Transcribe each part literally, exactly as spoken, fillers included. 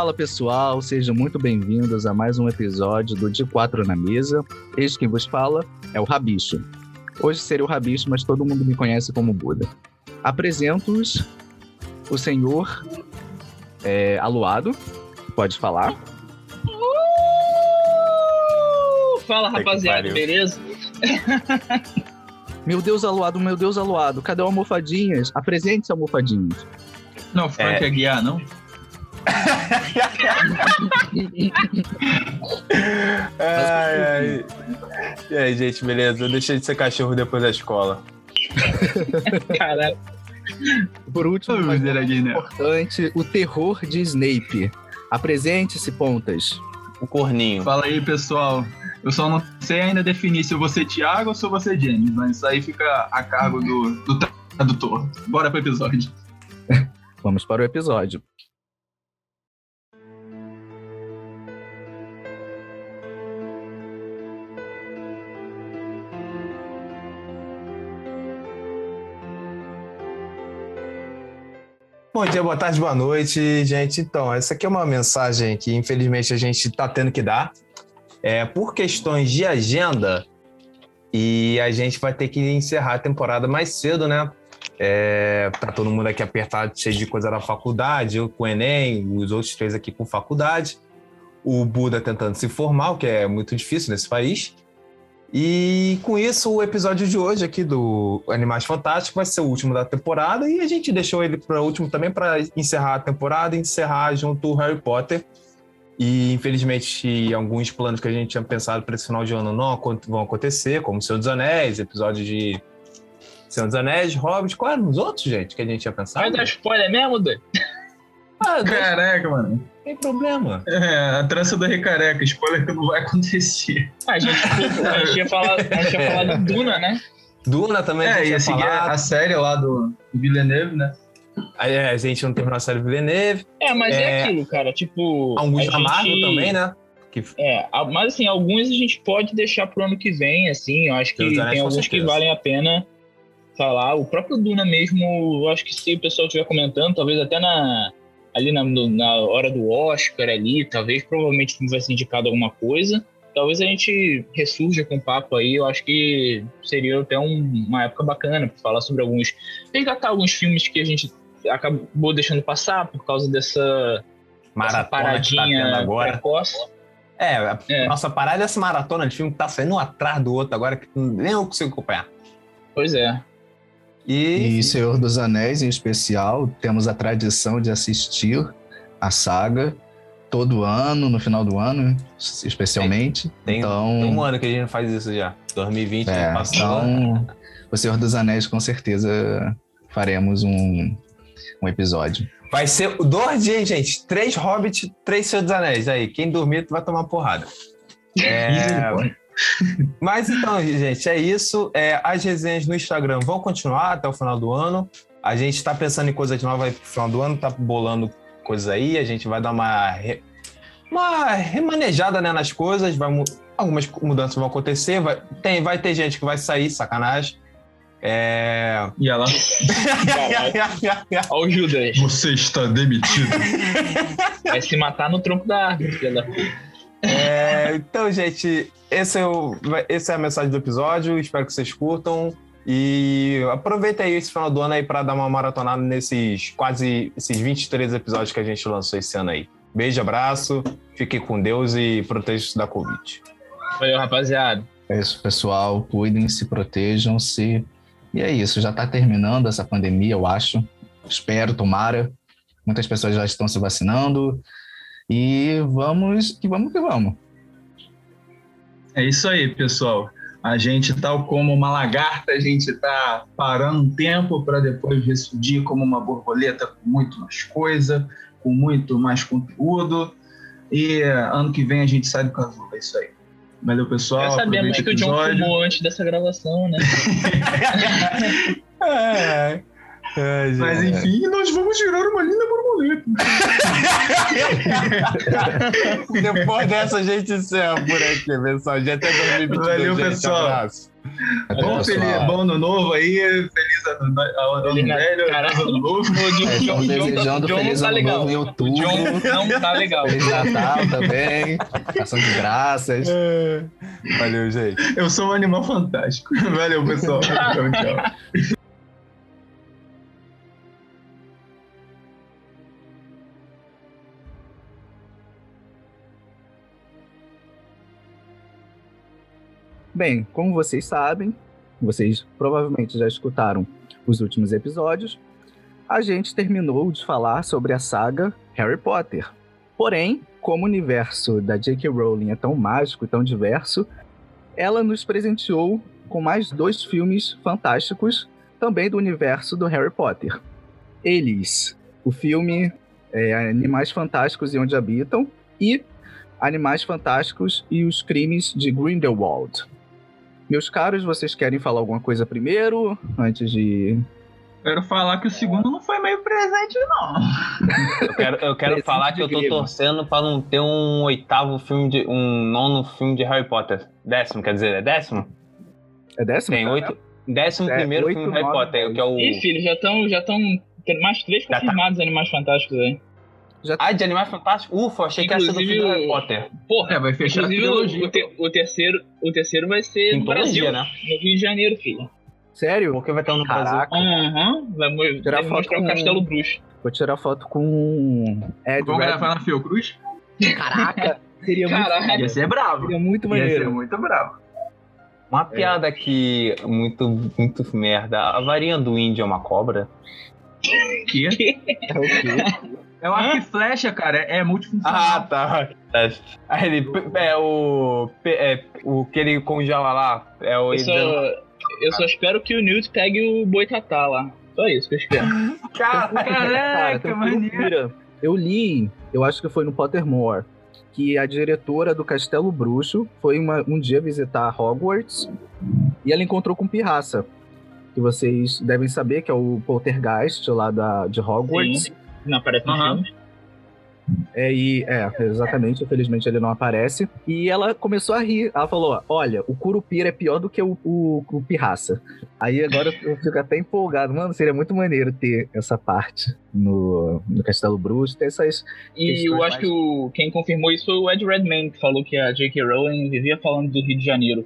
Fala pessoal, sejam muito bem-vindos a mais um episódio do De Quatro na Mesa. Este quem vos fala é o Rabicho. Hoje seria o Rabicho, mas todo mundo me conhece como Buda. Apresento-os o senhor é, Aluado, pode falar. Uh! Fala rapaziada, beleza? Meu Deus, Aluado, meu Deus, Aluado, cadê o Almofadinhas? Apresente-se, Almofadinhas. Não, Frank é... Aguiar, não? ai, ai. E aí, gente, beleza? Eu deixei de ser cachorro depois da escola. Caralho. Por último, mas importante, o terror de Snape. Apresente-se, Pontas. O corninho. Fala aí, pessoal. Eu só não sei ainda definir se eu vou ser Thiago ou se eu vou ser James, mas isso aí fica a cargo do, do tradutor. Bora pro episódio. Vamos para o episódio. Bom dia, boa tarde, boa noite, gente. Então, essa aqui é uma mensagem que, infelizmente, a gente está tendo que dar é, por questões de agenda e a gente vai ter que encerrar a temporada mais cedo, né? É, tá todo mundo aqui apertado, cheio de coisa da faculdade, eu com o Enem, os outros três aqui com faculdade, o Buda tentando se formar, o que é muito difícil nesse país. E com isso, o episódio de hoje aqui do Animais Fantásticos vai ser o último da temporada e a gente deixou ele para o último também para encerrar a temporada e encerrar junto o Harry Potter. E infelizmente alguns planos que a gente tinha pensado para esse final de ano não vão acontecer, como Senhor dos Anéis, episódio de Senhor dos Anéis, Hobbit. Qual eram os outros, gente, que a gente tinha pensado? Vai dar spoiler mesmo, doido? Ah, Caraca, mano. Tem problema. É, a trança do Rei Careca, spoiler que não vai acontecer. A gente, a gente ia falar, a gente ia falar do Duna, né? Duna também é, a gente ia ia seguir falar. A série lá do, do Villeneuve, né? É, a gente não terminou a série Villeneuve. É, mas é, é aquilo, cara, tipo... Alguns da gente... Marvel também, né? Que... É, mas assim, alguns a gente pode deixar pro ano que vem, assim, eu acho que tem alguns certeza. que valem a pena falar. O próprio Duna mesmo, eu acho que se o pessoal estiver comentando, talvez até na... ali na, na hora do Oscar ali, talvez, provavelmente vai ser indicado alguma coisa. Talvez a gente ressurja com o papo aí, eu acho que seria até um, uma época bacana para falar sobre alguns... resgatar alguns filmes que a gente acabou deixando passar por causa dessa, maratona dessa paradinha que tá agora. Precoce. É, a é, nossa parada é essa maratona de filme que tá saindo um atrás do outro agora, que nem eu consigo acompanhar. Pois é. E... e Senhor dos Anéis, em especial, temos a tradição de assistir a saga todo ano, no final do ano, especialmente. Tem, então, tem um ano que a gente não faz isso já. dois mil e vinte, é, passou. Então, o Senhor dos Anéis, com certeza, faremos um, um episódio. Vai ser dois dias, gente. Três Hobbit, três Senhor dos Anéis. Aí, quem dormir vai tomar porrada. É... Mas então, gente, é isso. É, as resenhas no Instagram vão continuar até o final do ano. A gente está pensando em coisas novas pro final do ano, tá bolando coisas aí. A gente vai dar uma, re... uma remanejada, né, nas coisas. Vai... Algumas mudanças vão acontecer. Vai... Tem... vai ter gente que vai sair, sacanagem. É... E ela? Olha o Judas. Você está demitido. Vai se matar no tronco da árvore, filha da puta. É, então, gente, esse é, o, essa é a mensagem do episódio. Espero que vocês curtam. E aproveita aí esse final do ano aí para dar uma maratonada nesses quase esses vinte e três episódios que a gente lançou esse ano aí. Beijo, abraço, fiquem com Deus e protejam-se da Covid. Valeu, rapaziada. É isso, pessoal. Cuidem-se, protejam-se. E é isso, já está terminando essa pandemia, eu acho. Espero, tomara. Muitas pessoas já estão se vacinando. E vamos que vamos que vamos. É isso aí, pessoal. A gente, tal como uma lagarta, a gente está parando um tempo para depois ressurgir como uma borboleta com muito mais coisa, com muito mais conteúdo. E ano que vem a gente sai do casulo. É isso aí. Valeu, pessoal. Já sabemos que o John fumou antes dessa gravação, né? é. É, mas enfim, nós vamos tirar uma linda borboleta. Depois dessa, a gente encerra por aqui, pessoal. Já até dois mil e vinte e dois. Valeu, gente. Pessoal. Abraço. Bom, feliz, bom ano novo aí. Feliz ano, ano velho. Caraca, ano novo. É, estamos desejando John feliz tá ano legal. novo em outubro. O John não tá legal. Feliz Natal também. Ação de graças. Valeu, gente. Eu sou um animal fantástico. Valeu, pessoal. Tchau, tchau. Bem, como vocês sabem, vocês provavelmente já escutaram os últimos episódios, a gente terminou de falar sobre a saga Harry Potter. Porém, como o universo da J K. Rowling é tão mágico e tão diverso, ela nos presenteou com mais dois filmes fantásticos, também do universo do Harry Potter. Eles, o filme é, Animais Fantásticos e Onde Habitam, e Animais Fantásticos e os Crimes de Grindelwald. Meus caros, vocês querem falar alguma coisa primeiro, antes de... Quero falar que o segundo não foi meio presente, não. Eu quero, eu quero falar que eu tô torcendo pra não ter um oitavo filme de... um nono filme de Harry Potter. Décimo, quer dizer, é décimo? É décimo? Tem oito... Décimo É, primeiro oito, filme de Harry nove, Potter, que é o... Ih, filho, já estão já tão mais três Já tá. confirmados Animais Fantásticos aí. Já... Ah, de Animais Fantásticos? Ufa, achei que ia ser do filme do Harry Potter. Porra, É, vai fechar a inclusive trilogia. o, te, o, terceiro, o terceiro vai ser no Trilogia, Brasil, né? no Rio de Janeiro, filho. Sério? Porque vai estar no Brasil. Caraca. Aham, vai mo- Tirar deve foto mostrar com- o Castelo Bruxo. Vou tirar foto com Ed Vamos Red. gravar na Fiocruz? Caraca! Seria muito, Caralho. Ia ser bravo. seria muito Ia ser maneiro. muito bravo. Uma piada aqui muito, muito merda. A varinha do índio é uma cobra? Que? É o quê? É o arco e flecha, cara. É multifuncional. Ah, tá. Aí ele... É o... É, o que ele congela lá. É o... Eu só, eu só espero que o Newt pegue o Boitatá lá. Só isso que eu espero. Cara, Cara, Caraca, tem um maneiro. loucura. Eu li, eu acho que foi no Pottermore, que a diretora do Castelo Bruxo foi uma- um dia visitar Hogwarts e ela encontrou com Pirraça, que vocês devem saber que é o Poltergeist lá da, de Hogwarts. Sim. Não aparece no Aham. filme. É, e, é, exatamente, infelizmente ele não aparece. E ela começou a rir. Ela falou: olha, o Curupira é pior do que o, o, o Pirraça. Aí agora eu fico até empolgado. Mano, seria muito maneiro ter essa parte no, no Castelo Bruxo, ter essas. E Questões eu acho mais- que o, quem confirmou isso foi o Ed Redmayne, que falou que a J K. Rowling vivia falando do Rio de Janeiro.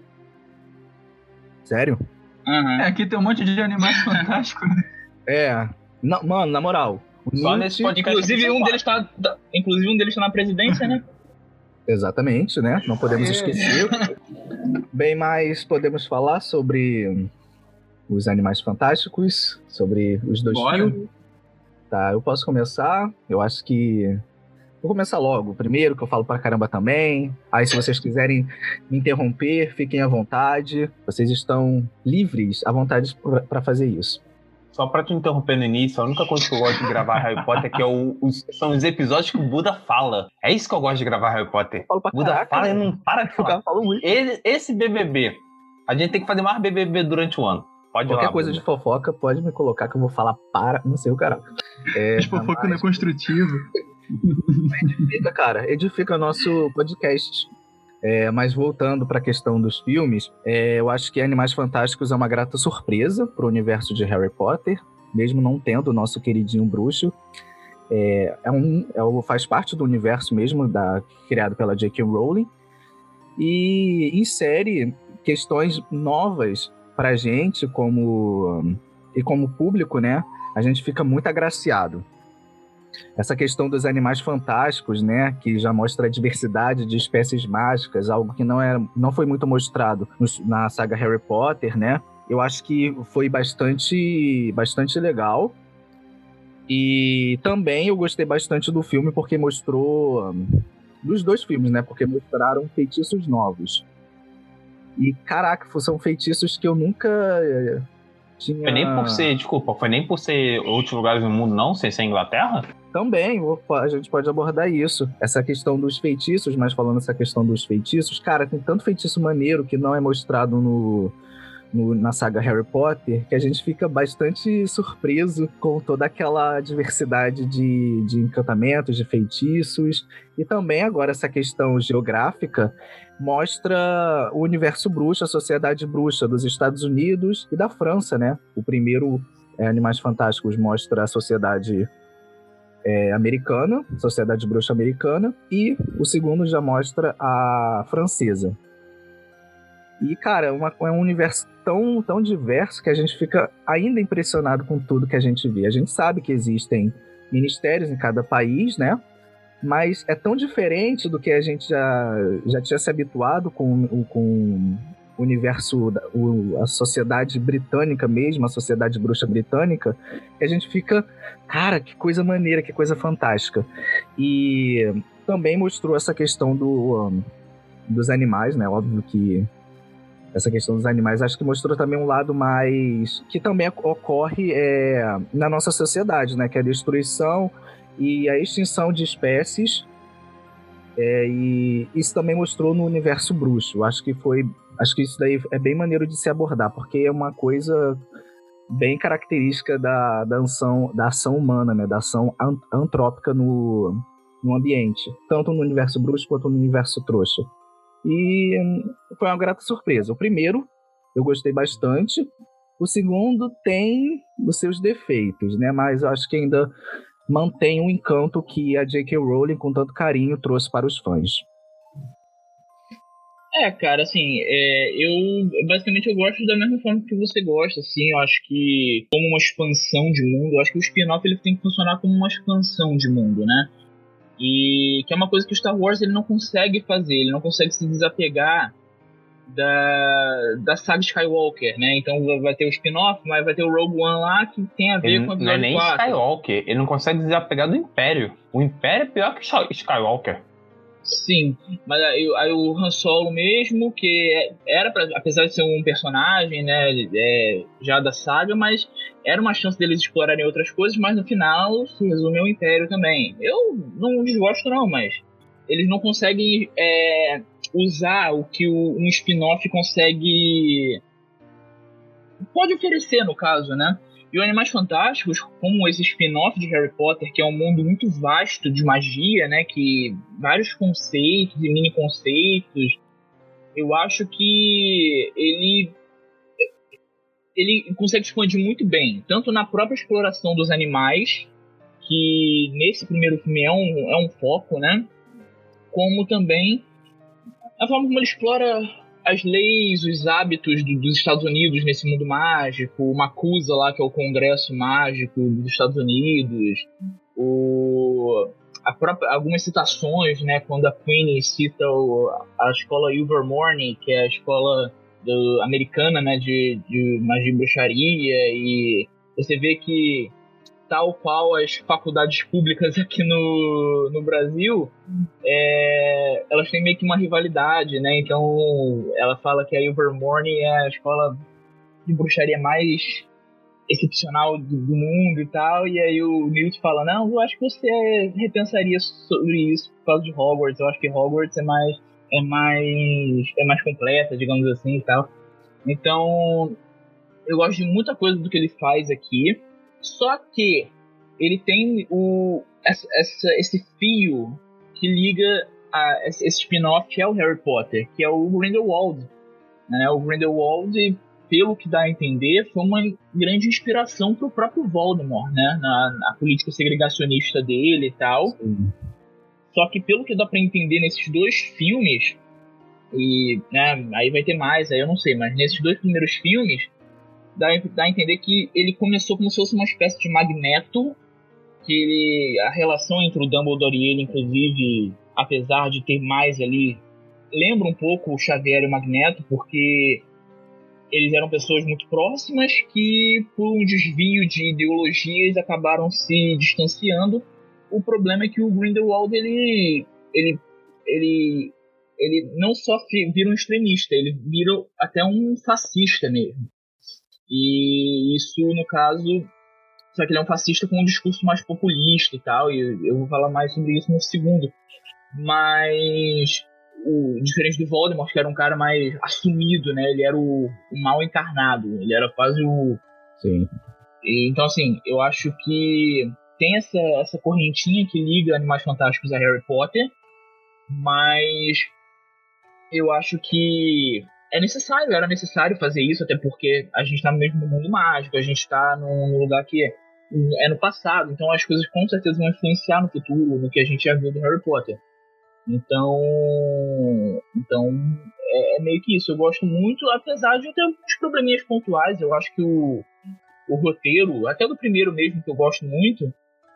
Sério? Aham. É, aqui tem um monte de animais fantásticos. É. Não, mano, na moral. o Só Newt- nesse podcast. Inclusive são um, quatro. deles tá, tá- inclusive um deles tá na presidência, né? Exatamente, né? Não podemos É. esquecer. Bem, mas podemos falar sobre os Animais Fantásticos, sobre os dois Bora. filmes. Tá, eu posso começar. Eu acho que... Vou começar logo. Primeiro, que eu falo pra caramba também. Aí, se vocês quiserem me interromper, fiquem à vontade. Vocês estão livres, à vontade pra- pra fazer isso. Só pra te interromper no início, a única coisa que eu gosto de gravar Harry Potter é que é o- os- são os episódios que o Buda fala. É isso que eu gosto de gravar Harry Potter. Eu falo pra O Buda caraca, fala e né? não para de O falar. cara fala muito. Ele- esse B B B, a gente tem que fazer mais B B B durante o ano. Pode ir Qualquer lá, coisa Buda. de fofoca, pode me colocar que eu vou falar para... Não sei o cara. É, As fofoca não é construtivo. edifica, cara. Edifica nosso podcast. É, mas voltando para a questão dos filmes, é, eu acho que Animais Fantásticos é uma grata surpresa para o universo de Harry Potter, mesmo não tendo o nosso queridinho bruxo. É, é um, é um- faz parte do universo mesmo da, criado pela J K. Rowling e insere questões novas para a gente como, e como público, né? A gente fica muito agraciado. Essa questão dos animais fantásticos, né, que já mostra a diversidade de espécies mágicas, algo que não, é, não foi muito mostrado no- na saga Harry Potter, né? Eu acho que foi bastante, bastante legal. E também eu gostei bastante do filme porque mostrou... hum, dos dois filmes, né? Porque mostraram feitiços novos. E, caraca, são feitiços que eu nunca eh, tinha... Foi nem por ser, desculpa, foi nem por ser outros lugares do mundo, não? Sem ser Inglaterra? Também, vou- a gente pode abordar isso. Essa questão dos feitiços, mas falando essa questão dos feitiços, cara, tem tanto feitiço maneiro que não é mostrado no, no, na saga Harry Potter, que a gente fica bastante surpreso com toda aquela diversidade de, de encantamentos, de feitiços, e também agora essa questão geográfica mostra o universo bruxo, a sociedade bruxa dos Estados Unidos e da França, né? O primeiro é, Animais Fantásticos mostra a sociedade é, americana, sociedade bruxa americana, e o segundo já mostra a francesa. E, cara, é, uma, é um universo tão, tão diverso que a gente fica ainda impressionado com tudo que a gente vê. A gente sabe que existem ministérios em cada país, né? Mas é tão diferente do que a gente já, já tinha se habituado com, com o universo, o, a sociedade britânica mesmo, a sociedade bruxa britânica, que a gente fica, cara, que coisa maneira, que coisa fantástica. E também mostrou essa questão do, um, dos animais, né? Óbvio que essa questão dos animais, acho que mostrou também um lado mais... que também ocorre é, na nossa sociedade, né? Que é a destruição e a extinção de espécies. É, e isso também mostrou no universo bruxo. Acho que foi... Acho que isso daí é bem maneiro de se abordar, porque é uma coisa bem característica da, da, ação, da ação humana, né? Da ação antrópica no, no ambiente. Tanto no universo bruxo quanto no universo trouxa. E foi uma grata surpresa. O primeiro, eu gostei bastante. O segundo tem os seus defeitos, né? Mas eu acho que ainda mantém o encanto que a J K. Rowling, com tanto carinho, trouxe para os fãs. É, cara, assim, é, eu basicamente eu gosto da mesma forma que você gosta, assim, eu acho que como uma expansão de mundo, eu acho que o spin-off ele tem que funcionar como uma expansão de mundo, né? E que é uma coisa que o Star Wars ele não consegue fazer, ele não consegue se desapegar da, da saga Skywalker, né? Então vai ter o spin-off, mas vai ter o Rogue One lá que tem a ver ele com o episódio não é nem quatro. Skywalker, ele não consegue desapegar do Império. O Império é pior que Skywalker. Sim, mas aí, aí o Han Solo mesmo, que era pra, apesar de ser um personagem, né, é, já da saga, mas era uma chance deles explorarem outras coisas, mas no final se resume ao Império também. Eu não desgosto não, mas eles não conseguem é, usar o que o, um spin-off consegue... pode oferecer, no caso, né? E o Animais Fantásticos, como esse spin-off de Harry Potter, que é um mundo muito vasto de magia, né? Que vários conceitos e mini-conceitos, eu acho que ele, ele consegue expandir muito bem. Tanto na própria exploração dos animais, que nesse primeiro filme é um, é um foco, né? Como também a forma como ele explora as leis, os hábitos do, dos Estados Unidos nesse mundo mágico, o MACUSA lá, que é o Congresso Mágico dos Estados Unidos, o, a própria, algumas citações, né, quando a Queen cita o, a escola Ilvermorny, que é a escola do, americana, né, de, de magia e bruxaria, e você vê que tal qual as faculdades públicas aqui no, no Brasil, é, elas têm meio que uma rivalidade, né? Então, ela fala que a Ilvermorny é a escola de bruxaria mais excepcional do, do mundo e tal, e aí o Newt fala, não, eu acho que você repensaria sobre isso por causa de Hogwarts, eu acho que Hogwarts é mais, é mais, é mais completa, digamos assim, e tal. Então, eu gosto de muita coisa do que ele faz aqui. Só que ele tem o, essa, essa, esse fio que liga a, esse spin-off ao Harry Potter, que é o Grindelwald. Né? O Grindelwald, pelo que dá a entender, foi uma grande inspiração para o próprio Voldemort, né? na, na política segregacionista dele e tal. Sim. Só que pelo que dá para entender nesses dois filmes, e né, aí vai ter mais, aí eu não sei, mas nesses dois primeiros filmes, Dá, dá a entender que ele começou como se fosse uma espécie de Magneto, que ele, a relação entre o Dumbledore e ele, inclusive, apesar de ter mais ali, lembra um pouco o Xavier e o Magneto, porque eles eram pessoas muito próximas que, por um desvio de ideologias, acabaram se distanciando. O problema é que o Grindelwald, ele, ele, ele, ele não só vira um extremista, ele vira até um fascista mesmo. E isso, no caso, só que ele é um fascista com um discurso mais populista e tal, e eu vou falar mais sobre isso no segundo. Mas o, diferente do Voldemort, que era um cara mais assumido, né? Ele era o, o mal encarnado, ele era quase o... Sim. E, então, assim, eu acho que tem essa, essa correntinha que liga Animais Fantásticos a Harry Potter, mas eu acho que é necessário, era necessário fazer isso, até porque a gente tá no mesmo mundo mágico, a gente tá num, num lugar que é, é no passado, então as coisas com certeza vão influenciar no futuro, no que a gente já viu do Harry Potter. Então, então é, é meio que isso. Eu gosto muito, apesar de eu ter uns probleminhas pontuais. Eu acho que o, o roteiro, até do primeiro mesmo, que eu gosto muito,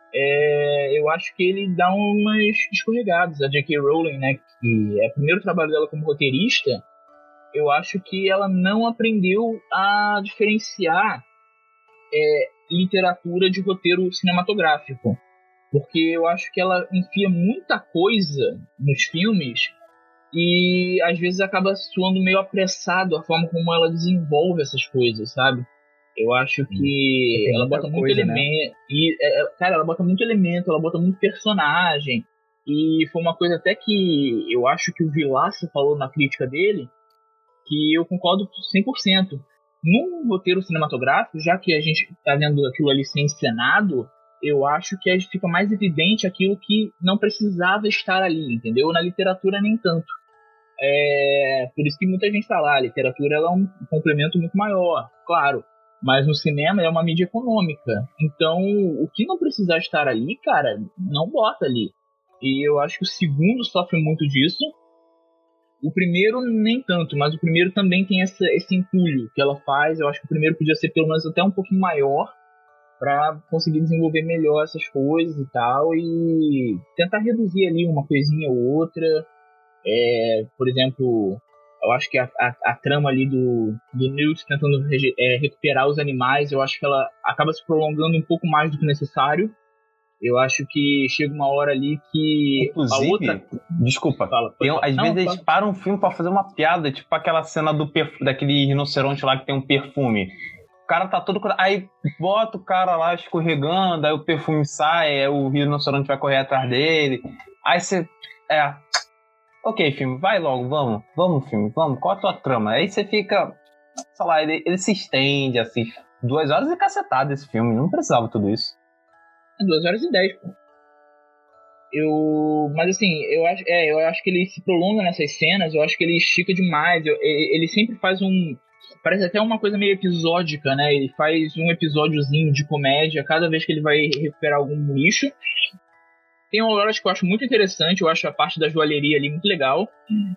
é, eu acho que ele dá umas escorregadas. A J K. Rowling, né, que é o primeiro trabalho dela como roteirista, eu acho que ela não aprendeu a diferenciar é, literatura de roteiro cinematográfico. Porque eu acho que ela enfia muita coisa nos filmes e às vezes acaba soando meio apressado a forma como ela desenvolve essas coisas, sabe? Eu acho que ela bota muito elemento. Né? E, cara, ela bota muito elemento, ela bota muito personagem. E foi uma coisa até que eu acho que o Vilaça falou na crítica dele, que eu concordo cem por cento. Num roteiro cinematográfico, já que a gente tá vendo aquilo ali ser encenado, eu acho que fica mais evidente aquilo que não precisava estar ali, entendeu? Na literatura, nem tanto. É, por isso que muita gente fala, ah, a literatura ela é um complemento muito maior, claro. Mas no cinema é uma mídia econômica. Então, o que não precisar estar ali, cara, não bota ali. E eu acho que o segundo sofre muito disso. O primeiro nem tanto, mas o primeiro também tem essa, esse entulho que ela faz. Eu acho que o primeiro podia ser pelo menos até um pouquinho maior, para conseguir desenvolver melhor essas coisas e tal, e tentar reduzir ali uma coisinha ou outra. É, por exemplo, eu acho que a, a, a trama ali do, do Newt tentando rege, é, recuperar os animais, eu acho que ela acaba se prolongando um pouco mais do que necessário. Eu acho que chega uma hora ali que Inclusive, a outra... Desculpa, fala, tem, às não, vezes fala. eles param um filme pra fazer uma piada, tipo aquela cena do perf... daquele rinoceronte lá que tem um perfume. O cara tá todo... Aí bota o cara lá escorregando, aí o perfume sai, aí o rinoceronte vai correr atrás dele. Aí você... É... Ok, filme, vai logo, vamos. Vamos, filme, vamos. Qual a tua trama? Aí você fica... Sei lá, ele, ele se estende, assim. Duas horas e cacetada esse filme. Não precisava tudo isso. É duas horas e dez, pô. Eu... Mas assim, eu acho, é, eu acho que ele se prolonga nessas cenas. Eu acho que ele estica demais. Eu, ele sempre faz um... Parece até uma coisa meio episódica, né? Ele faz um episódiozinho de comédia cada vez que ele vai recuperar algum lixo. Tem horas que eu acho muito interessante. Eu acho a parte da joalheria ali muito legal.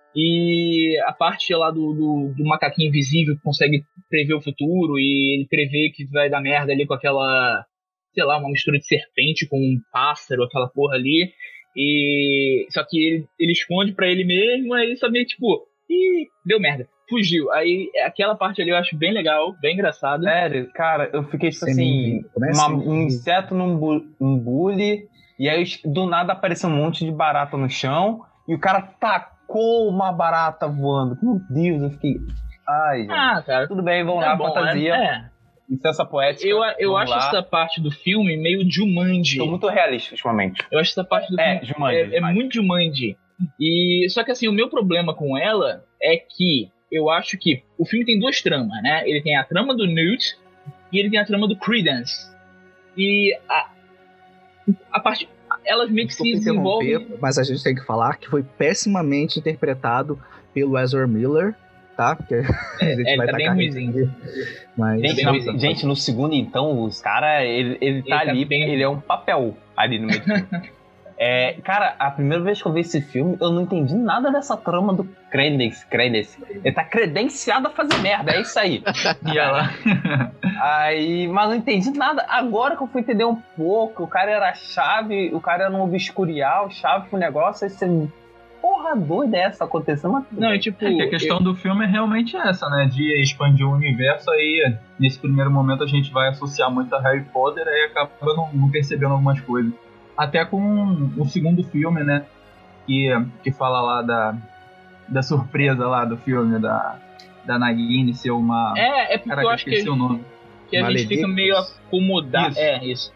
E a parte lá do, do, do macaquinho invisível que consegue prever o futuro. E ele prevê que vai dar merda ali com aquela... Sei lá, uma mistura de serpente com um pássaro, aquela porra ali. E... Só que ele, ele esconde pra ele mesmo. Aí ele só meio tipo... Ih, deu merda. Fugiu. Aí, aquela parte ali eu acho bem legal, bem engraçado. Sério, cara, eu fiquei tipo assim, uma, um inseto num, bu, um bule, e aí do nada apareceu um monte de barata no chão, e o cara tacou uma barata voando. Meu Deus, eu fiquei... Ai, gente. Ah, cara. Tudo bem, vamos é lá, bom, fantasia. É, é. Licença poética. Eu, eu acho lá. Essa parte do filme meio Jumanji. Tô muito realista ultimamente. Eu acho essa parte do é, filme... Jumanji, é, é muito Jumanji. E, só que assim, o meu problema com ela é que eu acho que o filme tem duas tramas, né? Ele tem a trama do Newt e ele tem a trama do Credence. E a, a parte... Elas meio que se desenvolvem... Mas a gente tem que falar que foi pessimamente interpretado pelo Ezra Miller, tá? Porque é, a gente é, vai tá bem ruimzinho. Mas... Gente, no, gente, no segundo, então, os caras... Ele, ele tá ele ali, tá bem... ele é um papel ali no meio do filme. É, cara, a primeira vez que eu vi esse filme, eu não entendi nada dessa trama do Credence. Credence. Ele tá credenciado a fazer merda, é isso aí. E ela... aí, mas não entendi nada. Agora que eu fui entender um pouco, o cara era chave, o cara era um obscurial, chave pro negócio, aí você... Porra doida é essa acontecendo? Não, e tipo... É que a questão eu... do filme é realmente essa, né? De expandir o universo, aí nesse primeiro momento a gente vai associar muito a Harry Potter, aí acaba não, não percebendo algumas coisas. Até com o segundo filme, né? Que, que fala lá da, da surpresa lá do filme, da, da Nagini ser uma... É, é porque Caraca, eu acho que, o nome. que a Maledictus. Gente fica meio acomodado. Isso. É, isso.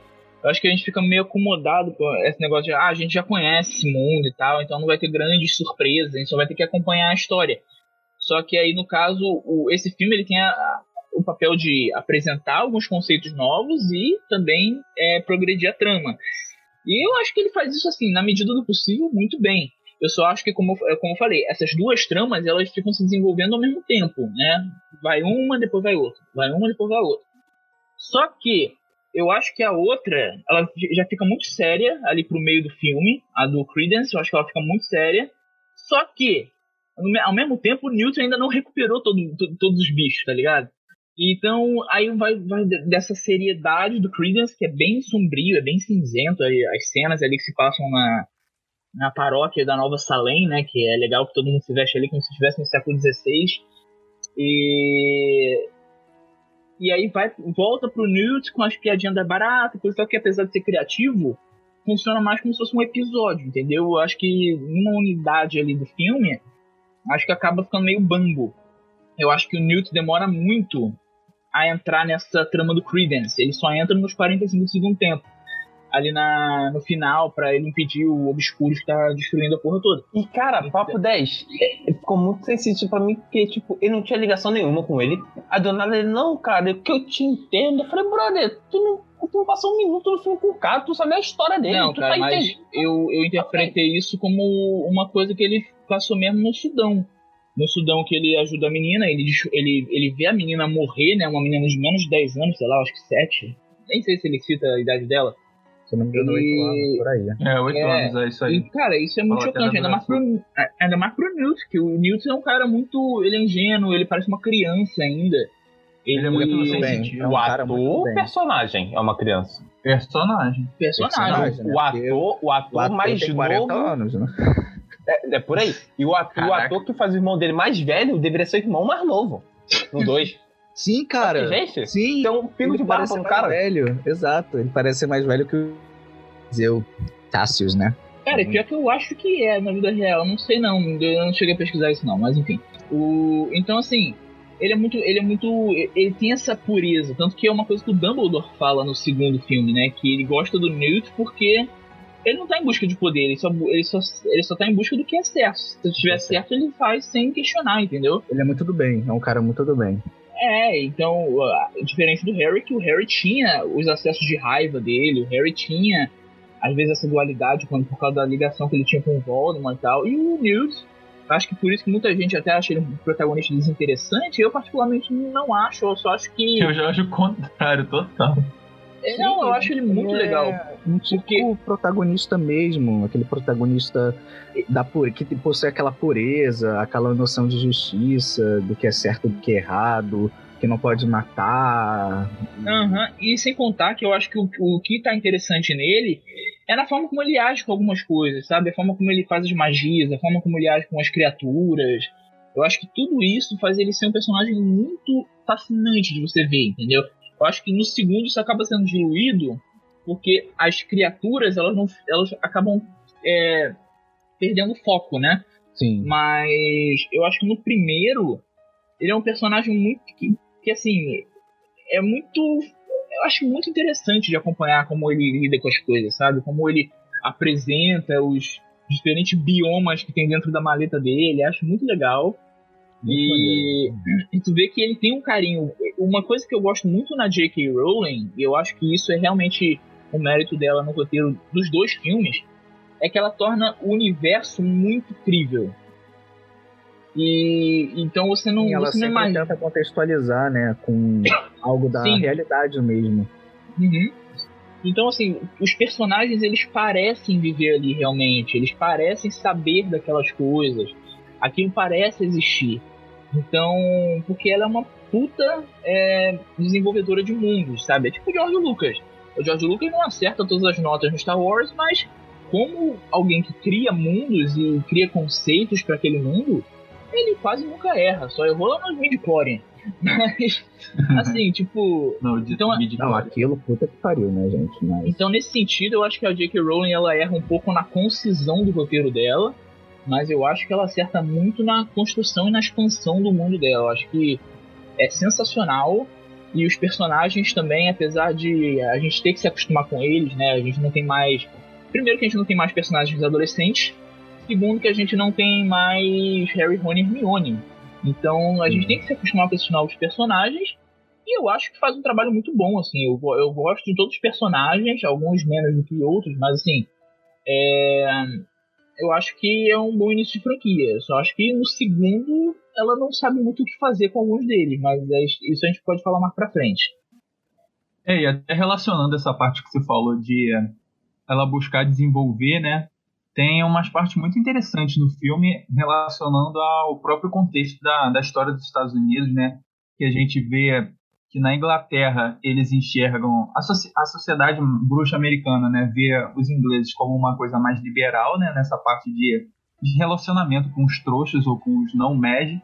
eu acho que a gente fica meio acomodado com esse negócio de, ah, a gente já conhece esse mundo e tal, então não vai ter grandes surpresas, a gente só vai ter que acompanhar a história. Só que aí, no caso, o, esse filme ele tem a, a, o papel de apresentar alguns conceitos novos e também é, progredir a trama. E eu acho que ele faz isso, assim, na medida do possível, muito bem. Eu só acho que, como, como eu falei, essas duas tramas, elas ficam se desenvolvendo ao mesmo tempo, né? Vai uma, depois vai outra. Vai uma, depois vai outra. Só que eu acho que a outra, ela já fica muito séria ali pro meio do filme. A do Credence, eu acho que ela fica muito séria. Só que, ao mesmo tempo, o Newt ainda não recuperou todo, todo, todos os bichos, tá ligado? Então, aí vai, vai dessa seriedade do Credence, que é bem sombrio, é bem cinzento. As cenas ali que se passam na... na paróquia da Nova Salem, né, que é legal que todo mundo se veste ali como se estivesse no século dezesseis, e e aí vai, volta pro Newt com as piadinhas da barata, coisa tal, que apesar de ser criativo, funciona mais como se fosse um episódio, entendeu? Eu acho que numa unidade ali do filme, acho que acaba ficando meio bambo. Eu acho que o Newt demora muito a entrar nessa trama do Credence, ele só entra nos quarenta e cinco do segundo tempo, ali na, no final, pra ele impedir o Obscuros que tá destruindo a porra toda. E, cara, papo dez, ficou muito sensível pra mim, porque, tipo, ele não tinha ligação nenhuma com ele. A dona ele, não, cara, é que eu te entendo. Eu falei, brother, tu não, tu não passou um minuto no filme com o cara, tu sabe a história dele. Não, tu cara, tá mas entendendo. eu, eu interpretei isso como uma coisa que ele passou mesmo no Sudão. No Sudão, que ele ajuda a menina, ele, ele, ele vê a menina morrer, né, uma menina de menos de dez anos, sei lá, acho que sete. Nem sei se ele cita a idade dela. Se eu não me engano, oito anos, por aí. É, oito é, anos, é isso aí. E, cara, isso é muito Fala chocante, ainda mais, pro, ainda mais pro Newt, que o Newt é um cara muito... Ele é ingênuo, ele parece uma criança ainda. Ele, ele é muito sensitivo. É um o ator ou o personagem é uma criança? Personagem. Personagem. personagem né? O ator, o ator, o ator mais tem quarenta novo... anos, né? É, é por aí. E o ator, o ator que faz o irmão dele mais velho deveria ser o irmão mais novo. No dois. Sim, cara. Gente, sim. Tem um pingo de barba no cara. Velho. Exato. Ele parece ser mais velho que o Zeu Cassius, né? Cara, e pior que eu acho que é na vida real. Eu não sei não. Eu não cheguei a pesquisar isso não. Mas enfim. O... Então, assim... Ele é muito... Ele é muito... Ele tem essa pureza. Tanto que é uma coisa que o Dumbledore fala no segundo filme, né? Que ele gosta do Newt porque... Ele não tá em busca de poder, ele só, ele, só, ele só tá em busca do que é certo. Se estiver certo, ele faz sem questionar, entendeu? Ele é muito do bem, é um cara muito do bem. É, então, diferente do Harry, que o Harry tinha os acessos de raiva dele, o Harry tinha, às vezes, essa dualidade quando, por causa da ligação que ele tinha com o Voldemort e tal. E o Newt, acho que por isso que muita gente até acha ele um protagonista desinteressante, eu particularmente não acho, eu só acho que... Eu já acho o contrário, total. É, não, eu acho ele muito é legal. Um tipo porque... protagonista mesmo, aquele protagonista da pure... que possui aquela pureza, aquela noção de justiça, do que é certo e do que é errado, que não pode matar. Uhum. E sem contar que eu acho que o, o que tá interessante nele é na forma como ele age com algumas coisas, sabe? A forma como ele faz as magias, a forma como ele age com as criaturas. Eu acho que tudo isso faz ele ser um personagem muito fascinante de você ver, entendeu? Eu acho que no segundo isso acaba sendo diluído porque as criaturas elas, não, elas acabam é, perdendo foco, né? Sim. Mas eu acho que no primeiro ele é um personagem muito que, que assim é muito, eu acho muito interessante de acompanhar como ele lida com as coisas, sabe? Como ele apresenta os diferentes biomas que tem dentro da maleta dele, acho muito legal. E, e tu vê que ele tem um carinho. Uma coisa que eu gosto muito na J K. Rowling, e eu acho que isso é realmente o mérito dela no roteiro dos dois filmes, é que ela torna o universo muito crível. E então você não, Sim, ela você não imagina. Tenta contextualizar, né, com algo da Sim. realidade mesmo. Uhum. Então, assim, os personagens eles parecem viver ali realmente, eles parecem saber daquelas coisas, aquilo parece existir. Então, porque ela é uma puta é, desenvolvedora de mundos, sabe? É tipo o George Lucas. O George Lucas não acerta todas as notas no Star Wars, mas como alguém que cria mundos e cria conceitos para aquele mundo, ele quase nunca erra. Só errou lá nos midi-chlorian. Mas, assim, tipo... Não, então, não, aquilo puta que pariu, né, gente? Mas... Então, nesse sentido, eu acho que a J K. Rowling, ela erra um pouco na concisão do roteiro dela, mas eu acho que ela acerta muito na construção e na expansão do mundo dela. Eu acho que é sensacional E os personagens também, apesar de a gente ter que se acostumar com eles, né? A gente não tem mais... Primeiro que a gente não tem mais personagens adolescentes. Segundo que a gente não tem mais Harry, Ron e Hermione. Então a gente tem que se acostumar com esses novos personagens. E eu acho que faz um trabalho muito bom, assim. Eu, eu gosto de todos os personagens, alguns menos do que outros, mas assim... É... Eu acho que é um bom início de franquia. Eu só acho que no segundo ela não sabe muito o que fazer com alguns deles, mas isso a gente pode falar mais pra frente. É, e até relacionando essa parte que você falou de ela buscar desenvolver, né? Tem umas partes muito interessantes no filme relacionando ao próprio contexto da, da história dos Estados Unidos, né? Que a gente vê que na Inglaterra eles enxergam a, so- a sociedade bruxa americana, né? Vê os ingleses como uma coisa mais liberal, né? Nessa parte de, de relacionamento com os trouxas ou com os não-magi,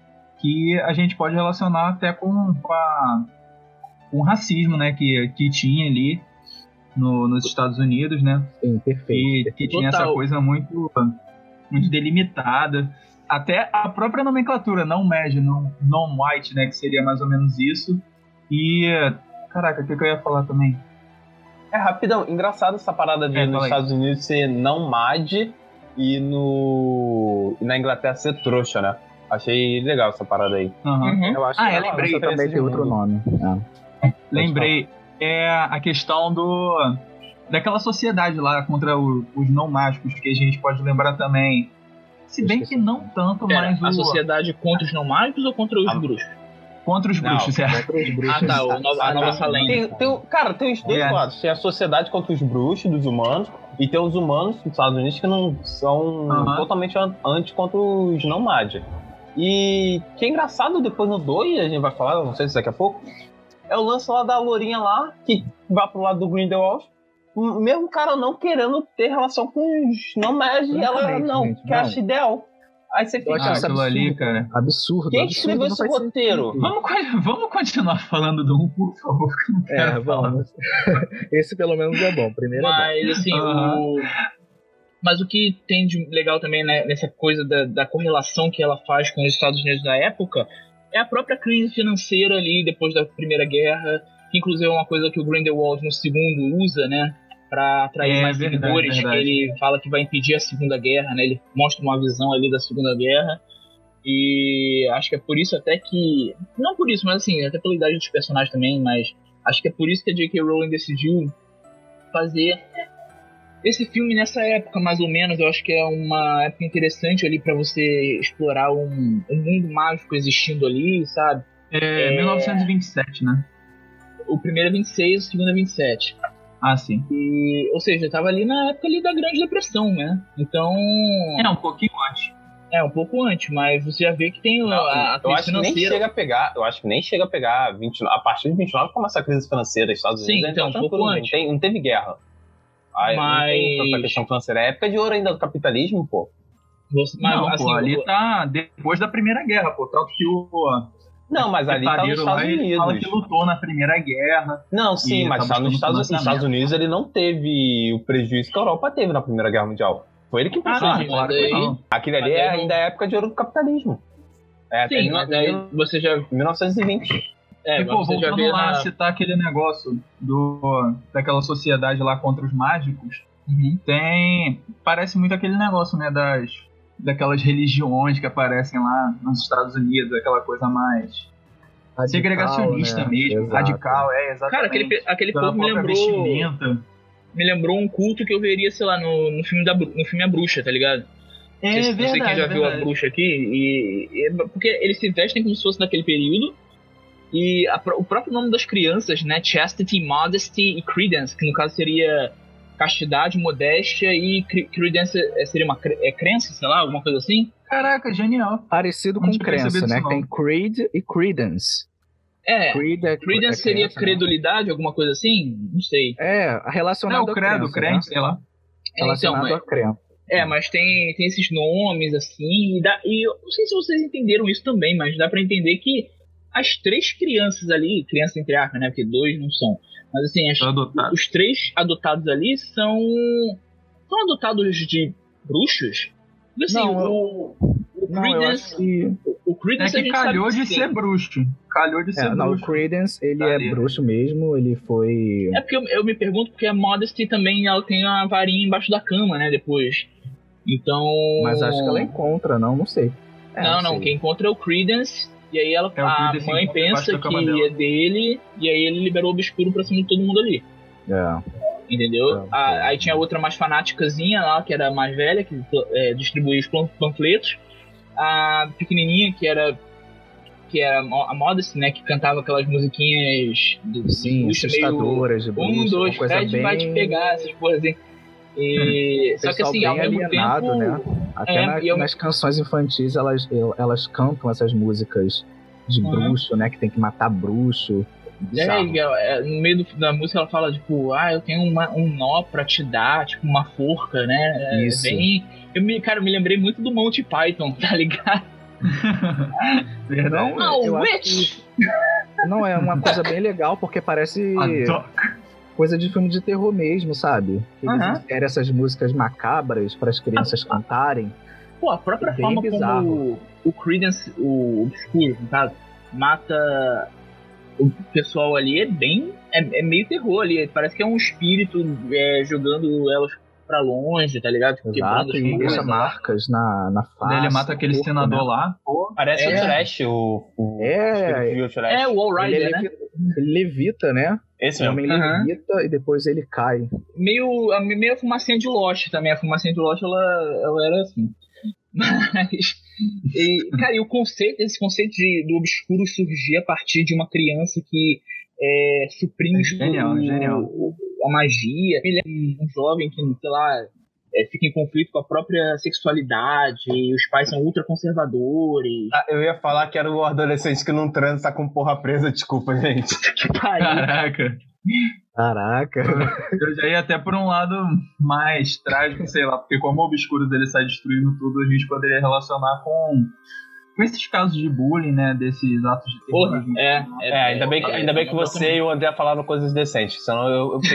que a gente pode relacionar até com, com, a, com o racismo, né? Que, que tinha ali no, nos Estados Unidos, né? Sim, perfeito. E que tinha Total. essa coisa muito, muito delimitada. Até a própria nomenclatura, não magi, não non-white, né? Que seria mais ou menos isso. E, caraca, o que, que eu ia falar também? É rapidão, engraçado essa parada de É, nos fala aí. Estados Unidos ser não mad e no e na Inglaterra ser trouxa, né? Achei legal essa parada aí. Uhum. Uhum. Eu acho Ah, que é, ela lembrei também também tem de outro mundo. nome. É. Lembrei, é a questão do daquela sociedade lá contra o- os não mágicos, que a gente pode lembrar também. Se bem que não tanto, Pera, mas a o, sociedade contra os não mágicos ou contra os Ah, bruxos? contra os Não, bruxos, é. Contra os bruxos. Ah, tá, o Nova, a Ah, Nova tá. Salem. Tem, tem, o- cara, tem os dois É. lados. Tem a sociedade contra os bruxos, dos humanos, e tem os humanos dos Estados Unidos que não são Aham. totalmente an- anti contra os não mad. E que é engraçado, depois no dois, a gente vai falar, não sei se daqui a pouco, é o lance lá da lourinha lá, que vai pro lado do Grindelwald, mesmo o cara não querendo ter relação com os não mad, e ela Francamente, não, gente, que não. acha ideal. Aí você Eu fica, acho Ah, isso aquilo absurdo. ali, cara. Absurdo. quem absurdo, escreveu não esse faz roteiro? sentido. Vamos, con- vamos continuar falando do um, por favor, porque eu não quero É, falar. vamos. Esse pelo menos é bom. Primeiro é bom. Mas assim, Aham. o... Mas o que tem de legal também, né, nessa coisa da, da correlação que ela faz com os Estados Unidos da época é a própria crise financeira ali depois da Primeira Guerra, que inclusive é uma coisa que o Grindelwald no segundo usa, né, para atrair É, mais verdade, seguidores. verdade. Ele fala que vai impedir a Segunda Guerra, né? Ele mostra uma visão ali da Segunda Guerra. E acho que é por isso até que... Não por isso, mas assim, até pela idade dos personagens também, mas acho que é por isso que a J K. Rowling decidiu fazer esse filme nessa época, mais ou menos. Eu acho que é uma época interessante ali pra você explorar um, um mundo mágico existindo ali, sabe? É, mil novecentos e vinte e sete, né? O primeiro é vinte e seis, o segundo é vinte e sete. Ah, sim. E, ou seja, tava ali na época ali da Grande Depressão, né? Então... É, um pouquinho antes. É, um pouco antes, mas você já vê que tem Não, a, a eu crise acho que nem financeira. chega a pegar, eu acho que nem chega a pegar vinte, a partir de vinte e nove começa a crise financeira dos Estados Sim, Unidos, então, tá um pouco tranquilo, antes. Não, tem, não teve guerra. Aí Mas- não tem tanta questão financeira. É época de ouro ainda do capitalismo, pô. Você, mas, não, assim, pô, ali o- tá depois da Primeira Guerra, pô. Tanto que o Não, mas ali tá nos Padeiro lá, Estados ele fala que Unidos. lutou na Primeira Guerra. Não, sim, e mas tá tá nos buscando Estados, nos financiamento. Estados Unidos ele não teve o prejuízo que a Europa teve na Primeira Guerra Mundial. Foi ele que Ah, impulsionou. sim, claro mas que aí- não. Aquilo ali mas é aí não- ainda a época de ouro do capitalismo. É, até Sim, mil- mas aí mil- você já, mil novecentos e vinte. é, e, pô, você já voltando vê lá na... a citar aquele negócio do, daquela sociedade lá contra os mágicos, Uhum. tem... Parece muito aquele negócio, né, das... daquelas religiões que aparecem lá nos Estados Unidos, aquela coisa mais Radical, segregacionista né? mesmo, Exato. radical, é, exatamente. Cara, aquele, pe- aquele Pela povo me própria lembrou, vestimenta. me lembrou um culto que eu veria, sei lá, no, no, filme, da, Bru- no filme A Bruxa, tá ligado? É Não sei se- não sei verdade, quem já viu A verdade. Bruxa aqui, e, e- porque eles se vestem como se fosse daquele período, e a pró- o próprio nome das crianças, né, Chastity, Modesty e Credence, que no caso seria castidade, modéstia e cre- Credence é- seria uma cre- é crença, sei lá, alguma coisa assim? Caraca, genial. Parecido Não com tinha crença, percebido né? isso, Tem não. creed e credence. É, Creed é, Credence é seria crença, né? credulidade, alguma coisa assim? Não sei. É, relacionado É o à credo, crença, crente, né? sei lá. É, então, Relacionado mas, à crença. é, mas tem, tem esses nomes assim, e, dá, e eu não sei se vocês entenderam isso também, mas dá pra entender que as três crianças ali, crianças entre aspas, né, porque dois não são, mas assim, as, São adotados. os três adotados ali são são adotados de bruxos? Assim, Não, o, o Não, eu Credence, acho que... O Creedence é que calhou de ser bruxo. Calhou de ser é, bruxo. Não, o Creedence, ele tá é ali. bruxo mesmo, ele foi... É porque eu, eu me pergunto porque a Modesty também ela tem uma varinha embaixo da cama, né, depois. Então... Mas acho que ela encontra, não, não sei. É, não, não, sei. quem encontra é o Creedence, e aí ela, é, a mãe pensa que é dele, e aí ele liberou o obscuro pra cima de todo mundo ali. É. Entendeu? É, a, é. Aí tinha outra mais fanáticazinha lá, que era mais velha, que é, distribuía os panfletos. A pequenininha, que era que era a Modesty, né, que cantava aquelas musiquinhas de, Sim, de assustadoras de bruxa, um, dois, coisa Fred bem... vai te pegar, essas coisas assim. E, só que assim, bem ao mesmo alienado, tempo... né? Até é, na, eu... nas canções infantis, elas, elas cantam essas músicas de uhum. bruxo, né? Que tem que matar bruxo. É, é, no meio do, da música ela fala, tipo, ah, eu tenho uma, um nó pra te dar, tipo, uma forca, né? É, Isso. Bem... Eu me, cara, eu me lembrei muito do Monty Python, tá ligado? Não, oh, eu witch! Que, não, é uma coisa bem legal, porque parece coisa de filme de terror mesmo, sabe? Eles uh-huh. querem essas músicas macabras para as crianças ah, cantarem. Pô, a própria é forma bizarro. como o Creedence, o Obscuro, no caso, mata o pessoal ali é bem... É, é meio terror ali, parece que é um espírito é, jogando elas pra longe, tá ligado? Tipo, exato, e deixa marcas na, na face. Ele mata aquele corpo, senador, né? Lá. Pô, parece é. o Trash, o, o, é, o Trash. É, o All Rider, ele né? Levita, ele levita, né? Esse o homem uhum. levita e depois ele cai. Meio, meio a fumacinha de Lost também. A fumacinha de Lost, ela, ela era assim. Mas... E, cara, e o conceito, esse conceito de, do obscuro surgir a partir de uma criança que é, suprime é genial, o, genial. O, a magia. Ele é um jovem que, sei lá, é, fica em conflito com a própria sexualidade, e os pais são ultra conservadores. Ah, eu ia falar que era o adolescente que não transa, tá com porra presa, desculpa, gente. Que pariu. Caraca. Caraca. Eu já ia até por um lado mais trágico, sei lá, porque como o obscuro dele sai destruindo tudo, a gente poderia relacionar com, com esses casos de bullying, né, desses atos de terror. Porra, é, é, é, ainda bem que, ainda bem que você e o André falaram coisas decentes, senão eu... eu...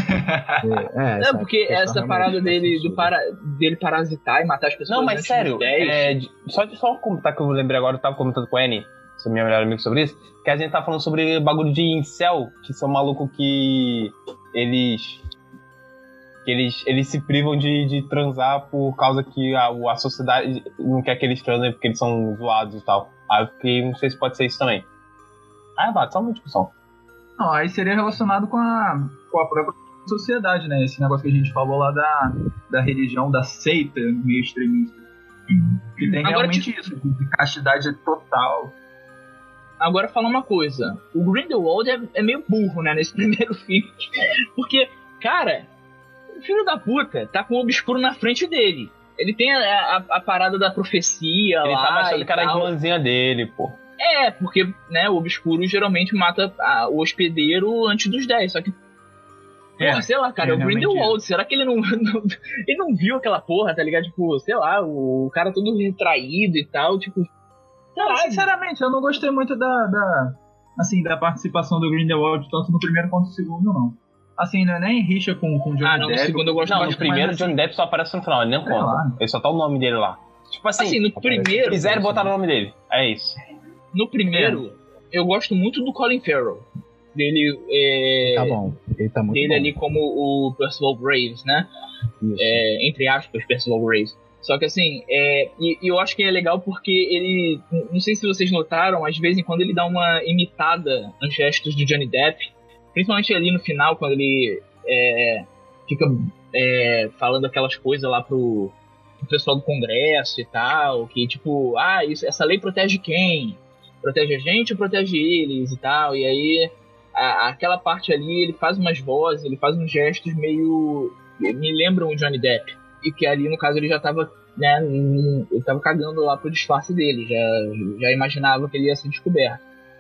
é, é, porque essa parada dele, do para, dele parasitar e matar as pessoas... Não, mas sério, é, só, só comentar que eu lembrei agora, eu tava comentando com a Annie, sou minha melhor amiga, sobre isso, que a gente tá falando sobre bagulho de incel, que são malucos que eles que eles, eles se privam de, de transar por causa que a, a sociedade não quer que eles transem porque eles são zoados e tal. Aí eu fiquei, não sei se pode ser isso também. Ah, vai, só uma discussão. Não, aí seria relacionado com a, com a própria sociedade, né? Esse negócio que a gente falou lá da, da religião, da seita meio extremista. Que tem Agora, realmente tipo... isso, de castidade total. Agora, falar uma coisa. O Grindelwald é, é meio burro, né, nesse primeiro filme. Porque, cara, o filho da puta tá com o obscuro na frente dele. Ele tem a, a, a parada da profecia ele lá. Ele tá achando que era a irmãzinha dele, pô. É, porque, né, o obscuro geralmente mata a, o hospedeiro antes dos dez. Só que, é, porra, sei lá, cara, é o Grindelwald. É. Será que ele não, não... Ele não viu aquela porra, tá ligado? Tipo, sei lá, o, o cara todo retraído e tal, tipo... Não, sinceramente, eu não gostei muito da, da, assim, da participação do Grindelwald, tanto no primeiro quanto no segundo, não. Assim, não é nem rixa com, com o Johnny ah, não, Depp. No segundo eu gosto não, mais. No primeiro o Johnny assim, Depp só aparece no final, ele nem conta. Lá. Ele só tá o nome dele lá. Tipo assim, assim no primeiro... Quiseram botar o nome dele, é isso. No primeiro, é. eu gosto muito do Colin Farrell. Dele, é, tá bom, ele tá muito dele bom. ali como o Percival Graves, né? É, entre aspas, Percival Graves. Só que assim, é, e, e eu acho que é legal porque ele, não sei se vocês notaram, mas de vez em quando ele dá uma imitada nos gestos do Johnny Depp, principalmente ali no final, quando ele é, fica é, falando aquelas coisas lá pro, pro pessoal do Congresso e tal, que tipo, ah, isso, essa lei protege quem? Protege a gente ou protege eles e tal, e aí a, aquela parte ali, ele faz umas vozes, ele faz uns gestos meio, me lembram o Johnny Depp. E que ali, no caso, ele já tava, né, ele tava cagando lá pro disfarce dele, já, já imaginava que ele ia ser descoberto.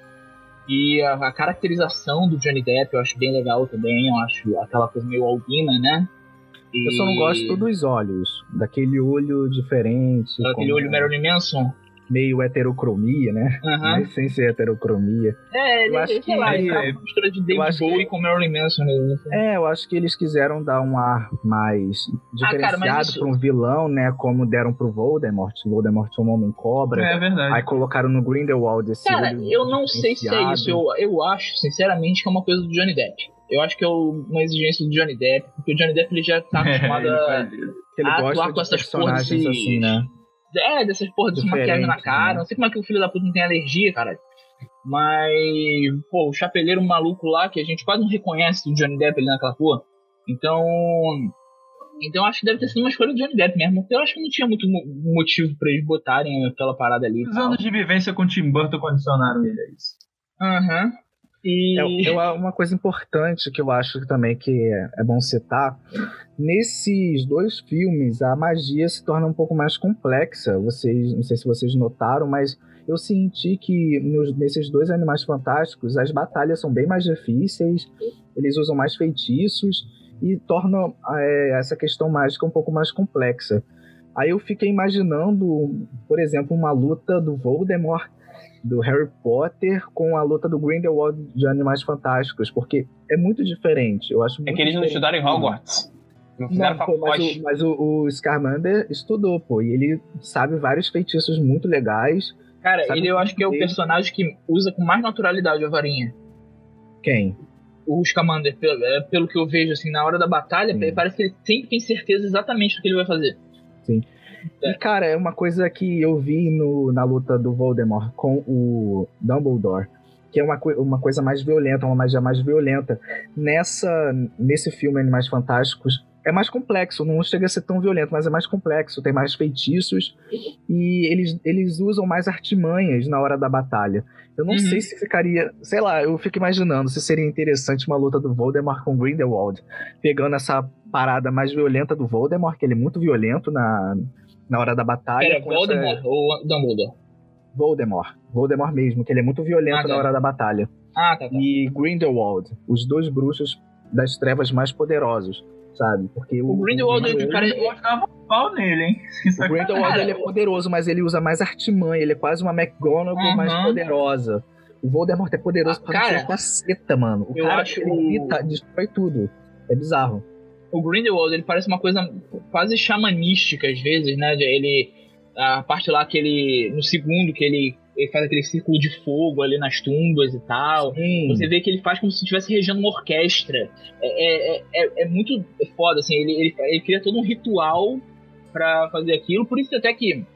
E a, a caracterização do Johnny Depp eu acho bem legal também, eu acho aquela coisa meio albina, né? E... Eu só não gosto dos olhos, daquele olho diferente. Aquele como... olho Marilyn Manson? meio heterocromia, né? Uhum. Mas sem ser heterocromia. É, ele, eu acho sei que, lá, ele tá uma mistura de David Bowie que... com Marilyn Manson. Né? É, eu acho que eles quiseram dar um ar mais diferenciado ah, isso... pra um vilão, né? Como deram pro Voldemort. O Voldemort é um homem-cobra. É verdade. Aí colocaram no Grindelwald esse Cara, eu não sei se é isso. Eu, eu acho, sinceramente, que é uma coisa do Johnny Depp. Eu acho que é uma exigência do Johnny Depp, porque o Johnny Depp ele já tá acostumado a, ele a gosta atuar de com essas porras de... assim, né? É, dessas porra de maquiagem na cara. Né? Não sei como é que o filho da puta não tem alergia, cara. Mas, pô, o chapeleiro maluco lá, que a gente quase não reconhece o Johnny Depp ali naquela porra. Então, então acho que deve ter sido uma escolha do Johnny Depp mesmo. Porque eu acho que não tinha muito motivo pra eles botarem aquela parada ali. Os anos de vivência com o Tim Burton condicionaram ele a isso. Aham. Uhum. E... É, é uma coisa importante que eu acho também que é, é bom citar. Nesses dois filmes, a magia se torna um pouco mais complexa. Vocês, não sei se vocês notaram, mas eu senti que nos, nesses dois Animais Fantásticos, as batalhas são bem mais difíceis, eles usam mais feitiços e tornam é, essa questão mágica um pouco mais complexa. Aí eu fiquei imaginando, por exemplo, uma luta do Voldemort do Harry Potter com a luta do Grindelwald de Animais Fantásticos, porque é muito diferente. Eu acho muito é que eles não estudaram em Hogwarts. Não fizeram não, pô, mas, o, mas o, o Scarmander estudou, pô, e ele sabe vários feitiços muito legais. Cara, ele eu acho que é o personagem que usa com mais naturalidade a varinha. Quem? O Scamander, pelo, pelo que eu vejo, assim, na hora da batalha, Sim. parece que ele sempre tem certeza exatamente do que ele vai fazer. Sim. É. E, cara, é uma coisa que eu vi no, na luta do Voldemort com o Dumbledore, que é uma, uma coisa mais violenta, uma magia mais violenta. Nessa, nesse filme Animais Fantásticos, é mais complexo, não chega a ser tão violento, mas é mais complexo, tem mais feitiços, e eles, eles usam mais artimanhas na hora da batalha. Eu não uhum. sei se ficaria, sei lá, eu fico imaginando se seria interessante uma luta do Voldemort com Grindelwald, pegando essa parada mais violenta do Voldemort, que ele é muito violento na... na hora da batalha. Era Voldemort essa... ou Dumbledore? Voldemort. Voldemort mesmo, que ele é muito violento ah, tá. na hora da batalha. Ah, tá, tá. E Grindelwald, os dois bruxos das trevas mais poderosos, sabe? Porque o, o Grindelwald, ele cara, ficava pau nele, hein? O Grindelwald, ele é poderoso, mas ele usa mais artimanha, ele é quase uma McGonagall uhum. mais poderosa. O Voldemort é poderoso ah, pra cara, sua caceta, mano. O eu cara, acho ele o... destrói tudo. É bizarro. O Grindelwald, ele parece uma coisa quase xamanística às vezes, né? Ele, a parte lá que ele, no segundo, que ele, ele faz aquele círculo de fogo ali nas tumbas e tal. Sim. Você vê que ele faz como se estivesse regendo uma orquestra. É, é, é, é muito foda, assim. Ele, ele, ele cria todo um ritual pra fazer aquilo. Por isso até que,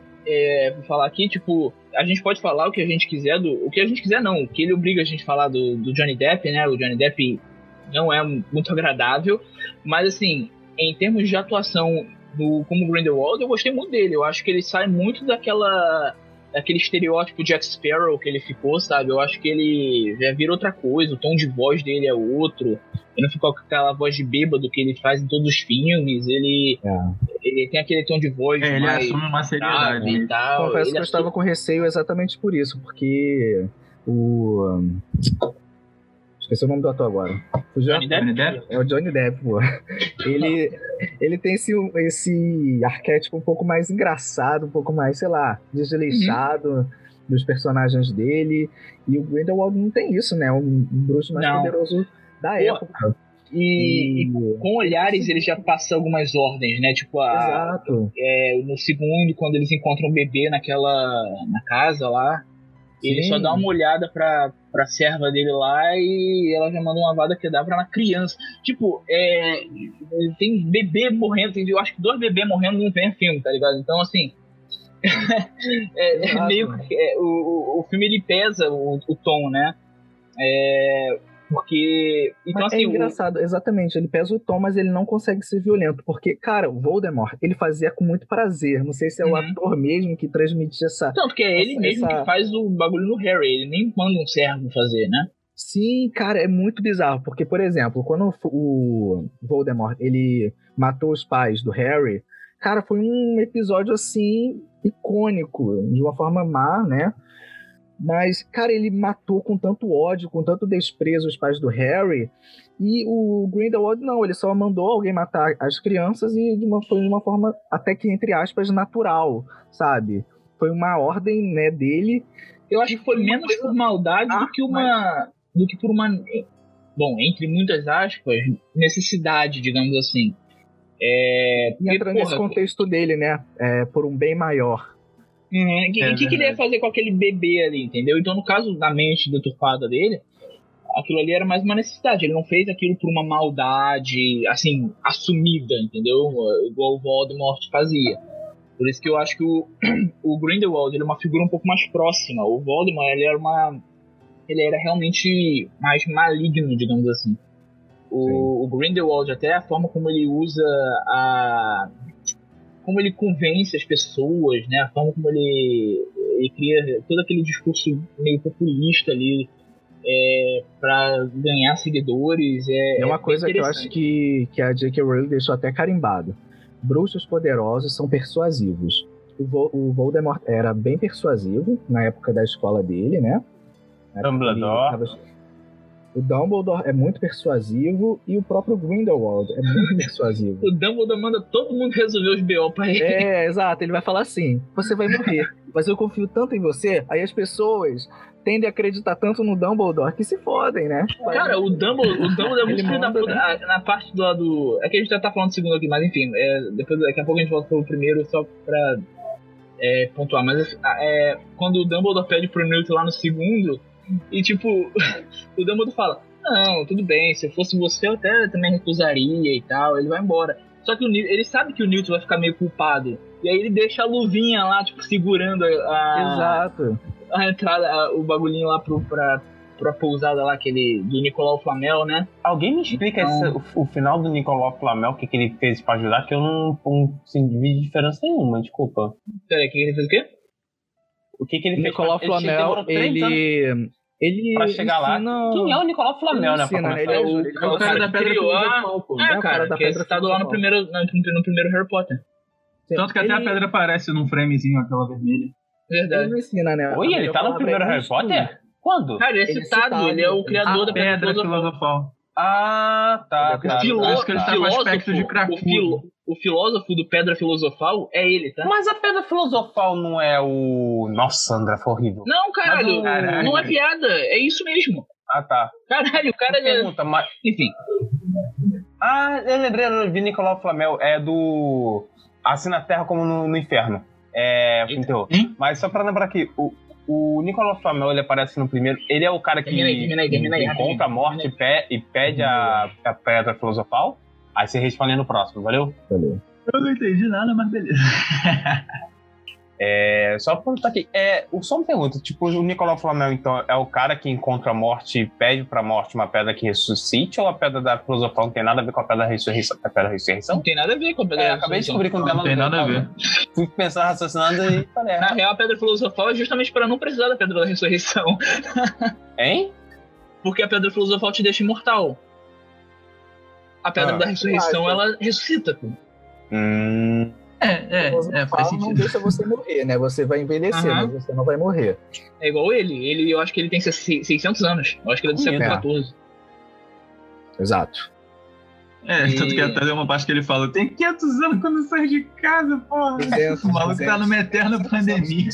é, vou falar aqui, tipo, a gente pode falar o que a gente quiser do... O que a gente quiser não, o que ele obriga a gente a falar do, do Johnny Depp, né? O Johnny Depp não é muito agradável, mas assim, em termos de atuação do, como Grindelwald, eu gostei muito dele. Eu acho que ele sai muito daquela daquele estereótipo Jack Sparrow que ele ficou, sabe? Eu acho que ele já vira outra coisa, o tom de voz dele é outro. Ele não ficou com aquela voz de bêbado que ele faz em todos os filmes. Ele, é. ele tem aquele tom de voz é, mais... Ele assume uma seriedade. E tal. Confesso ele que eu assume... estava com receio exatamente por isso, porque o... Esqueci o nome do ator agora. O Johnny Depp? É o Johnny Depp, pô. Ele, ele tem esse, esse arquétipo um pouco mais engraçado, um pouco mais, sei lá, desleixado uhum. dos personagens dele. E o Grindelwald não tem isso, né? Um, um bruxo mais não. poderoso da pô, época. E, e com olhares ele já passa algumas ordens, né? Tipo, a, Exato. É, no segundo, quando eles encontram um bebê naquela, na casa lá, Sim. ele só dá uma olhada pra, pra serva dele lá e ela já manda uma vada kedavra na criança. Tipo, é, tem bebê morrendo, tem, eu acho que dois bebês morrendo num mesmo filme, tá ligado? Então, assim, é, é meio que... É, o, o filme, ele pesa o, o tom, né? É... Porque... Então, mas assim, é engraçado, o... exatamente, ele pesa o tom, mas ele não consegue ser violento, porque, cara, o Voldemort, ele fazia com muito prazer, não sei se é uhum. o ator mesmo que transmite essa... Tanto que é ele essa, mesmo essa... que faz o bagulho no Harry, ele nem manda um servo fazer, né? Sim, cara, é muito bizarro, porque, por exemplo, quando o Voldemort, ele matou os pais do Harry, cara, foi um episódio, assim, icônico, de uma forma má, né? Mas, cara, ele matou com tanto ódio, com tanto desprezo os pais do Harry. E o Grindelwald não, ele só mandou alguém matar as crianças e de uma, foi de uma forma até que, entre aspas, natural, sabe? foi uma ordem, né, dele. Eu acho que foi menos por maldade ah, do que uma... Mas... do que por uma... Bom, entre muitas aspas, necessidade, digamos assim. É... E entra nesse contexto dele, né? É, por um bem maior. Uhum. E o é que, que ele ia fazer com aquele bebê ali, entendeu? Então, no caso da mente deturpada dele, aquilo ali era mais uma necessidade. Ele não fez aquilo por uma maldade, assim, assumida, entendeu? Igual o Voldemort fazia. Por isso que eu acho que o, o Grindelwald ele é uma figura um pouco mais próxima. O Voldemort ele era uma, ele era realmente mais maligno, digamos assim. O, o Grindelwald, até a forma como ele usa a, como ele convence as pessoas, né? A forma como ele, ele cria todo aquele discurso meio populista ali é, para ganhar seguidores. É, é uma é coisa que eu acho que, que a J K. Rowling deixou até carimbado. Bruxos poderosos são persuasivos. O, Vo- o Voldemort era bem persuasivo na época da escola dele, né? Dumbledore. Tava... O Dumbledore é muito persuasivo e o próprio Grindelwald é muito persuasivo. O Dumbledore manda todo mundo resolver os B O pra ele. É, exato. Ele vai falar assim, você vai morrer, mas eu confio tanto em você. Aí as pessoas tendem a acreditar tanto no Dumbledore que se fodem, né? Cara, o Dumbledore, o Dumbledore é muito filho da puta. Né? Na parte do lado... É que a gente já tá falando do segundo aqui, mas enfim. É, depois, daqui a pouco a gente volta pro primeiro só pra é, pontuar. Mas é, quando o Dumbledore pede pro Newt lá no segundo... E tipo, o Dumbledore fala, não, tudo bem, se eu fosse você eu até também recusaria e tal, ele vai embora. Só que o, ele sabe que o Newt vai ficar meio culpado. E aí ele deixa a luvinha lá, tipo, segurando a, a, Exato. a entrada, a, o bagulhinho lá pro, pra, pra pousada lá, aquele do Nicolau Flamel, né? Alguém me explica então... esse, o, o final do Nicolau Flamel, o que, que ele fez pra ajudar, que eu não, não assim, vi diferença nenhuma, desculpa. Peraí, o que ele fez o quê? O que, que ele Nicolau fez? Flamel, ele... ele... Ele pra chegar ensina... lá. Quem é o Nicolau Flamel, ele né? ensina, pra ele é o, ele é o cara da Pedra Filosofal, pô. É, cara, que é citado lá no primeiro, no, no primeiro Harry Potter. Sim. Tanto que até ele... a pedra aparece num framezinho, aquela vermelha. Verdade. Ele não ensina, né? Oi, ele tá no primeiro Harry Potter? Quando? Cara, ele é citado, ele é, citado, ele é o criador a da Pedra, pedra Filosofal. filosofal. Ah, tá, tá. Filó- Acho que ele tá com aspecto de cracudo. O, filo- o filósofo do Pedra Filosofal é ele, tá? Mas a Pedra Filosofal não é o... Nossa, André, foi horrível. Não, caralho, o... caralho. não é piada, é isso mesmo. Ah, tá. Caralho, o cara... Pergunta, mas... Enfim. Ah, eu lembrei, eu vi Nicolau Flamel, é do... Assim na Terra como no, no Inferno. É... Então, mas só pra lembrar aqui, o... O Nicolau Flamel, ele aparece no primeiro... Ele é o cara que termina aí, termina aí, termina aí, encontra a morte pé, e pede a, a Pedra Filosofal. Aí você responde no próximo, valeu? Valeu. Eu não entendi nada, mas beleza. É, só pra perguntar aqui, é, só uma pergunta, tipo, o Nicolau Flamel, então, é o cara que encontra a morte e pede pra morte uma pedra que ressuscite, ou a Pedra da Filosofal não tem nada a ver com a Pedra da Ressurreição? A Pedra da Ressurreição? Não tem nada a ver com a Pedra é, da acabei de Ressurreição. descobrir que não, não tem nada a ver. Fui pensar, raciocinando e falei, é. Na real, a Pedra Filosofal é justamente pra não precisar da Pedra da Ressurreição. Hein? Porque a Pedra Filosofal te deixa imortal. A Pedra ah, da Ressurreição, ela ressuscita, pô. Hum... É, é, é, faz sentido. Não deixa você morrer, né? Você vai envelhecer, uhum. mas você não vai morrer. É igual ele. Ele, eu acho que ele tem seiscentos anos. Eu acho que ele é do século quatorze. Exato. É, e... tanto que até deu uma parte que ele fala, tem quinhentos anos quando eu saio de casa, porra. duzentos, o maluco tá numa eterna pandemia.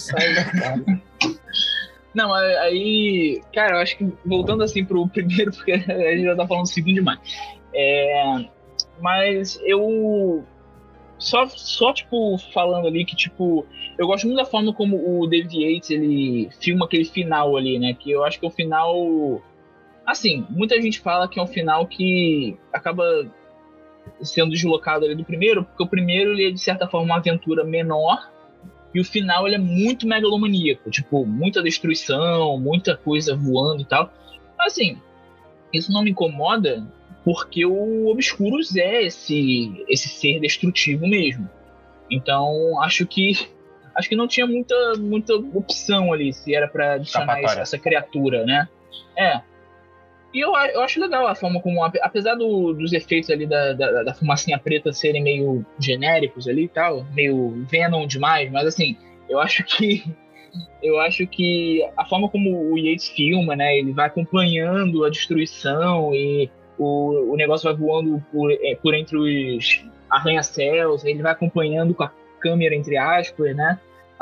Não, aí... Cara, eu acho que voltando assim pro primeiro, porque a gente já tá falando do segundo demais. É... Mas eu... Só, só, tipo, falando ali que, tipo, eu gosto muito da forma como o David Yates, ele filma aquele final ali, né? Que eu acho que é um final... Assim, muita gente fala que é um final que acaba sendo deslocado ali do primeiro, porque o primeiro, ele é, de certa forma, uma aventura menor, e o final, ele é muito megalomaníaco. Tipo, muita destruição, muita coisa voando e tal. Assim, isso não me incomoda, porque o Obscuros é esse, esse ser destrutivo mesmo. Então, acho que acho que não tinha muita, muita opção ali, se era pra adicionar essa, essa criatura, né? É. E eu, eu acho legal a forma como, apesar do, dos efeitos ali da, da, da fumacinha preta serem meio genéricos ali e tal, meio Venom demais, mas assim, eu acho que eu acho que a forma como o Yates filma, né, ele vai acompanhando a destruição e O, o negócio vai voando por, é, por entre os arranha-céus, ele vai acompanhando com a câmera, entre aspas, né?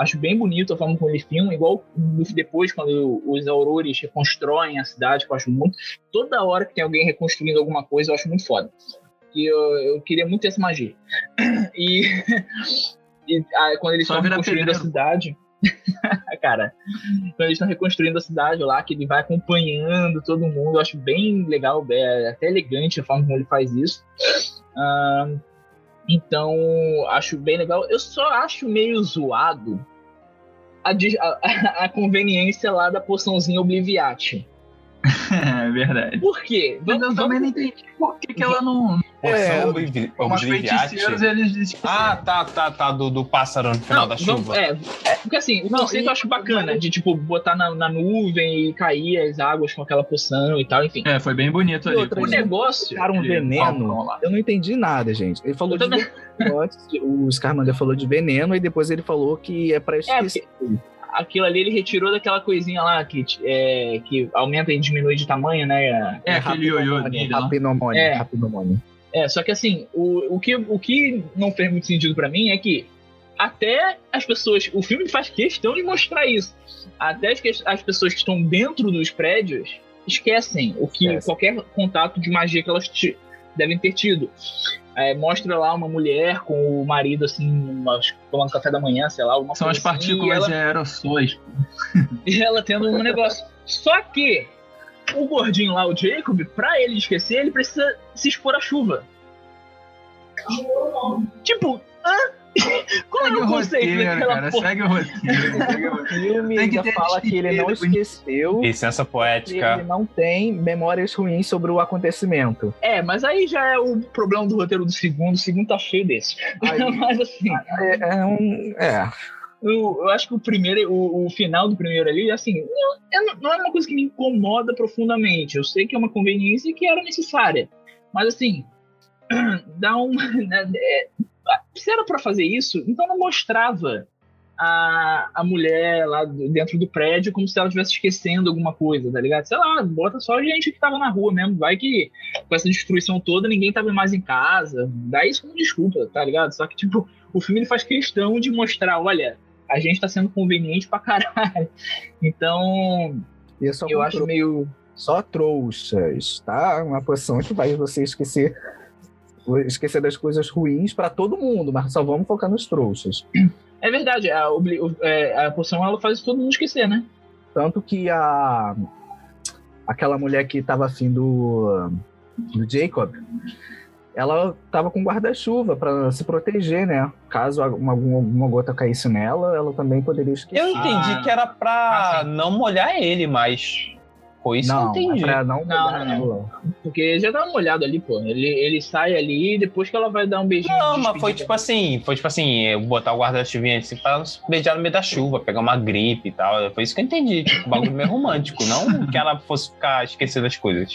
Acho bem bonito a forma como ele filma, igual depois, quando os aurores reconstroem a cidade, que eu acho muito. Toda hora que tem alguém reconstruindo alguma coisa, eu acho muito foda. E eu, eu queria muito ter essa magia. E, e a, quando eles estão reconstruindo a cidade... Cara, quando eles estão reconstruindo a cidade lá, que ele vai acompanhando todo mundo, eu acho bem legal, é até elegante a forma como ele faz isso. Uh, então, acho bem legal. Eu só acho meio zoado a, a, a conveniência lá da poçãozinha Obliviate. É verdade. Por quê? Vamos, eu também não entendi por que, que ela não... É, como os feiticeiros, eles dizem... Ah, tá, tá, tá, do, do pássaro no final não, da chuva. Vamos, é, é, porque assim, o conceito eu acho bacana, de tipo, botar na, na nuvem e cair as águas com aquela poção e tal, enfim. É, foi bem bonito ali. O negócio... Cara, um veneno, eu não entendi nada, gente. Ele falou eu de também... o Scarmander falou de veneno e depois ele falou que é pra esquecer. É, porque... Aquilo ali ele retirou daquela coisinha lá que, é, que aumenta e diminui de tamanho, né? É, é aquele ioiô dele. Rapinamônio. É. Rapinamônio. É, só que assim, o, o, que, o que não fez muito sentido pra mim é que até as pessoas... O filme faz questão de mostrar isso. Até as, as pessoas que estão dentro dos prédios esquecem o que Esquece. qualquer contato de magia que elas t- devem ter tido. É, mostra lá uma mulher com o marido, assim, umas, tomando café da manhã, sei lá. Uma São as partículas assim, de aerossóis. E ela tendo um negócio. Só que o gordinho lá, o Jacob, pra ele esquecer, ele precisa se expor à chuva. Tipo, hã? Qual segue é o conceito daquela cara, porra? Segue o roteiro. O filme ainda fala que ele não esqueceu. Licença poética. Ele não tem memórias ruins sobre o acontecimento. É, mas aí já é o problema do roteiro do segundo. O segundo tá cheio desse. Aí, mas assim... É, é um... É... Eu, eu acho que o primeiro, o, o final do primeiro ali, assim, não, não é uma coisa que me incomoda profundamente. Eu sei que é uma conveniência e que era necessária. Mas assim, dá um... Né, é, se era pra fazer isso, então não mostrava a, a mulher lá dentro do prédio como se ela estivesse esquecendo alguma coisa, tá ligado? Sei lá, bota só a gente que tava na rua mesmo. Vai que com essa destruição toda ninguém tava mais em casa. Dá isso como desculpa, tá ligado? Só que, tipo, o filme ele faz questão de mostrar, olha, a gente tá sendo conveniente pra caralho. Então, eu, só eu acho meio... Só trouxas, tá? Uma posição que vai você esquecer... esquecer das coisas ruins pra todo mundo, mas só vamos focar nos trouxas. É verdade, a, a, a poção ela faz todo mundo esquecer, né? Tanto que a aquela mulher que tava afim do, do Jacob, ela tava com guarda-chuva pra se proteger, né? Caso uma, alguma gota caísse nela, ela também poderia esquecer. Eu entendi ah, que era pra assim. não molhar ele, mas... Foi isso não, que eu entendi. É pra não, não, não, não. Porque já dá uma olhada ali, pô. Ele, ele sai ali e depois que ela vai dar um beijinho. Não, mas foi tipo assim, foi tipo assim, botar o guarda-chuvinha assim pra beijar no meio da chuva, pegar uma gripe e tal. Foi isso que eu entendi. Tipo, um bagulho meio romântico, não que ela fosse ficar esquecendo das coisas.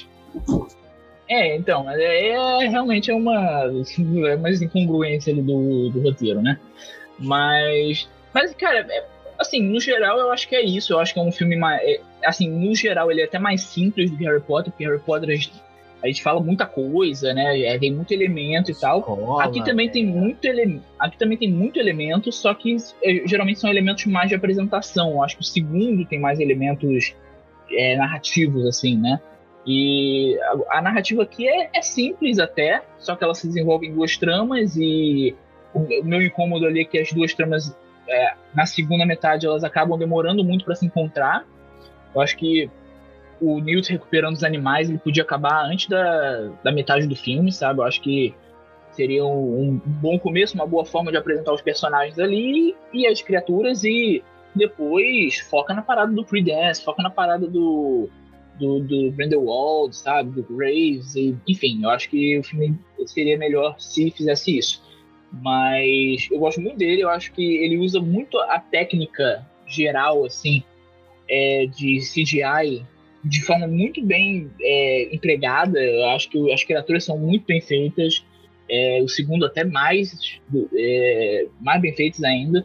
É, então, é, é realmente é uma, é uma incongruência ali do, do roteiro, né? Mas, mas cara, é, assim, no geral eu acho que é isso. Eu acho que é um filme mais... É, assim, no geral ele é até mais simples do que Harry Potter, porque Harry Potter a gente, a gente fala muita coisa, né? É, tem muito elemento e tal. Escola, aqui também é. tem muito ele... aqui também tem muito elemento, só que é, geralmente são elementos mais de apresentação. Eu acho que o segundo tem mais elementos é, narrativos, assim, né? E a, a narrativa aqui é, é simples até, só que ela se desenvolve em duas tramas e o, o meu incômodo ali é que as duas tramas é, na segunda metade elas acabam demorando muito para se encontrar. Eu acho que o Newt recuperando os animais, ele podia acabar antes da, da metade do filme, sabe? Eu acho que seria um, um bom começo, uma boa forma de apresentar os personagens ali e as criaturas, e depois foca na parada do Prudence, foca na parada do, do, do Grindelwald, sabe? Do Graves, e, enfim, eu acho que o filme seria melhor se fizesse isso. Mas eu gosto muito dele, eu acho que ele usa muito a técnica geral, assim, É, de C G I de forma muito bem é, empregada. Eu acho que as criaturas são muito bem feitas, é, o segundo até mais é, mais bem feitos ainda,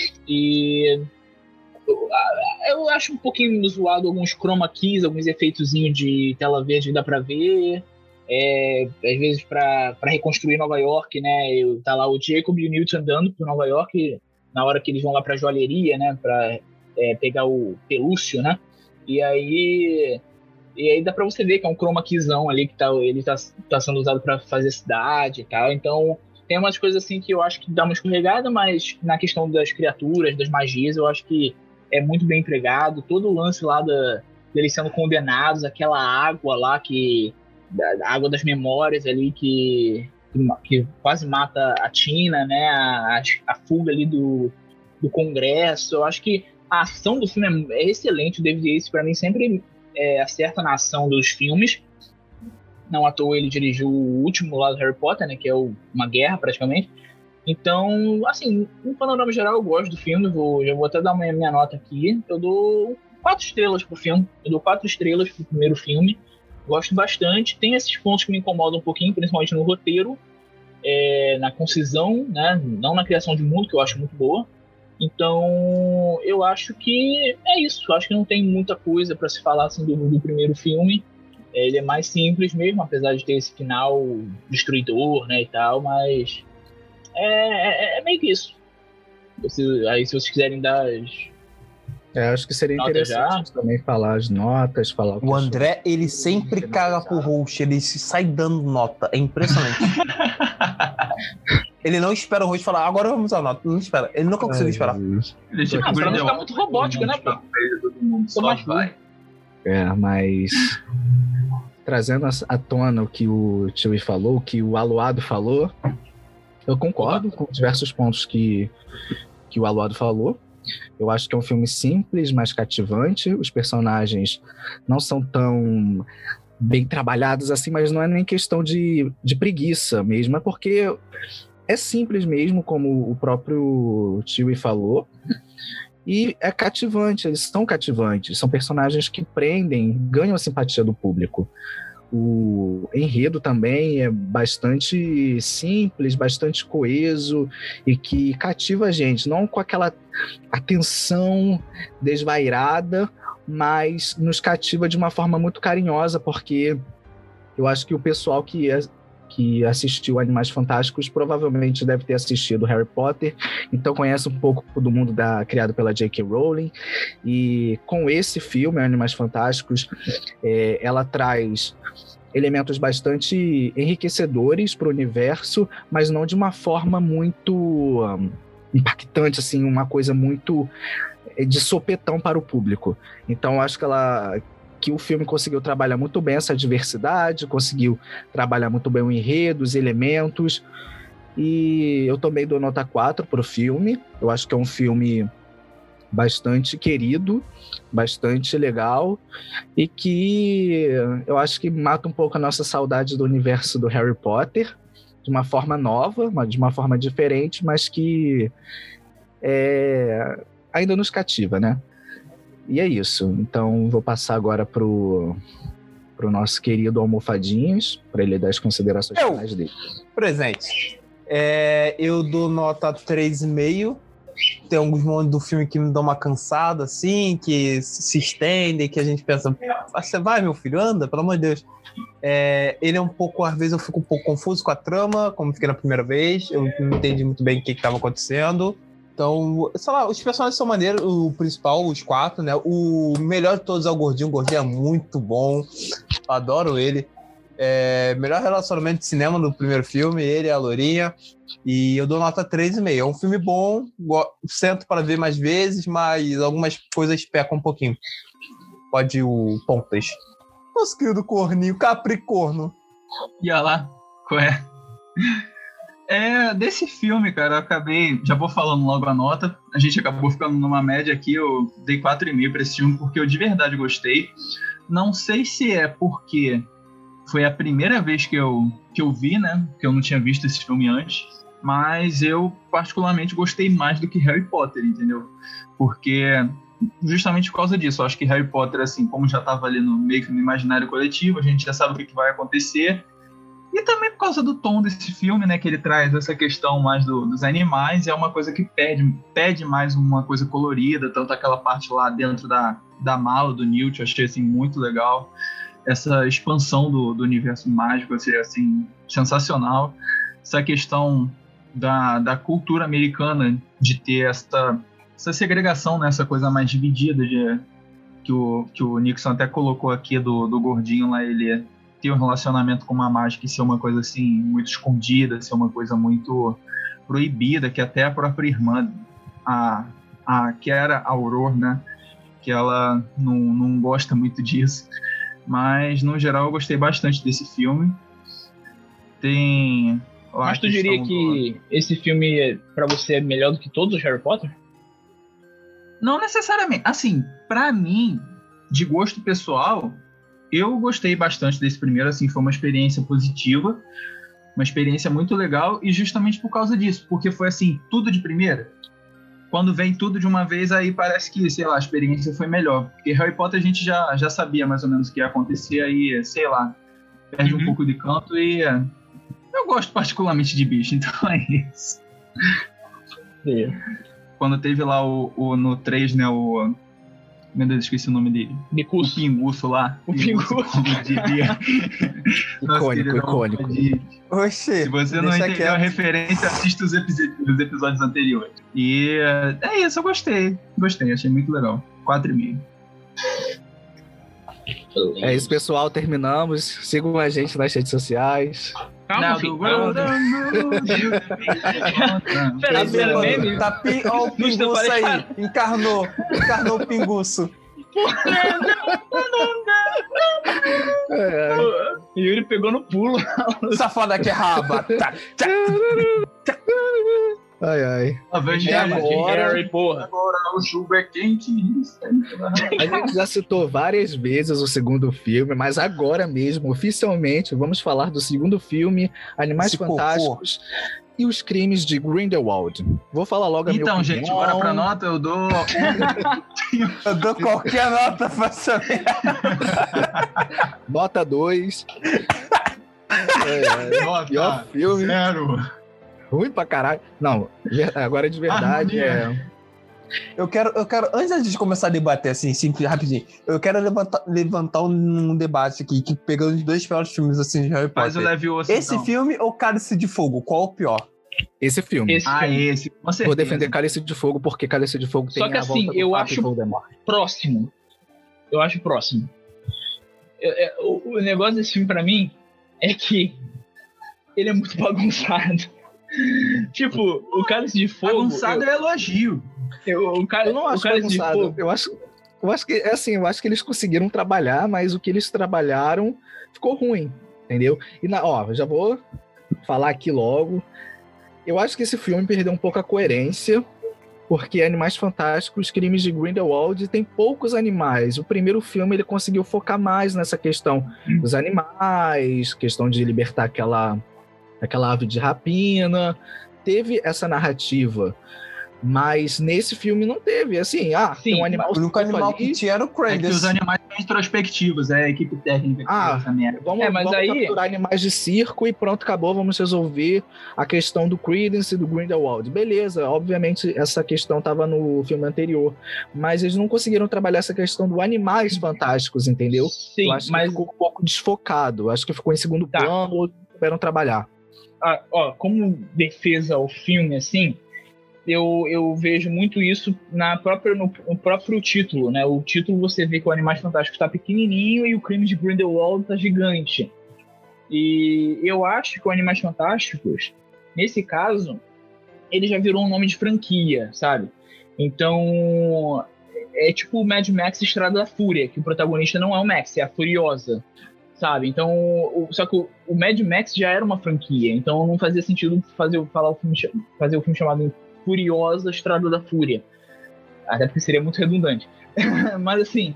e eu, eu acho um pouquinho zoado alguns chroma keys, alguns efeitozinhos de tela verde que dá pra ver, é, às vezes pra, pra reconstruir Nova York, né? Tá lá o Jacob e o Newt andando por Nova York na hora que eles vão lá pra joalheria, né, pra é, pegar o pelúcio, né, e aí, e aí dá pra você ver que é um chroma keyzão ali, que tá, ele tá, tá sendo usado pra fazer cidade e tal, então tem umas coisas assim que eu acho que dá uma escorregada, mas na questão das criaturas, das magias, eu acho que é muito bem empregado, todo o lance lá da, deles sendo condenados, aquela água lá, que a água das memórias ali, que, que, que quase mata a Tina, né, a, a fuga ali do, do Congresso, eu acho que a ação do filme é, é excelente, o David Yates para mim sempre é, acerta na ação dos filmes, não à toa ele dirigiu o último lá do Harry Potter, né, que é o, uma guerra praticamente. Então, assim, no panorama geral eu gosto do filme, vou, já vou até dar uma minha nota aqui. Eu dou quatro estrelas pro filme, eu dou quatro estrelas pro primeiro filme, gosto bastante. Tem esses pontos que me incomodam um pouquinho, principalmente no roteiro, é, na concisão, né, não na criação de mundo, que eu acho muito boa. Então, eu acho que é isso, eu acho que não tem muita coisa para se falar assim, do, do primeiro filme. Ele é mais simples mesmo, apesar de ter esse final destruidor, né, e tal, mas é, é, é meio que isso. Você, aí se vocês quiserem dar as... É, acho que seria interessante já. Também falar as notas, falar... O, o André, ele sempre caga pro host, ele se sai dando nota, é impressionante. Ele não espera o host falar, agora vamos dar nota, não espera, ele nunca conseguiu esperar. Ele tipo, ah, pra não ficar muito robótico, né, pô? Todo mundo só vai. É, mas... Trazendo à tona o que o Chewie falou, o que o Aluado falou, eu concordo com diversos pontos que, que o Aluado falou. Eu acho que é um filme simples, mas cativante. Os personagens não são tão bem trabalhados assim, mas não é nem questão de, de preguiça mesmo, é porque é simples mesmo, como o próprio Chewie falou. E é cativante, eles são cativantes, são personagens que prendem, ganham a simpatia do público. O enredo também é bastante simples, bastante coeso e que cativa a gente, não com aquela atenção desvairada, mas nos cativa de uma forma muito carinhosa, porque eu acho que o pessoal que é que assistiu Animais Fantásticos provavelmente deve ter assistido Harry Potter, então conhece um pouco do mundo da, criado pela J K Rowling, e com esse filme, Animais Fantásticos, é, ela traz elementos bastante enriquecedores para o universo, mas não de uma forma muito um, impactante, assim, uma coisa muito de sopetão para o público. Então acho que ela... que o filme conseguiu trabalhar muito bem essa diversidade, conseguiu trabalhar muito bem o enredo, os elementos, e eu também dou nota quatro para o filme. Eu acho que é um filme bastante querido, bastante legal, e que eu acho que mata um pouco a nossa saudade do universo do Harry Potter, de uma forma nova, de uma forma diferente, mas que é, ainda nos cativa, né? E é isso. Então, vou passar agora pro, pro nosso querido Almofadinhas, para ele dar as considerações eu, finais dele. Presente. É, eu dou nota três vírgula cinco. Tem alguns momentos do filme que me dão uma cansada, assim, que se estendem, que a gente pensa, você vai, meu filho, anda, pelo amor de Deus. É, ele é um pouco, às vezes eu fico um pouco confuso com a trama, como fiquei na primeira vez, eu não entendi muito bem o que estava acontecendo. Então, sei lá, os personagens são maneiros, o principal, os quatro, né? O melhor de todos é o Gordinho, o Gordinho é muito bom, adoro ele. É, melhor relacionamento de cinema do primeiro filme, ele e a Lourinha. E eu dou nota três vírgula cinco. É um filme bom, sento para ver mais vezes, mas algumas coisas pecam um pouquinho. Pode o Pontas. Nosso querido Corninho, Capricorno. E olha lá, qual é? É, desse filme, cara, eu acabei... Já vou falando logo a nota. A gente acabou ficando numa média aqui. Eu dei quatro vírgula cinco para esse filme porque eu de verdade gostei. Não sei se é porque foi a primeira vez que eu, que eu vi, né? Que eu não tinha visto esse filme antes. Mas eu particularmente gostei mais do que Harry Potter, entendeu? Porque... justamente por causa disso, eu acho que Harry Potter, assim, como já estava ali no meio que no imaginário coletivo, a gente já sabe o que vai acontecer. E também por causa do tom desse filme, né, que ele traz essa questão mais do, dos animais, é uma coisa que pede, pede mais uma coisa colorida, tanto aquela parte lá dentro da, da mala do Newt, eu achei, assim, muito legal. Essa expansão do, do universo mágico, achei, assim, sensacional. Essa questão da, da cultura americana de ter essa, essa segregação, né? Essa coisa mais dividida de, que, o, que o Nixon até colocou aqui do, do gordinho lá, ele ter um relacionamento com uma mágica e ser uma coisa assim muito escondida, ser uma coisa muito proibida, que até a própria irmã, a, a, que era a Aurora, né? Que ela não, não gosta muito disso. Mas, no geral, eu gostei bastante desse filme. Tem... Mas tu diria que do... esse filme, pra você, é melhor do que todos os Harry Potter? Não necessariamente. Assim, pra mim, de gosto pessoal, eu gostei bastante desse primeiro. Assim, foi uma experiência positiva. Uma experiência muito legal. E justamente por causa disso. Porque foi, assim, tudo de primeira. Quando vem tudo de uma vez, aí parece que, sei lá, a experiência foi melhor. Porque Harry Potter a gente já, já sabia mais ou menos o que ia acontecer, aí, sei lá, perde uhum. um pouco de canto e... Eu gosto particularmente de bicho, então é isso. É. Quando teve lá o, o, no três, né, o... Meu Deus, esqueci o nome dele. Bicuço. O Pinguço lá. O Pinguço. Icônico, icônico. Oxê, se você não entendeu quieto. A referência, assista os, epi- os episódios anteriores. E é isso, eu gostei. Gostei, achei muito legal. quatro e meio. É isso, pessoal. Terminamos. Sigam a gente nas redes sociais. Calma, não, filho. Pera, pera, meme. Tá pi... Ó, o Pinguço aí. Encarnou. Encarnou o Pinguço. É, é. O Yuri pegou no pulo. Safada que é raba. Ai, ai. E agora, Harry, porra. Agora o chuva é quente. A gente já citou várias vezes o segundo filme, mas agora mesmo, oficialmente, vamos falar do segundo filme, Animais Esse Fantásticos cocô. E os Crimes de Grindelwald. Vou falar logo a minha Então, opinião. gente, bora pra nota, eu dou... eu dou qualquer nota pra saber. Nota dois. É, nota pior filme. Zero. Ruim pra caralho. Não, agora de verdade é... Eu quero, eu quero, antes de começar a debater assim, simples, rapidinho, eu quero levantar, levantar um, um debate aqui, que pegando os dois piores filmes assim de Harry Potter. Faz o leve osso, Esse então. filme ou Cálice de Fogo? Qual o pior? Esse filme. Esse ah, filme. esse, com certeza. Vou defender Cálice de Fogo, porque Cálice de Fogo tem Só que a assim, volta do eu Papo acho e Voldemort. próximo. Eu acho próximo. Eu, eu, o, o negócio desse filme pra mim é que ele é muito bagunçado. Tipo, o Cálice de Fogo... Bagunçado eu, é elogio. Eu, o cara, eu não acho bagunçado. Eu acho, eu acho que, é assim, eu acho que eles conseguiram trabalhar, mas o que eles trabalharam ficou ruim, entendeu? E, na, ó, eu já vou falar aqui logo. Eu acho que esse filme perdeu um pouco a coerência, porque Animais Fantásticos, Crimes de Grindelwald, tem poucos animais. O primeiro filme, ele conseguiu focar mais nessa questão dos animais, questão de libertar aquela... aquela ave de rapina, teve essa narrativa, mas nesse filme não teve, assim, ah, Sim, tem um animal... O único animal ali. que tinha era o Crane. É que os animais são introspectivos, é a equipe técnica que ah, essa merda. Vamos, é, mas vamos aí... capturar animais de circo e pronto, acabou, vamos resolver a questão do Credence e do Grindelwald. Beleza, obviamente essa questão estava no filme anterior, mas eles não conseguiram trabalhar essa questão do Animais Fantásticos, entendeu? Sim, Eu acho mas... que ficou um pouco desfocado, acho que ficou em segundo tá. plano, ou souberam trabalhar. Ah, ó, como defesa ao filme, assim, eu, eu vejo muito isso na própria, no, no próprio título, né? O título você vê que o Animais Fantásticos está pequenininho e o Crime de Grindelwald está gigante. E eu acho que o Animais Fantásticos, nesse caso, ele já virou um nome de franquia, sabe? Então, é tipo o Mad Max Estrada da Fúria, que o protagonista não é o Max, é a Furiosa. Sabe, então, o, só que o, o Mad Max já era uma franquia, então não fazia sentido fazer, falar o filme, fazer o filme chamado Furiosa Estrada da Fúria, até porque seria muito redundante. Mas assim,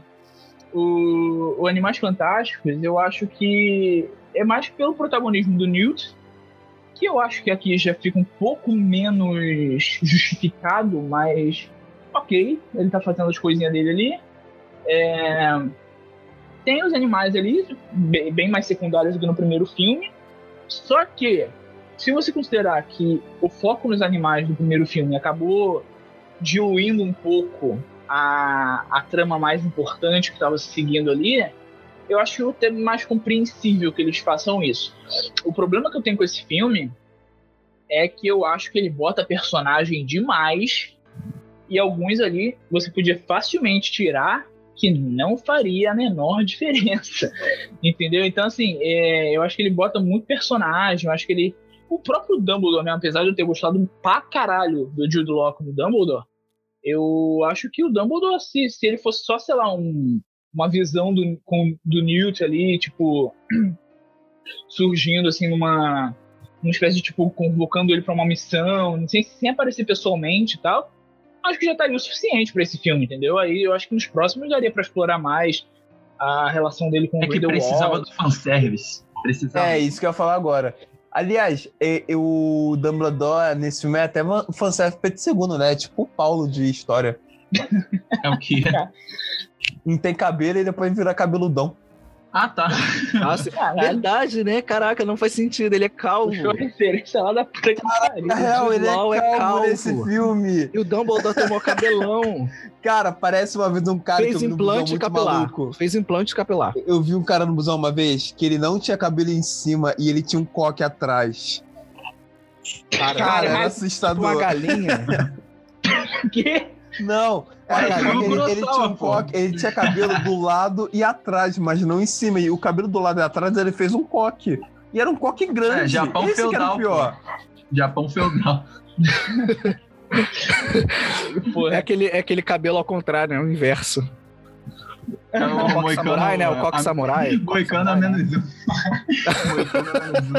o, o Animais Fantásticos, eu acho que é mais pelo protagonismo do Newt, que eu acho que aqui já fica um pouco menos justificado, mas ok, ele tá fazendo as coisinhas dele ali. É... Tem os animais ali, bem mais secundários do que no primeiro filme. Só que, se você considerar que o foco nos animais do primeiro filme acabou diluindo um pouco a, a trama mais importante que estava se seguindo ali, eu acho até mais compreensível que eles façam isso. O problema que eu tenho com esse filme é que eu acho que ele bota personagem demais e alguns ali você podia facilmente tirar que não faria a menor diferença, entendeu? Então, assim, é, eu acho que ele bota muito personagem, eu acho que ele... O próprio Dumbledore, né, apesar de eu ter gostado pra caralho do Jude Law como Dumbledore, eu acho que o Dumbledore, se, se ele fosse só, sei lá, um, uma visão do, com, do Newt ali, tipo, surgindo, assim, numa, numa espécie de, tipo, convocando ele pra uma missão, sem, sem aparecer pessoalmente e tal, acho que já estaria o suficiente pra esse filme, entendeu? Aí eu acho que nos próximos daria pra explorar mais a relação dele com é o Grindelwald. É que precisava do fanservice. Precisava. É, isso que eu ia falar agora. Aliás, e, e, o Dumbledore nesse filme é até um fanservice Pedro segundo, né? Tipo o Paulo de história. É o quê? Não tem cabelo e depois vira cabeludão. Ah, tá. Nossa, verdade, né? Caraca, não faz sentido. Ele é calvo. Puxou a referência lá da puta que pariu. Na real, ele é calvo, é calvo nesse filme. E o Dumbledore tomou cabelão. Cara, parece uma vez um cara Fez que eu vi implante no busão capilar. muito maluco. Fez implante capilar. Eu vi um cara no busão uma vez que ele não tinha cabelo em cima e ele tinha um coque atrás. Cara, cara era tipo assustador. uma galinha. Que? Não, cara, ele, ele, ele tinha um coque, ele tinha cabelo do lado e atrás, mas não em cima. E o cabelo do lado e atrás ele fez um coque. E era um coque grande. É, Japão Esse feudal, que era o pior. Pô. Japão feudal. É aquele, é aquele cabelo ao contrário, né? O inverso. É o, o coque moicano, samurai, né? O coque a, samurai. Moicano a menos um. Moicano a menos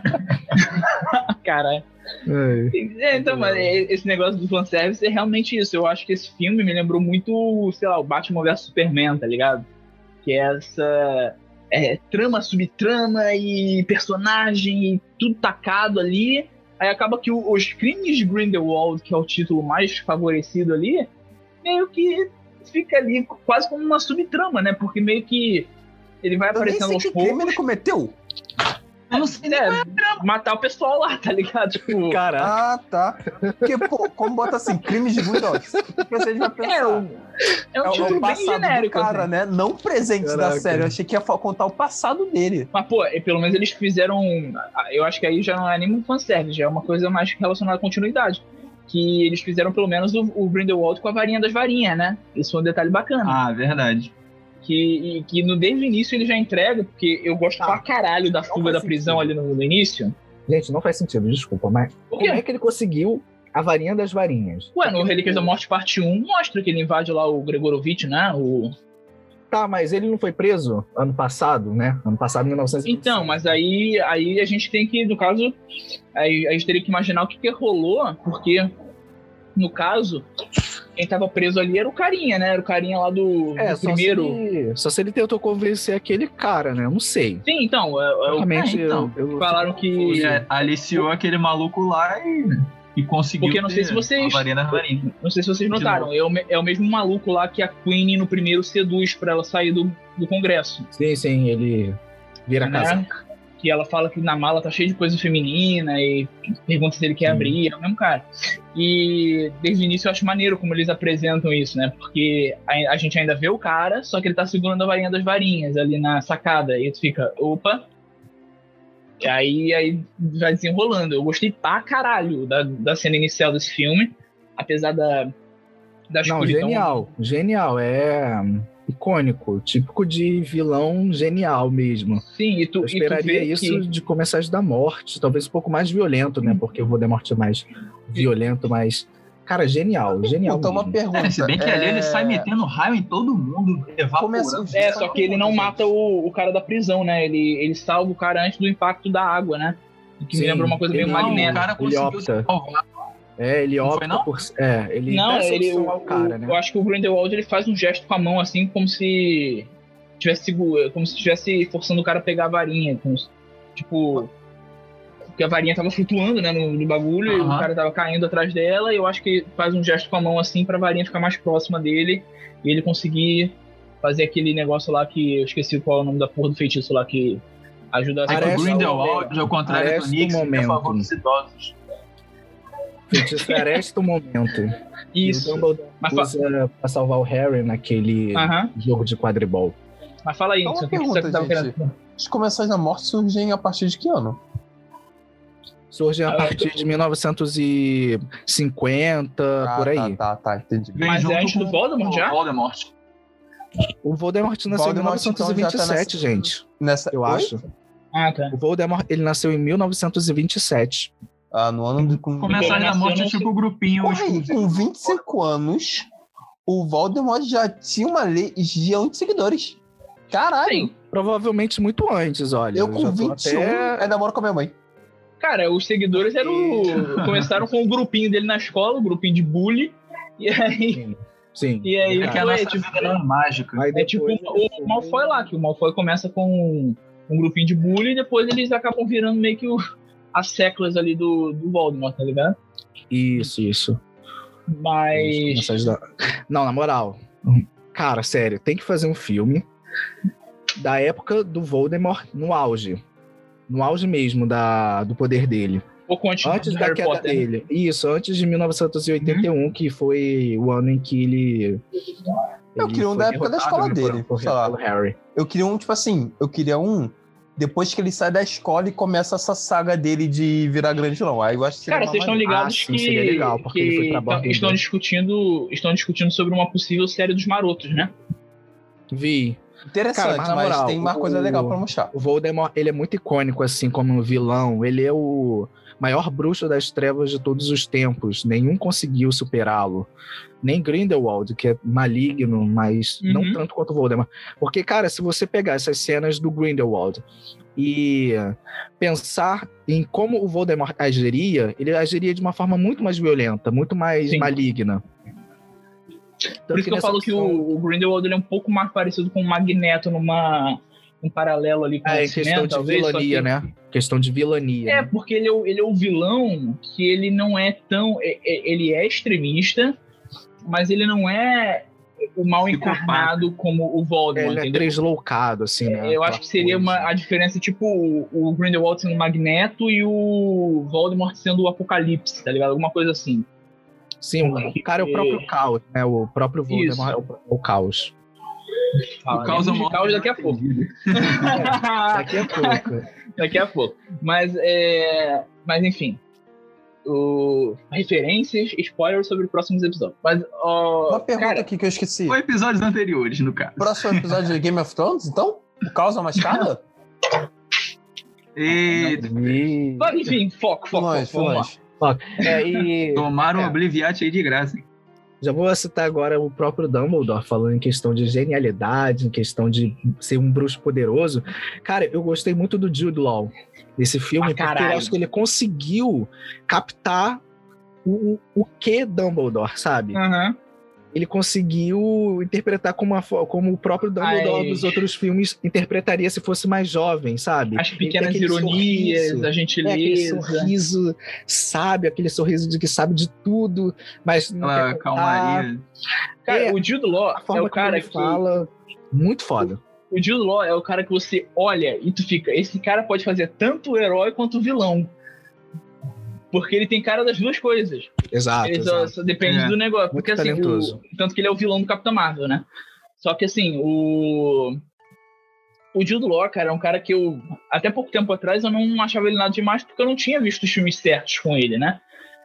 um. Caralho. É, então, mas esse negócio do fanservice é realmente isso. Eu acho que esse filme me lembrou muito, sei lá, o Batman versus Superman, tá ligado? Que é essa é, trama, subtrama e personagem e tudo tacado ali. Aí acaba que o, os Crimes de Grindelwald, que é o título mais favorecido ali, meio que fica ali quase como uma subtrama, né? Porque meio que ele vai Eu aparecendo nem sei aos que crime poucos. ele cometeu. Eu não sei, é, matar o pessoal lá, tá ligado? Tipo, caraca. Ah, tá. Porque, pô, como bota assim, crimes de Grindelwald, o que vocês vão pensar? É um, é um é título o bem passado genérico, do cara, assim. né? Não presentes Caraca. da série. Eu achei que ia contar o passado dele. Mas, pô, pelo menos eles fizeram... Eu acho que aí já não é nem um fanservice, já é uma coisa mais relacionada à continuidade. Que eles fizeram, pelo menos, o, o Grindelwald com a varinha das varinhas, né? Isso foi um detalhe bacana. Ah, verdade. Que, que no, desde o início ele já entrega, porque eu gosto ah, pra caralho da fuga da prisão sentido. ali no, no início. Gente, não faz sentido, desculpa, mas como é que ele conseguiu a varinha das varinhas? Ué, no Relíquias da Morte parte um mostra que ele invade lá o Gregorovitch, né? O... Tá, mas ele não foi preso ano passado, né? Ano passado, em mil novecentos e vinte e cinco. Então, mas aí, aí a gente tem que, no caso, aí a gente teria que imaginar o que, que rolou, porque, no caso, quem tava preso ali era o carinha, né? Era o carinha lá do, é, do só primeiro... Se ele, só se ele tentou convencer aquele cara, né? Eu não sei. Sim, então, é, é, Realmente, é, então eu, eu falaram que... Aliciou aquele maluco lá e... E conseguiu. Porque não sei se vocês. Não sei se vocês notaram. É o, é o mesmo maluco lá que a Queen no primeiro seduz pra ela sair do, do Congresso. Sim, sim, ele vira né? casaca. Que ela fala que na mala tá cheio de coisa feminina e pergunta se ele quer sim. abrir. É o mesmo cara. E desde o início eu acho maneiro como eles apresentam isso, né? Porque a, a gente ainda vê o cara, só que ele tá segurando a varinha das varinhas ali na sacada. E tu fica, opa. E aí, aí vai desenrolando. Eu gostei pra caralho da, da cena inicial desse filme, apesar da, da Não, genial, genial, é icônico, típico de vilão genial mesmo. Sim, e tu, eu esperaria e tu isso que... de Comensais da Morte, talvez um pouco mais violento, né? Porque o Voldemort é mais violento, mas... Cara, genial, genial. Então, uma pergunta. É, se bem que é... ali ele sai metendo raio em todo mundo, evaporando. É, só que ele não mata o, o cara da prisão, né? Ele, ele salva o cara antes do impacto da água, né? Que Sim, me lembra uma coisa meio magnética. O cara conseguiu salvar. É, ele opta não por... É, ele não, ele, o, o cara, né? Eu acho que o Grindelwald, ele faz um gesto com a mão, assim, como se tivesse, como se estivesse forçando o cara a pegar a varinha. Como se, tipo... Porque a varinha tava flutuando, né, no, no bagulho, uhum. E o cara tava caindo atrás dela, e eu acho que faz um gesto com a mão assim pra varinha ficar mais próxima dele, e ele conseguir fazer aquele negócio lá que eu esqueci qual é o nome da porra do feitiço lá que ajuda a... É o Grindelwald, ao contrário do Nix, é a favor dos idosos. Feitiço aresta o momento. Isso. E o Dumbledore Mas usa fa... pra salvar o Harry naquele uhum. jogo de quadribol. Mas fala aí, então, isso uma pergunta, que você gente. Os Comensais da Morte surgem a partir de que ano? Surge a partir de mil novecentos e cinquenta, Ah, por aí. Tá, tá, tá, entendi. Vem Mas junto é antes do com Voldemort já? o Voldemort. O Voldemort nasceu Voldemort, em mil novecentos e vinte e sete, então, já tá nessa- gente. Nessa... Eu Oi? acho. Ah, tá. O Voldemort, ele nasceu em mil novecentos e vinte e sete. Ah, no ano de... Com... Começar Ele da nasceu morte é no- tipo o grupinho Porra, aí, exclusivo. com vinte e cinco anos, o Voldemort já tinha uma legião de seguidores. Caralho. Sim. Provavelmente muito antes, olha. Eu já com tô vinte e um até- ainda moro com a minha mãe. Cara, os seguidores eram. o- Começaram com o grupinho dele na escola, o grupinho de bully. E aí. Sim. E aí É que a foi, nossa tipo, vida não é mágica. Aí é tipo depois- o, o Malfoy lá, que o Malfoy começa com um grupinho de bully e depois eles acabam virando meio que o, as seclas ali do, do Voldemort, tá ligado? Isso, isso. Mas. Começar a ajudar. Não, na moral. Cara, sério, tem que fazer um filme da época do Voldemort no auge. No auge mesmo da, do poder dele. Um pouco antes, Antes do da Harry queda Potter. dele. Isso, antes de mil novecentos e oitenta e um, que foi o ano em que ele. Eu ele queria um foi da época da derrotado, escola né, dele, por- por- sei lá. pelo Harry. Eu queria um, tipo assim, eu queria um depois que ele sai da escola e começa essa saga dele de virar grande vilão. Aí eu acho que seria Cara, uma vocês estão maneira. ligados Ah, sim, que, seria legal, porque ele foi pra que borda tão- estão dele. discutindo, estão discutindo sobre uma possível série dos Marotos, né? Vi. Interessante, Cara, mas mas, na moral, tem uma o- coisa legal pra mostrar. O Voldemort, ele é muito icônico, assim, como um vilão. Ele é o maior bruxo das trevas de todos os tempos. Nenhum conseguiu superá-lo. Nem Grindelwald, que é maligno, mas Uhum. não tanto quanto o Voldemort. Porque, cara, se você pegar essas cenas do Grindelwald e pensar em como o Voldemort agiria, ele agiria de uma forma muito mais violenta, muito mais Sim. maligna. Por isso que eu falo que o, o Grindelwald ele é um pouco mais parecido com o Magneto numa um paralelo ali com o É, em X-Men, questão de talvez, só vilania, que- né? Questão de vilania. É, né? porque ele é, o, ele é o vilão que ele não é tão... é- é- Ele é extremista, mas ele não é o mal Psicopata. encarnado como o Voldemort, Ele é entendeu? tresloucado, assim, né? Eu acho que seria uma, a diferença, tipo, o, o Grindelwald sendo o Magneto e o Voldemort sendo o Apocalipse, tá ligado? Alguma coisa assim. Sim, o cara é o próprio caos, né? O próprio Voldemort Isso. é o, o caos. Fala, O caos é de uma caos daqui a pouco. Daqui a pouco. Daqui a pouco. Mas, é... Mas enfim. O... Referências, spoilers sobre próximos episódios. Mas, ó, Uma pergunta cara, aqui que eu esqueci. Ou episódios anteriores, no caso. Próximo episódio de Game of Thrones, então? O caos é uma escada? Eita, E... mas, enfim, foco, foco, Filões, foco. Vamos lá. filões. É, e tomaram É. um Obliviate aí de graça, hein? já vou citar agora o próprio Dumbledore, falando em questão de genialidade, em questão de ser um bruxo poderoso. Cara, eu gostei muito do Jude Law nesse filme, Ah, porque eu caralho. acho que ele conseguiu captar o, o que Dumbledore, sabe? Aham. Ele conseguiu interpretar como, a fo- como o próprio Dumbledore As- dos outros filmes interpretaria se fosse mais jovem, sabe? As Ele tem pequenas aquele ironias, sorriso, a é, aquele gentileza. sorriso sábio, aquele sorriso de que sabe de tudo, mas não Aquela quer contar. calmaria. Cara, É, o Jude Law A é forma o cara como ele que... fala, muito foda. O Jude Law é o cara que você olha e tu fica, esse cara pode fazer tanto o herói quanto o vilão. Porque ele tem cara das duas coisas. Exato, ele só, exato. só depende É, do negócio. muito Porque assim, talentoso. o- tanto que ele é o vilão do Capitão Marvel, né? Só que assim, o. O Jude Law, cara, é um cara que eu. Até pouco tempo atrás eu não achava ele nada demais porque eu não tinha visto os filmes certos com ele, né?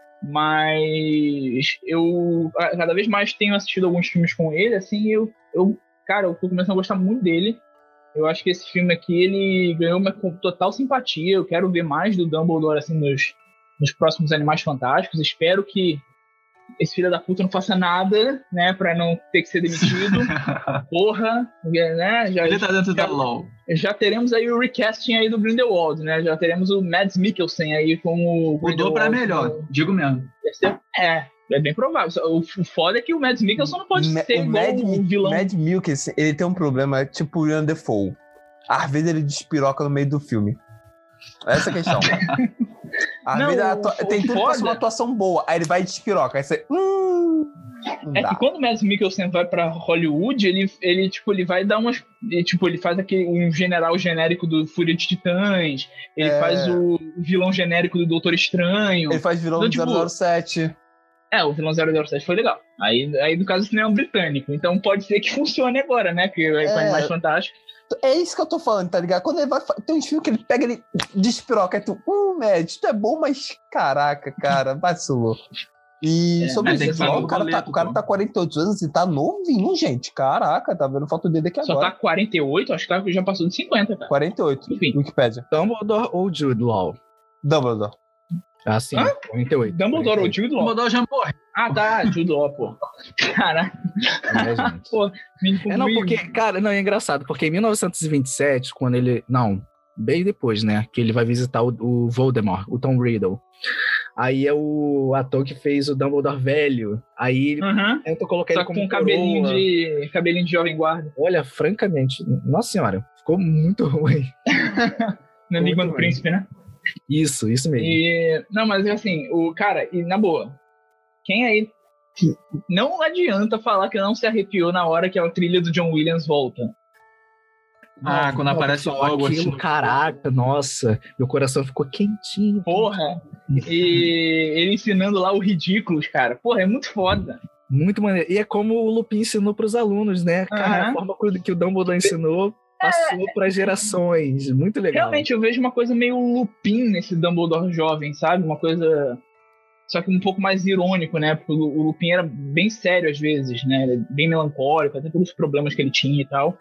Mas eu a- cada vez mais tenho assistido alguns filmes com ele, assim, eu, eu cara, eu tô começando a gostar muito dele. Eu acho que esse filme aqui, ele ganhou uma com total simpatia. Eu quero ver mais do Dumbledore, assim, nos, nos próximos Animais Fantásticos. Espero que esse filho da puta não faça nada, né, pra não ter que ser demitido. Porra, né, já, Ele tá dentro da já, LoL. já teremos aí o recasting aí do Grindelwald, né, já teremos o Mads Mikkelsen aí como Mudou pra Grindelwald. melhor, digo mesmo. É, é bem provável. O o foda é que o Mads Mikkelsen não pode Ma- ser o igual Mad, o vilão. Mad Mikkelsen, ele tem um problema tipo o William Dafoe. Às vezes ele despiroca no meio do filme. Essa é a questão. Às Não, vezes a o- atua- o tem tudo pra ser foda- uma atuação boa. Aí ele vai e despiroca. Aí você. Hum, não É dá. que quando o Mads Mikkelsen vai pra Hollywood, ele, ele, tipo, ele vai dar umas... Ele, tipo, ele faz aquele, um general genérico do Fúria de Titãs, ele É. faz o vilão genérico do Doutor Estranho. Ele faz vilão Então, do tipo, zero zero sete. É, o vilão zero zero sete foi legal. Aí, aí no caso, isso não é um britânico, então pode ser que funcione agora, né? Que vai É. vai mais fantástico. É isso que eu tô falando, tá ligado? Quando ele vai. Tem uns filmes que ele pega, ele despiroca, aí tu, hum, médio, tu é bom, mas caraca, cara, vacilou. E é, sobre isso, o, cara tá, o cara tá quarenta e oito anos e tá novinho, gente. Caraca, tá vendo foto dele aqui Só agora. Só tá quarenta e oito? Acho que já passou de cinquenta, cara. quarenta e oito, enfim. Wikipedia. Dumbledore ou Jude Law? Dumbledore. Ah, sim, Hã? quarenta e oito. Dumbledore ou Jude Law? Dumbledore já morreu. Ah, tá, Jude Law, pô. Caraca. É, gente. Pô, é, não, porque, cara, não, é engraçado, porque em mil novecentos e vinte e sete, quando ele... Não, bem depois, né, que ele vai visitar o, o Voldemort, o Tom Riddle. Aí é o ator que fez o Dumbledore velho. Aí uhum. tenta colocar Só ele como com um cabelinho de, cabelinho de jovem guarda. Olha, francamente, nossa senhora, ficou muito ruim. Na Língua do Príncipe, né? Isso, isso mesmo. E, não, mas assim, o cara, e na boa, quem aí não adianta falar que não se arrepiou na hora que a trilha do John Williams volta. Ah, não, quando não, aparece o Hogwarts. Aquilo, caraca, nossa, meu coração ficou quentinho. Porra, e ele ensinando lá o Ridículos, cara. Porra, é muito foda. Muito maneiro. E é como o Lupin ensinou pros alunos, né? Cara, uhum. A forma que o Dumbledore ensinou passou é, para gerações. Muito legal. Realmente, eu vejo uma coisa meio Lupin nesse Dumbledore jovem, sabe? Uma coisa... Só que um pouco mais irônico, né? Porque o Lupin era bem sério às vezes, né? Ele é bem melancólico, até pelos problemas que ele tinha e tal.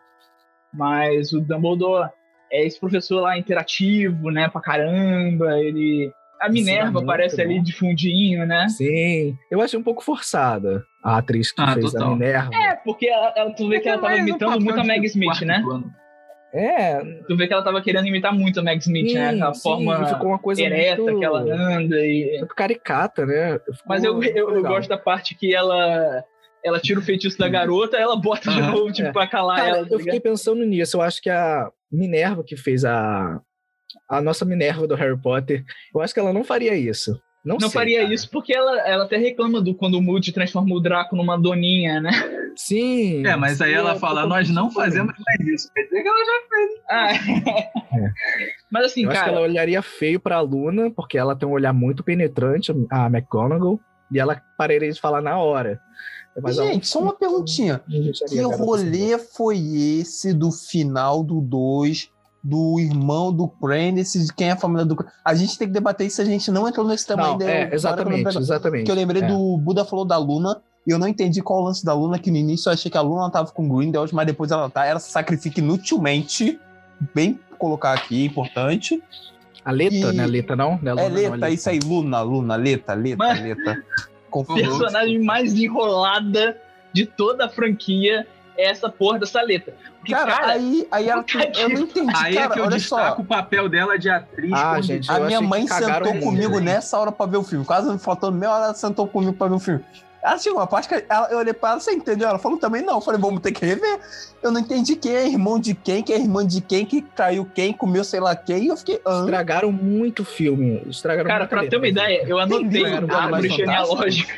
Mas o Dumbledore é esse professor lá interativo, né? Pra caramba. Ele... A Minerva Sim, aparece bom. ali de fundinho, né? Sim. Eu achei um pouco forçada a atriz que ah, fez total. a Minerva. É, porque ela, ela, tu vê é que, que ela tava imitando muito a Meg Smith, né? Plano. É. Tu vê que ela tava querendo imitar muito a Meg Smith, sim, né? Aquela sim, forma ficou uma coisa ereta muito... que ela anda e... Muito caricata, né? Ficou Mas eu, eu, eu gosto da parte que ela... Ela tira o feitiço da garota, ela bota de novo, uhum. tipo, é. pra calar Cara, ela. Tá eu fiquei pensando nisso. Eu acho que a Minerva que fez a... A nossa Minerva do Harry Potter, eu acho que ela não faria isso. Não, não sei, faria cara. isso porque ela, ela até reclama do quando o Moody transforma o Draco numa doninha, né? Sim. É, mas sim, aí ela fala, nós não fazemos mais isso. Quer dizer que ela já fez. Ah, é. Mas assim, eu cara... acho que ela olharia feio pra Luna, porque ela tem um olhar muito penetrante, a McGonagall, e ela pararia de falar na hora. Mas gente, ela... só uma perguntinha. Que rolê foi esse do final do dois... do irmão do Prentice, de quem é a família do... A gente tem que debater isso se a gente não entrou nesse tema não, ainda. É, exatamente, que eu exatamente. Que eu lembrei é. do Buda falou da Luna, e eu não entendi qual o lance da Luna, que no início eu achei que a Luna tava com Grindelwald, mas depois ela tá, ela se sacrifica inutilmente, bem colocar aqui, importante. A Leta, e... né? A Leta não? não é, Leta, não, é isso aí, Luna, Luna, Leta, Leta, mas... Leta. A personagem mais enrolada de toda a franquia é essa porra dessa Leta. Porque, cara, cara, aí, aí ela tem, eu não entendi, aí cara, é que eu olha destaco só. o papel dela de atriz. Ah, gente, a minha mãe sentou muito, comigo gente. nessa hora pra ver o filme. Quase faltando meia hora, ela sentou comigo pra ver o filme. Ela chegou uma parte que ela, eu olhei pra ela, você entendeu? Ela falou também não. Eu falei, vamos ter que rever. Eu não entendi quem é irmão de quem, quem é irmã de quem, que traiu quem, comeu sei lá quem. E eu fiquei... Ah. Estragaram muito o filme. Estragaram cara, pra ter uma ideia, eu anotei a árvore genealógica.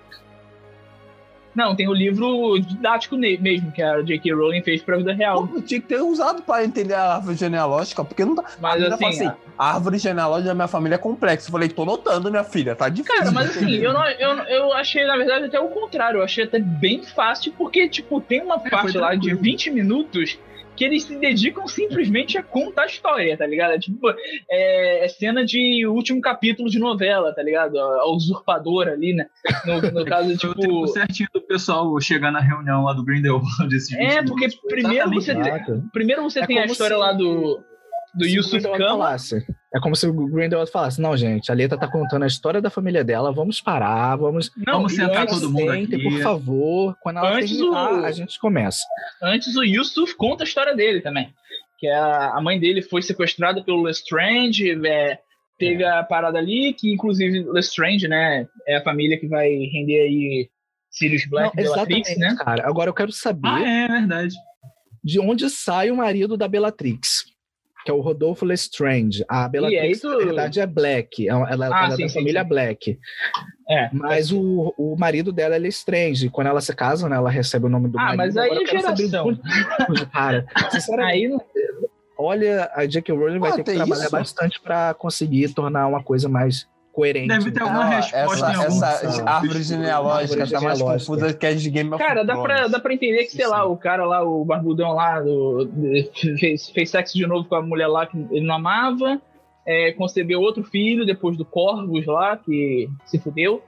Não, tem o livro didático mesmo, que a J K. Rowling fez pra vida real. Eu tinha que ter usado pra entender a árvore genealógica, porque não tá... Mas a assim, assim a... a árvore genealógica da minha família é complexa. Eu falei, tô notando, minha filha, tá difícil. Cara, mas assim, eu, não, eu, eu achei, na verdade, até o contrário. Eu achei até bem fácil, porque, tipo, tem uma é, parte lá de vinte minutos que eles se dedicam simplesmente a contar a história, tá ligado? É, tipo, é, é cena de último capítulo de novela, tá ligado? A, a usurpadora ali, né? No, no caso, tipo... O tempo certinho do pessoal chegar na reunião lá do Grindelwald. É, porque minutos, primeiro você, tem, primeiro você é tem a história se... lá do... do Yusuf Kama. É como se o Grindelwald falasse, não, gente, a Leta tá contando a história da família dela, vamos parar, vamos, não, vamos sentar todo mundo sentem, aqui. Por favor, quando ela antes terminar, o... a gente começa. Antes o Yusuf conta a história dele também, que a, a mãe dele foi sequestrada pelo Lestrange, é, teve é. a parada ali, que inclusive Lestrange, né, é a família que vai render aí Sirius Black e Bellatrix, né? Cara, agora eu quero saber ah, é verdade. de onde sai o marido da Bellatrix. Que é o Rodolfo Lestrange. A Bellatrix, tu... na verdade, é Black. Ela, ela, ah, ela sim, é da sim, família sim. Black. É, mas o, o marido dela é Lestrange. Quando ela se casa, né, ela recebe o nome do ah, marido. Ah, mas aí é geração. De... Cara, sinceramente, aí... olha, a J K. Rowling vai ah, ter que trabalhar isso? bastante para conseguir tornar uma coisa mais coerente. Deve ter alguma ah, resposta essa, em algum Essa ah, árvore genealógica tá mais confusa que a de Game of Cara, Thrones. dá pra, dá pra entender que, sei sim, lá, o cara lá, o barbudão lá, do, fez, fez sexo de novo com a mulher lá que ele não amava, é, concebeu outro filho depois do Corvus lá, que se fudeu.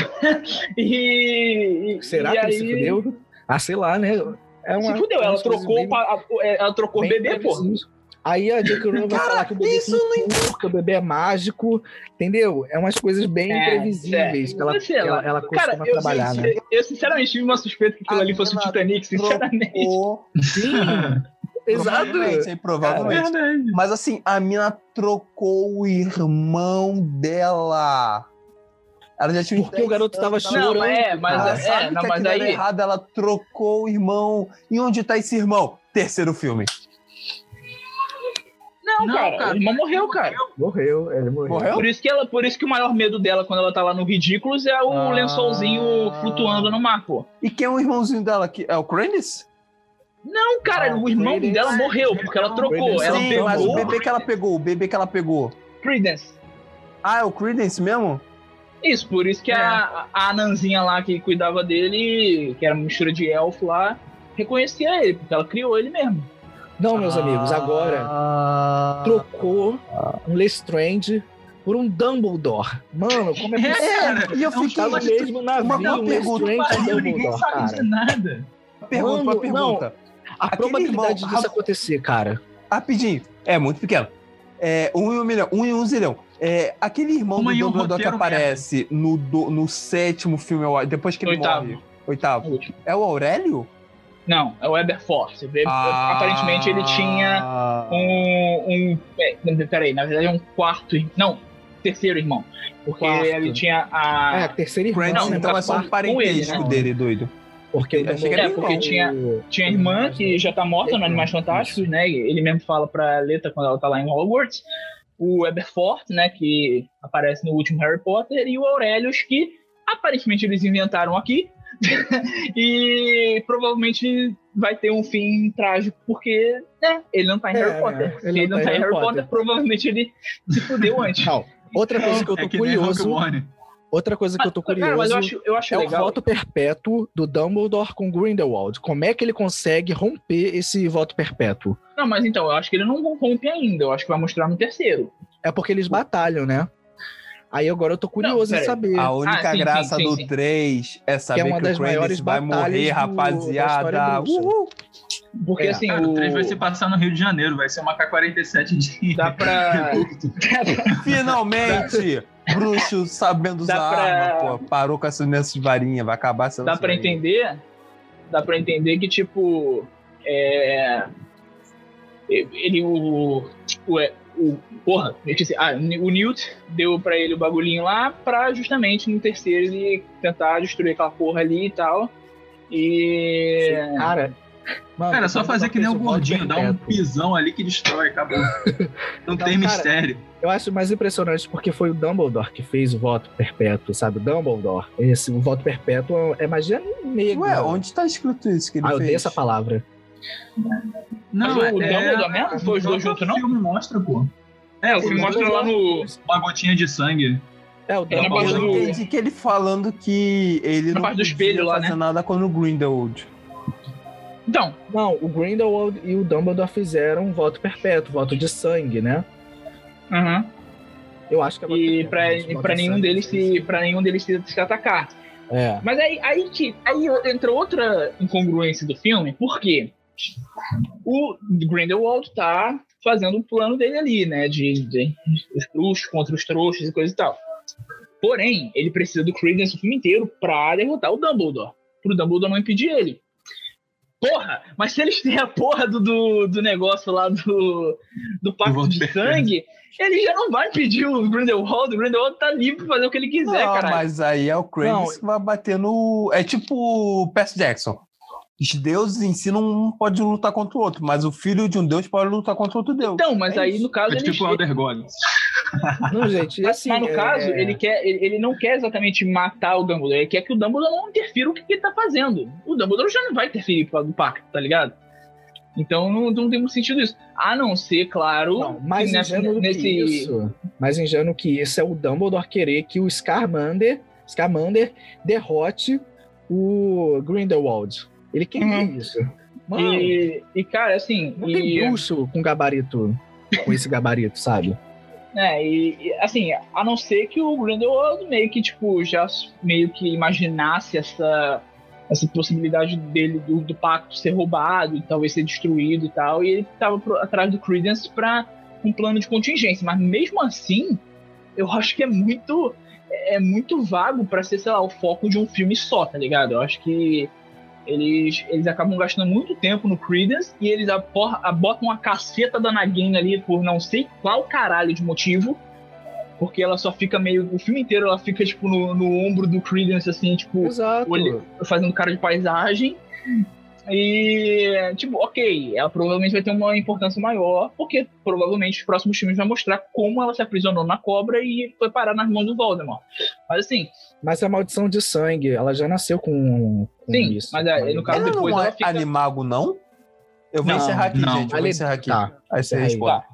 e, Será e que aí... ele se fudeu? Ah, sei lá, né? É uma, se fudeu, ela trocou, bem, pa, ela trocou o bebê, pô. Aí a J K. Rowling vai falar que o bebê isso não que o bebê é mágico, entendeu? É umas coisas bem é, imprevisíveis é. que ela, sei lá. ela, ela costuma cara, eu, trabalhar, eu, né? Eu, eu sinceramente tive uma suspeita que aquilo a ali fosse o Titanic, sinceramente. Sim, exato. Provavelmente, provavelmente. Cara, mas assim, a mina trocou o irmão dela. Ela já tinha porque o garoto tava chorando. Não, é, mas ela é, sabe é, que não, mas aí... aí... errado, ela trocou o irmão. E onde tá esse irmão? Terceiro filme. Não, não, cara, cara, o irmão morreu, cara. Morreu, ele morreu. morreu? Por isso, que ela, por isso que o maior medo dela quando ela tá lá no Ridículos é o ah... lençolzinho flutuando no mar, pô. E quem é o irmãozinho dela aqui? É o Credence? Não, cara, ah, o irmão Credence. dela morreu, porque ela trocou. Sim, ela pegou... mas o bebê que ela pegou, o bebê que ela pegou. Credence. Ah, é o Credence mesmo? Isso, por isso que é. a, a Ananzinha lá que cuidava dele, que era uma mistura de elfo lá, reconhecia ele, porque ela criou ele mesmo. Não, meus ah, amigos, agora ah, trocou ah, um Lestrange por um Dumbledore. Mano, como é possível? É, e eu fiquei no mesmo navio, uma, uma pergunta, um ninguém sabe cara. de nada. Uma pergunta, Mano, uma pergunta. Não, a Aquele probabilidade irmão, disso acontecer, cara. Rapidinho, é muito pequeno. É, um em um milhão, um em um zilhão. É, aquele irmão Uma do Dumbledore um que aparece no, do, no sétimo filme, depois que ele Oitavo. morre. Oitavo. É o Aurélio? Não, é o Eberforth. Ah, Aparentemente ele tinha um... um é, peraí, na verdade é um quarto... Não, terceiro irmão. Porque quarto. ele tinha a... É, terceiro irmão. Não, então é só um parentesco ele, né? dele, doido. Porque, é, porque tinha, tinha a irmã que já tá morta no Animais Fantásticos, né? Ele mesmo fala pra Leta quando ela tá lá em Hogwarts. O Eberforth, né, que aparece no último Harry Potter, e o Aurelius, que aparentemente eles inventaram aqui, e provavelmente vai ter um fim trágico, porque né, ele não tá em é, Harry Potter. Se ele, ele não tá, tá em Harry Potter, Potter, provavelmente ele se fudeu antes. Não, outra coisa que eu tô é que curioso... Outra coisa que eu tô curioso Cara, mas eu acho, eu acho é legal. o voto perpétuo do Dumbledore com Grindelwald. Como é que ele consegue romper esse voto perpétuo? Não, mas então, eu acho que ele não rompe ainda. Eu acho que vai mostrar no terceiro. É porque eles batalham, né? Aí agora eu tô curioso não, em saber. A única ah, sim, sim, graça sim, do sim. três é saber que, é uma que das o Credence vai morrer, do, rapaziada. Uhul. Porque é. assim, cara, o três vai se passar no Rio de Janeiro, vai ser uma K quarenta e sete de... Dá pra... Finalmente! Bruxo sabendo usar pra... arma, pô. Parou com essa nessa de varinha, vai acabar essa... Dá pra entender? Dá pra entender que, tipo... É... Ele, o... o, o porra, ah, o Newt deu pra ele o bagulhinho lá pra justamente no terceiro ele tentar destruir aquela porra ali e tal. E... Sim, cara... Mano, cara, só fazer que nem o gordinho, dar um pisão ali que destrói, acabou. Não então, tem cara, mistério. Eu acho mais impressionante porque foi o Dumbledore que fez o voto perpétuo, sabe? O Dumbledore. Esse, o voto perpétuo é magia negra. Ué, onde tá escrito isso que ele ah, fez? Ah, eu dei essa palavra. Não, Mas o é, Dumbledore é, mesmo? Foi os dois juntos, não? O filme mostra, pô. É, o filme mostra lá no... Uma gotinha de sangue. É, o Dumbledore. Eu do... entendi que ele falando que ele na não podia espelho, lá, fazer né? nada com o Grindelwald. Então, não, o Grindelwald e o Dumbledore fizeram um voto perpétuo, voto de sangue, né? Uhum. Eu acho que é e pra, e pra nenhum sangue, deles se para nenhum deles se, se atacar. É. Mas aí aí que aí entra outra incongruência do filme, porque o Grindelwald tá fazendo o plano dele ali, né, de, de os bruxos contra os trouxas e coisa e tal. Porém, ele precisa do Credence o filme inteiro pra derrotar o Dumbledore, pro Dumbledore não impedir ele. Porra, mas se eles têm a porra do, do, do negócio lá do, do pacto de sangue, ele já não vai impedir o Grindelwald. O Grindelwald tá livre pra fazer o que ele quiser, cara. Mas aí é o Credence que vai bater no... É tipo o Percy Jackson. Os deuses em si não podem lutar contra o outro, mas o filho de um deus pode lutar contra outro deus. Então, mas é aí isso. No caso... É ele tipo o Elder Golems. Não, gente, assim, mas no é... caso, ele, quer, ele, ele não quer exatamente matar o Dumbledore, ele quer que o Dumbledore não interfira o que, que ele tá fazendo. O Dumbledore já não vai interferir por causa do pacto, tá ligado? Então não, não tem muito sentido isso. A não ser, claro, não, mas nessa, nesse... isso, mais ingênuo que isso é o Dumbledore querer que o Scamander, Scamander derrote o Grindelwald. Ele queria uhum. isso. Mano, e, e, cara, assim... Não e... tem bruxo com gabarito, com esse gabarito, sabe? É, e, e assim, a não ser que o Grindelwald meio que, tipo, já meio que imaginasse essa, essa possibilidade dele, do, do pacto ser roubado e talvez ser destruído e tal, e ele tava pro, atrás do Credence pra um plano de contingência, mas mesmo assim, eu acho que é muito, é muito vago pra ser, sei lá, o foco de um filme só, tá ligado? Eu acho que Eles, eles acabam gastando muito tempo no Credence e eles aporra, botam a caceta da Nagini ali por não sei qual caralho de motivo, porque ela só fica meio... O filme inteiro ela fica, tipo, no, no ombro do Credence, assim, tipo... Olhe, fazendo cara de paisagem. E, tipo, ok, ela provavelmente vai ter uma importância maior, porque provavelmente os próximos filmes vão mostrar como ela se aprisionou na cobra e foi parar nas mãos do Voldemort. Mas assim... Mas é a maldição de sangue, ela já nasceu com, com sim, isso. Mas é, no caso ela depois não ela é fica... animago, não? Eu vou não, encerrar aqui, não. gente, eu vou encerrar aqui. Tá. Aí você responde. Tá.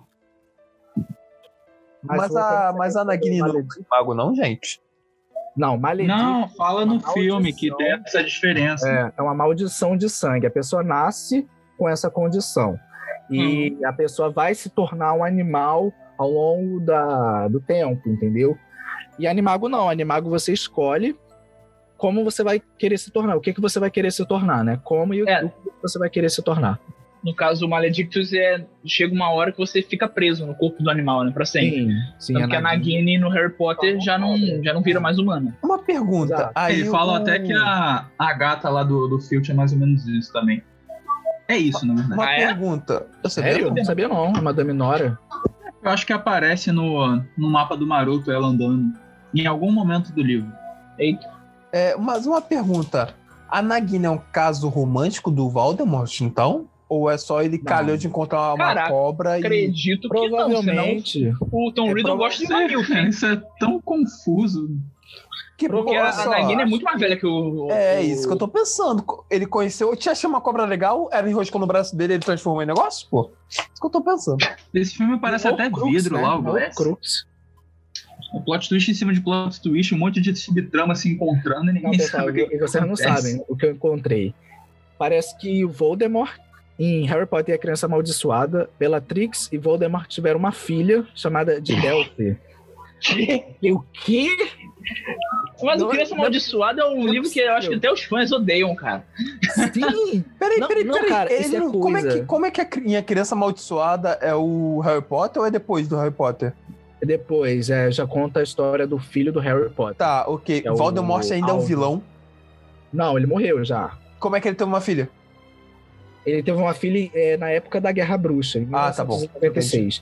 Mas, mas a, mas a Nagini não é animago, não, gente? Não, maledito. Não, fala no filme que tem essa diferença. É, é uma maldição de sangue. A pessoa nasce com essa condição. E hum. a pessoa vai se tornar um animal ao longo da, do tempo, entendeu? E animago não. Animago você escolhe como você vai querer se tornar. O que, que você vai querer se tornar, né? Como e é. o que você vai querer se tornar. No caso, o Maledictus é... Chega uma hora que você fica preso no corpo do animal, né? Pra sempre. Sim, sim. Tanto a que a Nagini no Harry Potter já não, já não vira mais humana. Uma pergunta. Aí Ele fala o... até que a, a gata lá do, do Filch é mais ou menos isso também. É isso, na verdade. Uma ah, pergunta. É? Sério? Eu não sabia não. A Madame Nora. Eu acho que aparece no, no mapa do Maroto ela andando. Em algum momento do livro. Eita. É, mas uma pergunta. A Nagini é um caso romântico do Voldemort, então? Ou é só ele não. calhou de encontrar uma Caraca, cobra e... acredito que provavelmente, não, senão o Tom é Riddle gosta de Magil, Isso é tão confuso. Que Porque a, a Nagini é muito mais velha que o... É, o... isso que eu tô pensando. Ele conheceu... Tinha achado uma cobra legal, ela enroscou no braço dele e ele transformou em negócio? Pô, isso que eu tô pensando. Esse filme parece o até Crux, vidro né? lá, o Crux. O plot twist em cima de plot twist, um monte de subtrama se encontrando e ninguém não, pessoal, sabe. E vocês não sabem o que eu encontrei. Parece que o Voldemort, em Harry Potter e a Criança Amaldiçoada, Bellatrix e Voldemort tiveram uma filha chamada de Delphi. E o quê? Mas não, o Criança Amaldiçoada é um livro possível. que eu acho que até os fãs odeiam, cara. Sim! Peraí, não, peraí, não, peraí. cara, Ele isso é não, coisa. Como é que, como é que a, a Criança Amaldiçoada é o Harry Potter ou é depois do Harry Potter? Depois, é, já conta a história do filho do Harry Potter. Tá, ok. É Voldemort o ainda Alvo. é o vilão? Não, ele morreu já. Como é que ele teve uma filha? Ele teve uma filha é, na época da Guerra Bruxa, em ah, tá bom. mil novecentos e noventa e seis.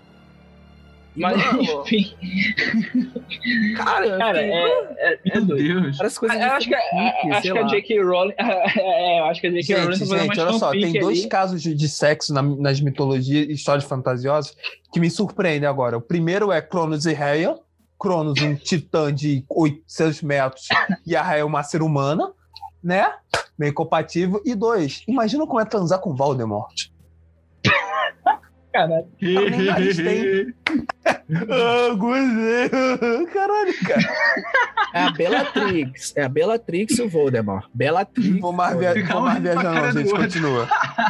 Mas, enfim... Cara, cara é, é, é Meu Deus. As coisas eu acho que, fanfic, acho que a J K. Rowling... é, eu acho que a J K. Rowling tá fazendo gente, olha só, tem dois ali. casos de, de sexo na, nas mitologias e histórias fantasiosas que me surpreendem agora. O primeiro é Cronos e Rhea. Cronos, um titã de oitocentos metros, e a Rhea uma ser humana, né? Meio compatível. E dois, imagina como é transar com Voldemort. Caralho. A gente tem... ah, gostei. Caralho, cara. É a Bellatrix. É a Bellatrix e o Voldemort. Bellatrix. Vou mais, via... Vou mais viajar não, gente. Continua.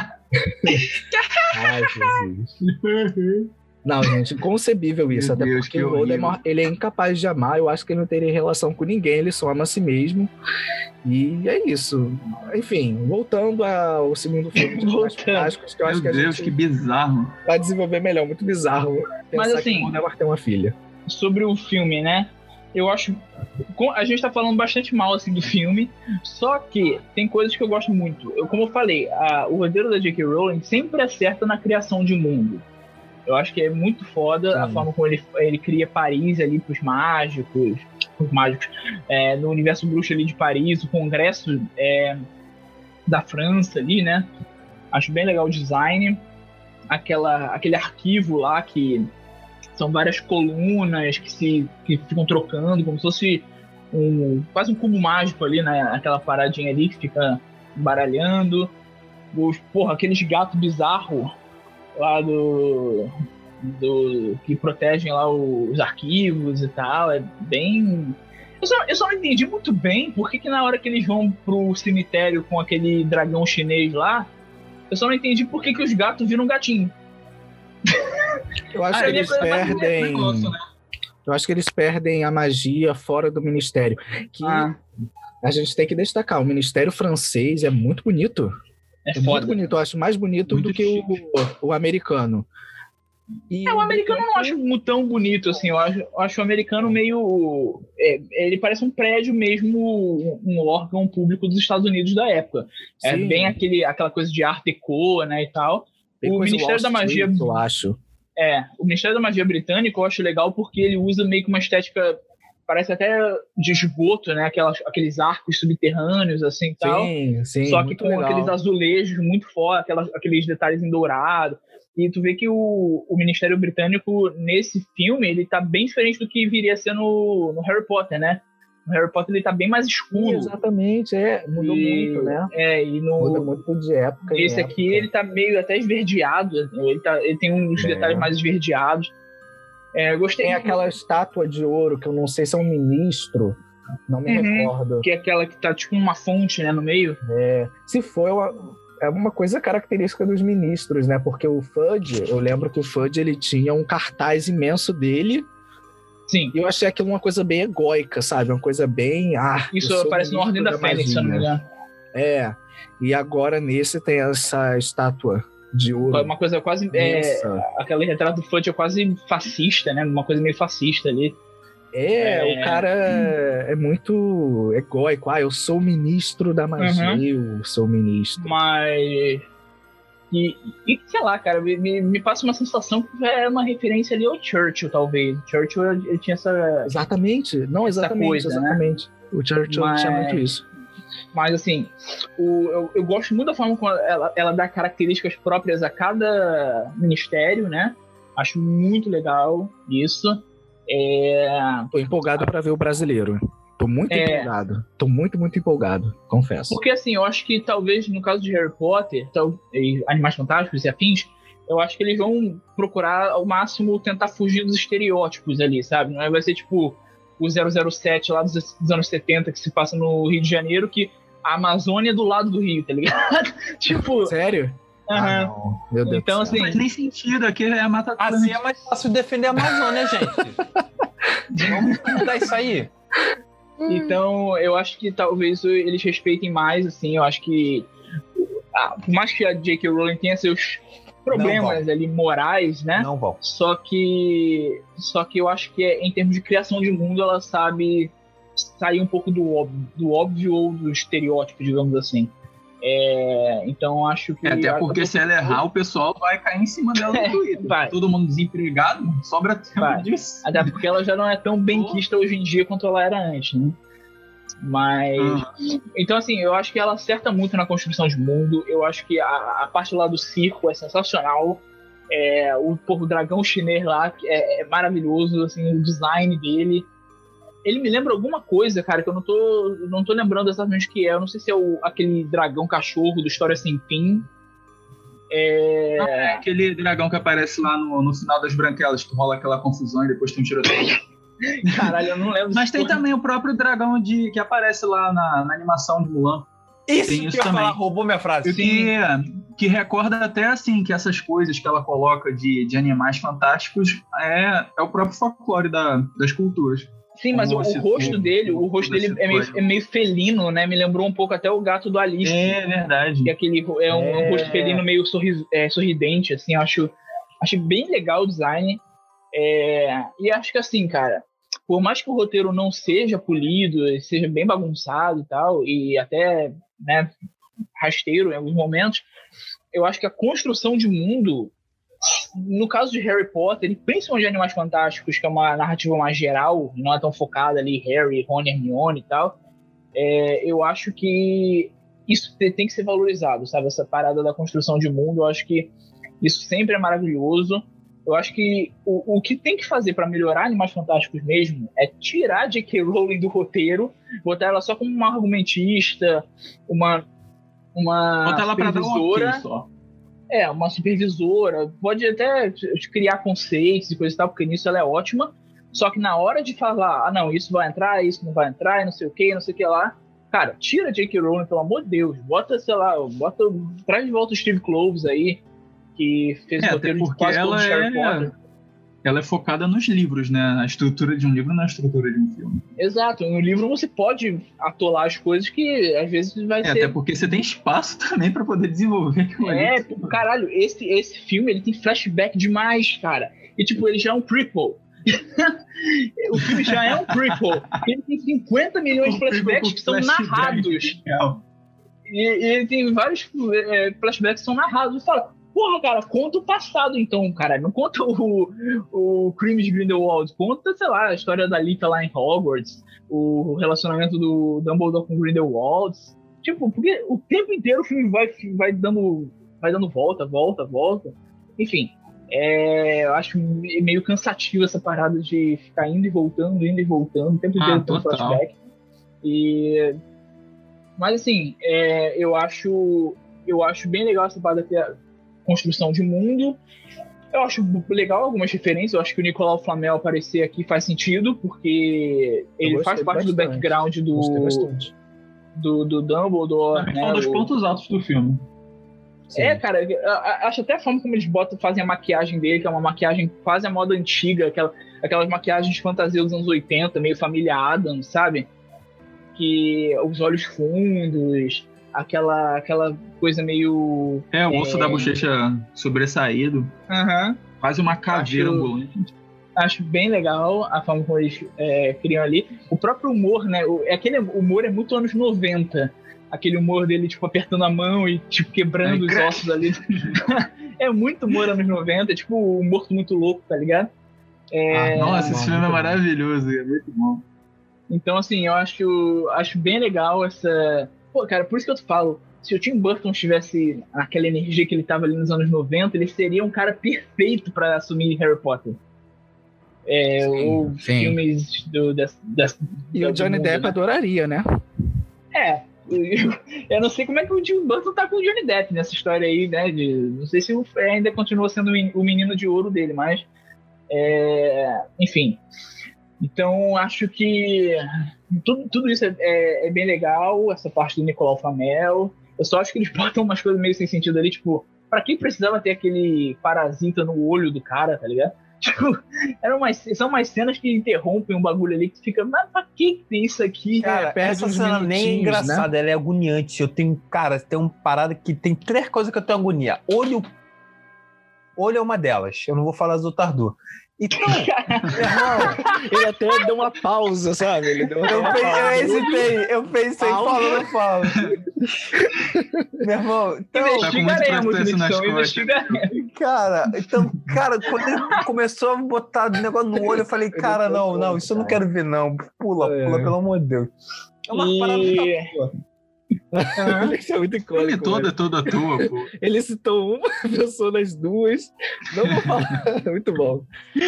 Ai, Jesus. Não, gente, inconcebível isso. Meu até Deus, porque o Voldemort, ele é incapaz de amar. Eu acho que ele não teria relação com ninguém. Ele só ama a si mesmo. E é isso. Enfim, voltando ao segundo filme de mais fantásticos, que eu Meu acho que a Deus, gente que bizarro. vai desenvolver melhor. Muito bizarro pensar Mas, assim, que o Voldemort tem uma filha. Sobre o filme, né? Eu acho... A gente tá falando bastante mal, assim, do filme. Só que tem coisas que eu gosto muito. Eu, como eu falei, a, o roteiro da J K. Rowling sempre acerta na criação de mundo. Eu acho que é muito foda Sim. a forma como ele, ele cria Paris ali pros mágicos, pros mágicos é, no universo bruxo ali de Paris, o congresso é, da França ali, né? Acho bem legal o design. Aquela, aquele arquivo lá que são várias colunas que, se, que ficam trocando, como se fosse um, quase um cubo mágico ali, né? Aquela paradinha ali que fica baralhando. Os, porra, aqueles gatos bizarros lá do, do, que protegem lá os arquivos e tal. É bem... Eu só, eu só não entendi muito bem por que, que na hora que eles vão pro cemitério com aquele dragão chinês lá, eu só não entendi por que, que os gatos viram um gatinho. Eu acho ah, que eles perdem... Negócio, né? Eu acho que eles perdem a magia fora do ministério. Que ah. a gente tem que destacar. O ministério francês é muito bonito. É, é muito bonito. Eu acho mais bonito muito do que o, o americano. E é, o americano eu não acho tão bonito assim. Eu acho, eu acho o americano meio... É, ele parece um prédio mesmo, um órgão público dos Estados Unidos da época. Sim. É bem aquele, aquela coisa de art déco, né, e tal. Bem o Ministério da Magia... Street, eu acho. É, o Ministério da Magia britânico eu acho legal porque ele usa meio que uma estética, parece até de esgoto, né? Aquelas, aqueles arcos subterrâneos, assim, e tal. Sim, sim, só que com legal. Aqueles azulejos muito fortes, aquelas, aqueles detalhes em dourado. E tu vê que o, o Ministério Britânico, nesse filme, ele tá bem diferente do que viria a ser no, no Harry Potter, né? O Harry Potter ele tá bem mais escuro. Sim, exatamente, é. Mudou e, muito, né? É, e no... Muda muito de época. Esse época. aqui, ele tá meio até esverdeado. Ele, tá, ele tem uns é. detalhes mais esverdeados. É, eu gostei. Tem aquela estátua de ouro, que eu não sei se é um ministro. Não me uhum, recordo. Que é aquela que tá tipo uma fonte, né, no meio. É. Se for, eu... é uma coisa característica dos ministros, né? Porque o Fudge, eu lembro que o Fudge, ele tinha um cartaz imenso dele. Sim. E eu achei aquilo uma coisa bem egóica, sabe? Uma coisa bem... Ah, isso parece no Ordem da, da Fênix, se eu não me engano. É. E agora nesse tem essa estátua de ouro. Uma coisa quase... É, aquele retrato do Fudge é quase fascista, né? Uma coisa meio fascista ali. É, é, o cara é muito egóico. Ah, eu sou o ministro da magia, uhum. eu sou o ministro. Mas... E, e sei lá, cara, me, me passa uma sensação que é uma referência ali ao Churchill, talvez. Churchill, ele tinha essa... Exatamente. Não, exatamente, coisa, exatamente. Né? O Churchill mas, tinha muito isso. Mas, assim, o, eu, eu gosto muito da forma como ela, ela dá características próprias a cada ministério, né? Acho muito legal isso. É... Tô empolgado para ver o brasileiro. Tô muito é... empolgado. Tô muito, muito empolgado, confesso. Porque assim, eu acho que talvez no caso de Harry Potter, tal, e Animais Fantásticos e afins, eu acho que eles vão procurar ao máximo tentar fugir dos estereótipos ali, sabe? Não vai ser tipo o zero zero sete lá dos, dos anos setenta que se passa no Rio de Janeiro, que a Amazônia é do lado do Rio, tá ligado? Tipo... Sério? Uhum. Ah, não. Meu Deus então, assim, não faz nem sentido, aqui é a Mata Atlântica. Assim é mais fácil defender a Amazônia, gente. Vamos mudar isso aí. Então, eu acho que talvez eles respeitem mais, assim, eu acho que ah, por mais que a J K. Rowling tenha seus problemas ali morais, né? Não vão. Só que, só que eu acho que em termos de criação de mundo, ela sabe sair um pouco do óbvio, do óbvio ou do estereótipo, digamos assim. É, então acho que... É, até porque se ela errar, o pessoal vai cair em cima dela no Twitter. Vai. Todo mundo desempregado, sobra tempo vai. disso. Até porque ela já não é tão benquista hoje em dia quanto ela era antes, né? Mas... Uhum. Então, assim, eu acho que ela acerta muito na construção de mundo. Eu acho que a, a parte lá do circo é sensacional. É, o, pô, o dragão chinês lá é, é maravilhoso, assim, o design dele. Ele me lembra alguma coisa, cara, que eu não tô, não tô lembrando exatamente o que é. Eu não sei se é o, aquele dragão cachorro do História Sem Fim. É... Ah, é aquele dragão que aparece lá no, no final das Branquelas, que rola aquela confusão e depois tem um tiroteio. Caralho, eu não lembro. Mas tem porra. também o próprio dragão de, que aparece lá na, na animação de Mulan. Isso, tem isso que também. Falar, roubou minha frase. Que, que recorda até assim que essas coisas que ela coloca de, de animais fantásticos é, é o próprio folclore da, das culturas. Sim, mas o, o rosto dele, o rosto dele é meio, é meio felino, né? Me lembrou um pouco até o gato do Alice. É verdade. Que é, aquele, é um, é. um rosto felino meio sorri, é, sorridente, assim. Eu acho, acho bem legal o design. É, e acho que assim, cara, por mais que o roteiro não seja polido, seja bem bagunçado e tal, e até, né, rasteiro em alguns momentos, eu acho que a construção de mundo... No caso de Harry Potter, e principalmente de Animais Fantásticos, que é uma narrativa mais geral, não é tão focada ali, Harry, Rony, Hermione e tal, é, eu acho que isso tem que ser valorizado, sabe? Essa parada da construção de mundo, eu acho que isso sempre é maravilhoso. Eu acho que o, o que tem que fazer para melhorar Animais Fantásticos mesmo é tirar a J K. Rowling do roteiro, botar ela só como uma argumentista, uma, uma botar ela para dar um ok só. É, uma supervisora, pode até criar conceitos e coisa e tal, porque nisso ela é ótima, só que na hora de falar, ah não, isso vai entrar, isso não vai entrar, e não sei o que, não sei o que lá, cara, tira J K. Rowling, pelo amor de Deus, bota, sei lá, bota, traz de volta o Steve Kloves aí, que fez é, o roteiro de quase todos os Harry Potter. Ela é focada nos livros, né? A estrutura de um livro não é a estrutura de um filme. Exato. No livro você pode atolar as coisas que às vezes vai é, ser... Até porque você tem espaço também pra poder desenvolver aquilo ali. É, caralho, esse, esse filme, ele tem flashback demais, cara. E, tipo, ele já é um prequel. O filme já é um prequel. Ele tem cinquenta milhões de flashbacks que são flashback, narrados. E, e ele tem vários é, flashbacks que são narrados. E fala... Porra, cara, conta o passado, então, cara. Não conta o, o crime de Grindelwald. Conta, sei lá, a história da Lita lá em Hogwarts. O relacionamento do Dumbledore com Grindelwald. Tipo, porque o tempo inteiro o filme vai, vai, dando, vai dando volta, volta, volta. Enfim, é, eu acho meio cansativo essa parada de ficar indo e voltando, indo e voltando. O tempo inteiro tem um flashback. E... Mas, assim, é, eu, acho, eu acho bem legal essa parada que é construção de mundo. Eu acho legal algumas referências. Eu acho que o Nicolau Flamel aparecer aqui faz sentido, porque ele faz parte bastante do background do, do, do Dumbledore. Né, é um dos o... pontos altos do filme. Sim. É, cara, acho até a forma como eles botam, fazem a maquiagem dele, que é uma maquiagem quase a moda antiga, aquela, aquelas maquiagens de fantasia dos anos oitenta, meio família Addams, sabe? Que os olhos fundos, aquela, aquela coisa meio... É, o osso é... da bochecha sobressaído. Aham. Uhum. Quase uma caveira acho, ambulante. Acho bem legal a forma como eles é, criam ali. O próprio humor, né? O, aquele humor é muito anos noventa. Aquele humor dele, tipo, apertando a mão e, tipo, quebrando Ai, os cara. ossos ali. É muito humor anos noventa, tipo, um morto muito louco, tá ligado? É... Ah, nossa, esse filme é maravilhoso, é muito bom. Então, assim, eu acho, acho bem legal essa... Pô, cara, por isso que eu te falo, se o Tim Burton estivesse naquela energia que ele tava ali nos anos noventa, ele seria um cara perfeito pra assumir Harry Potter. É, sim, ou sim. filmes do... Das, das, e do o Johnny mundo, Depp né? adoraria, né? É, eu, eu não sei como é que o Tim Burton tá com o Johnny Depp nessa história aí, né? De, não sei se o, ainda continua sendo o menino de ouro dele, mas... É, enfim... Então, acho que tudo, tudo isso é, é, é bem legal, essa parte do Nicolau Flamel. Eu só acho que eles botam umas coisas meio sem sentido ali, tipo, pra quem precisava ter aquele parasita no olho do cara, tá ligado? Tipo, eram umas, são umas cenas que interrompem um bagulho ali que fica, mas pra que tem isso aqui? Cara, é, essa cena nem é engraçada, né? Ela é agoniante. Eu tenho, cara, tem uma parada que tem três coisas que eu tenho agonia. Olho, olho é uma delas, eu não vou falar as outras duas. Então, irmão, ele até deu uma pausa, sabe? Ele deu uma eu, pausa. Pensei, eu hesitei, eu pensei falando pausa. Meu irmão, então, investigaremos, então, investigaremos. Cara, então, cara, quando ele começou a botar o negócio no olho, eu falei, cara, não, não, isso eu não quero ver, não. Pula, é. pula, pelo amor de Deus. É uma e... parada da porra. Uhum. Isso é muito icônico. Ele todo é toda tua, pô. Ele citou uma pessoa das duas. Não vou falar. Muito bom.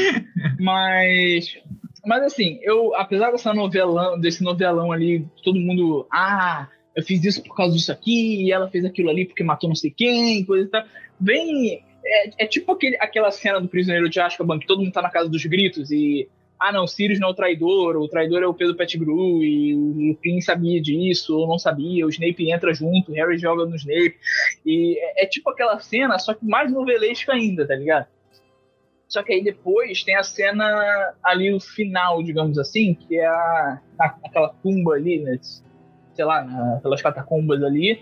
Mas, mas assim, eu, apesar dessa novelão, desse novelão ali, todo mundo, ah, eu fiz isso por causa disso aqui, e ela fez aquilo ali porque matou não sei quem, coisa e tal. Bem, é, é tipo aquele, aquela cena do Prisioneiro de Azkaban, que todo mundo tá na casa dos gritos e ah, não, Sirius não é o traidor, o traidor é o Pedro Pettigrew, e o Lupin sabia disso, ou não sabia, o Snape entra junto, o Harry joga no Snape, e é, é tipo aquela cena, só que mais novelesca ainda, tá ligado? Só que aí depois tem a cena ali no final, digamos assim, que é a, a, aquela tumba ali, né, sei lá, aquelas catacumbas ali,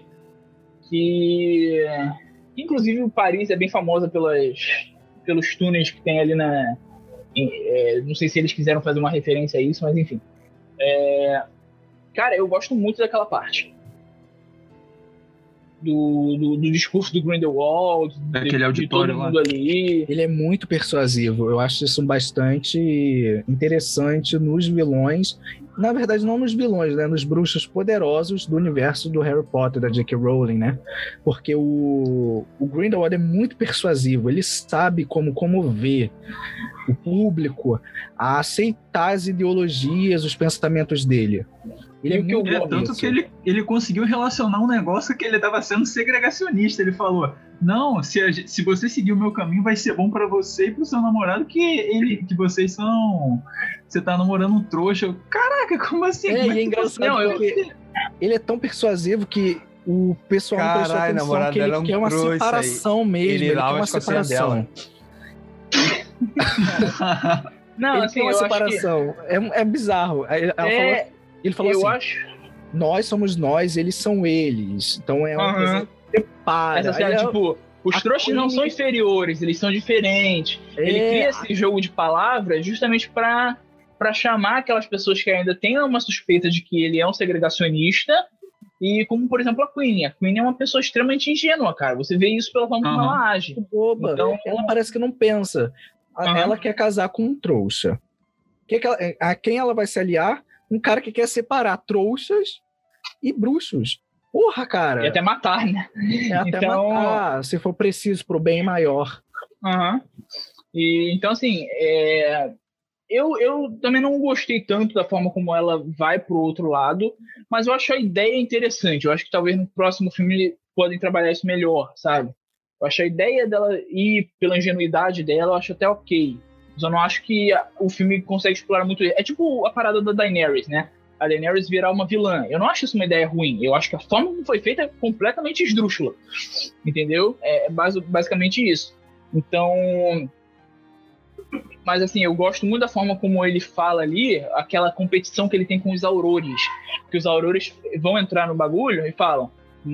que inclusive Paris é bem famosa pelas, pelos túneis que tem ali na... É, não sei se eles quiseram fazer uma referência a isso, mas enfim. É, cara, eu gosto muito daquela parte. Do, do, do discurso do Grindelwald, daquele auditório de todo mundo ali. Ele é muito persuasivo. Eu acho isso bastante interessante nos vilões. Na verdade, não nos vilões, né? Nos bruxos poderosos do universo do Harry Potter, da J K. Rowling, né? Porque o, o Grindelwald é muito persuasivo. Ele sabe como comover o público a aceitar as ideologias, os pensamentos dele. Ele é, muito é tanto que ele, ele conseguiu relacionar um negócio que ele estava sendo segregacionista. Ele falou, não, se, a, se você seguir o meu caminho, vai ser bom para você e pro seu namorado, que, ele, que vocês são... Você tá namorando um trouxa. Eu, caraca, como assim? É, como e é engraçado não, porque ele é tão persuasivo que o pessoal não prestou atenção que ele quer uma separação mesmo. Ele, ele quer uma separação. Não, ele assim, tem uma eu separação. Acho que... é, é bizarro. Ela é, falou, ele falou eu assim: acho... nós somos nós, eles são eles. Então é uma uhum. coisa que separa. Essa cena, é, tipo, os trouxas Queen... não são inferiores, eles são diferentes. É, ele cria esse jogo de palavras justamente para para chamar aquelas pessoas que ainda têm uma suspeita de que ele é um segregacionista. E como, por exemplo, a Queen. A Queen é uma pessoa extremamente ingênua, cara. Você vê isso pela forma uhum. como ela age. Boba. Então, ela parece que não pensa. Uhum. Ela quer casar com um trouxa. Que que ela, a quem ela vai se aliar? Um cara que quer separar trouxas e bruxos. Porra, cara. E até matar, né? É até então... matar, se for preciso, pro bem maior. Uhum. E, então, assim, é... eu, eu também não gostei tanto da forma como ela vai pro outro lado, mas eu acho a ideia interessante. Eu acho que talvez no próximo filme podem trabalhar isso melhor, sabe? Eu acho a ideia dela ir pela ingenuidade dela, eu acho até ok. Mas eu não acho que o filme consegue explorar muito... É tipo a parada da Daenerys, né? A Daenerys virar uma vilã. Eu não acho isso uma ideia ruim. Eu acho que a forma como foi feita é completamente esdrúxula. Entendeu? É basicamente isso. Então... Mas assim, eu gosto muito da forma como ele fala ali, aquela competição que ele tem com os aurores. Que os aurores vão entrar no bagulho e falam: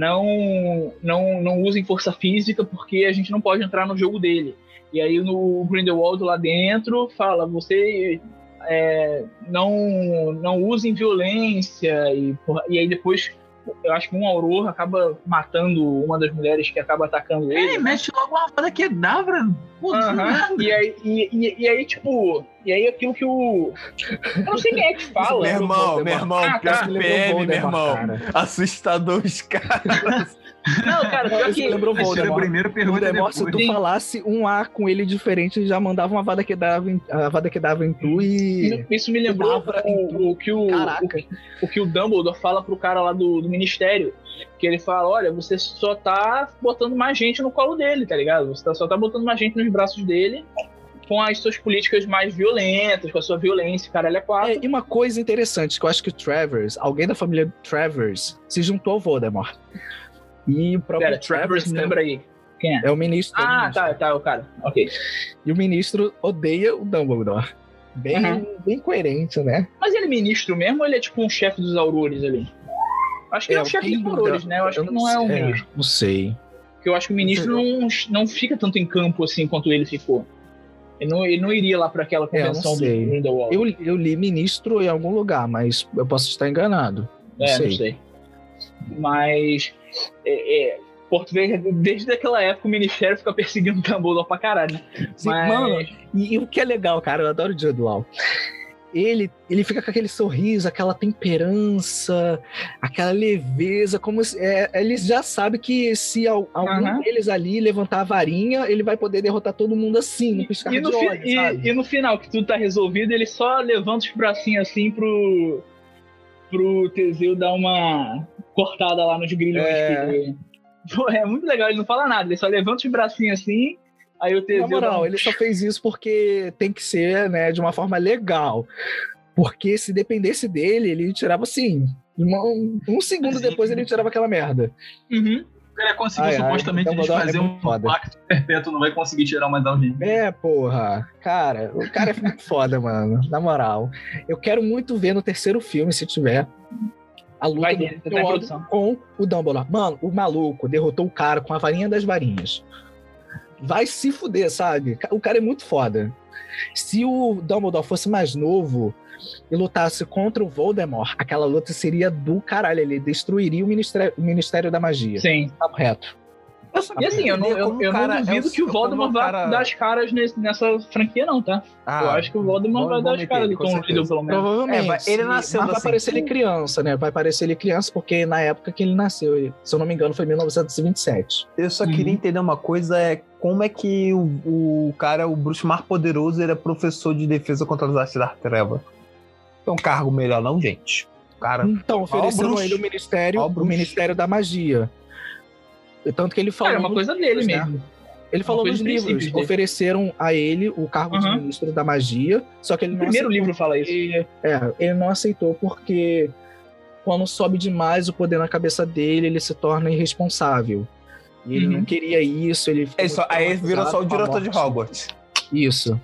não, não, não usem força física porque a gente não pode entrar no jogo dele. E aí no Grindelwald lá dentro fala: você é, não, não usem violência. E, e aí depois eu acho que um auror acaba matando uma das mulheres que acaba atacando ele. É, mete logo uma foda que dá, pra... Uhum. E, aí, e, e, e aí, tipo... E aí aquilo que o... Eu não sei quem é que fala. Meu irmão, meu irmão, ah, tá. P M, meu irmão. Cara. Assustador os caras. Não, cara, pior que... lembrou o Voldemort. Primeiro pergunta Voldemort, se tu Sim. falasse um A com ele diferente, já mandava uma vada que dava em, a vada que dava em tu e... Isso me lembrou o, o, que o, o, o que o Dumbledore fala pro cara lá do, do Ministério. Que ele fala: olha, você só tá botando mais gente no colo dele, tá ligado? Você tá, só tá botando mais gente nos braços dele com as suas políticas mais violentas, com a sua violência, caralho, é quatro. É, e uma coisa interessante, que eu acho que o Travers, alguém da família Travers, se juntou ao Voldemort. E o próprio Pera, Travers, me lembra aí. Quem é? É o ministro. Ah, é o ministro. tá, tá, o cara. Ok. E o ministro odeia o Dumbledore. Bem, uhum. bem coerente, né? Mas ele é ministro mesmo ou ele é tipo um chefe dos aurores ali? Acho que é, é um chefe dos aurores, né? Eu acho eu que não é um é, ministro. Não sei. Porque eu acho que o ministro não, não fica tanto em campo assim quanto ele ficou. Ele não, ele não iria lá para aquela convenção é, do Grindelwald. Eu, eu li ministro em algum lugar, mas eu posso estar enganado. Não é, sei. não sei. Mas... É, é, Porto Verde, desde aquela época, o Ministério fica perseguindo o Dumbledore pra caralho. Sim, mas... Mano, e, e o que é legal, cara, eu adoro o Jude Law. Ele, ele fica com aquele sorriso, aquela temperança, aquela leveza, como se, é, eles já sabem que se algum uhum. deles ali levantar a varinha, ele vai poder derrotar todo mundo assim, no piscar e no de fi- olho, e, sabe? E no final, que tudo tá resolvido, ele só levanta os bracinhos assim pro, pro Teseu dar uma cortada lá nos grilhões. É... Que... Pô, é muito legal, ele não fala nada, ele só levanta os bracinhos assim. Aí o Teseu. Na moral, não... ele só fez isso porque tem que ser, né, de uma forma legal. Porque se dependesse dele, ele tirava assim. Uma, um segundo depois ele tirava aquela merda. Uhum. O cara conseguiu ai, supostamente ai, fazer é um foda. Pacto perpétuo, não vai conseguir tirar mais alguém. É, porra. Cara, o cara é muito foda, mano. Na moral. Eu quero muito ver no terceiro filme, se tiver, a luta vai, do tá com o Dumbledore. Mano, o maluco derrotou o cara com a varinha das varinhas. Vai se fuder, sabe? O cara é muito foda. Se o Dumbledore fosse mais novo e lutasse contra o Voldemort, aquela luta seria do caralho. Ele destruiria o Ministério, o Ministério da Magia. Sim. Tá reto. E assim, eu não, eu, eu não duvido é o, que o Voldemort vá cara... dar as caras nesse, nessa franquia, não, tá? Ah, eu acho que o Voldemort vai dar as caras do Tom Riddle, pelo menos. Provavelmente. É, ele nasceu mas vai assim, parecer ele criança, né? Vai parecer ele criança, porque na época que ele nasceu, se eu não me engano, foi em mil novecentos e vinte e sete. Eu só uhum. queria entender uma coisa, é como é que o, o cara, o bruxo mais poderoso, ele é professor de defesa contra as artes da treva? É um cargo melhor não, gente? Cara, então, ofereceram a ele o Ministério, o Ministério da Magia. Tanto que ele falou... Cara, é uma coisa dele né? mesmo. Ele falou nos livros, ofereceram a ele o cargo uhum. de Ministro da Magia, só que ele não aceitou. O primeiro livro porque, fala isso. É, ele não aceitou porque quando sobe demais o poder na cabeça dele, ele se torna irresponsável. E ele uhum. não queria isso, ele é só, aí ele virou só o diretor de Hogwarts. Isso.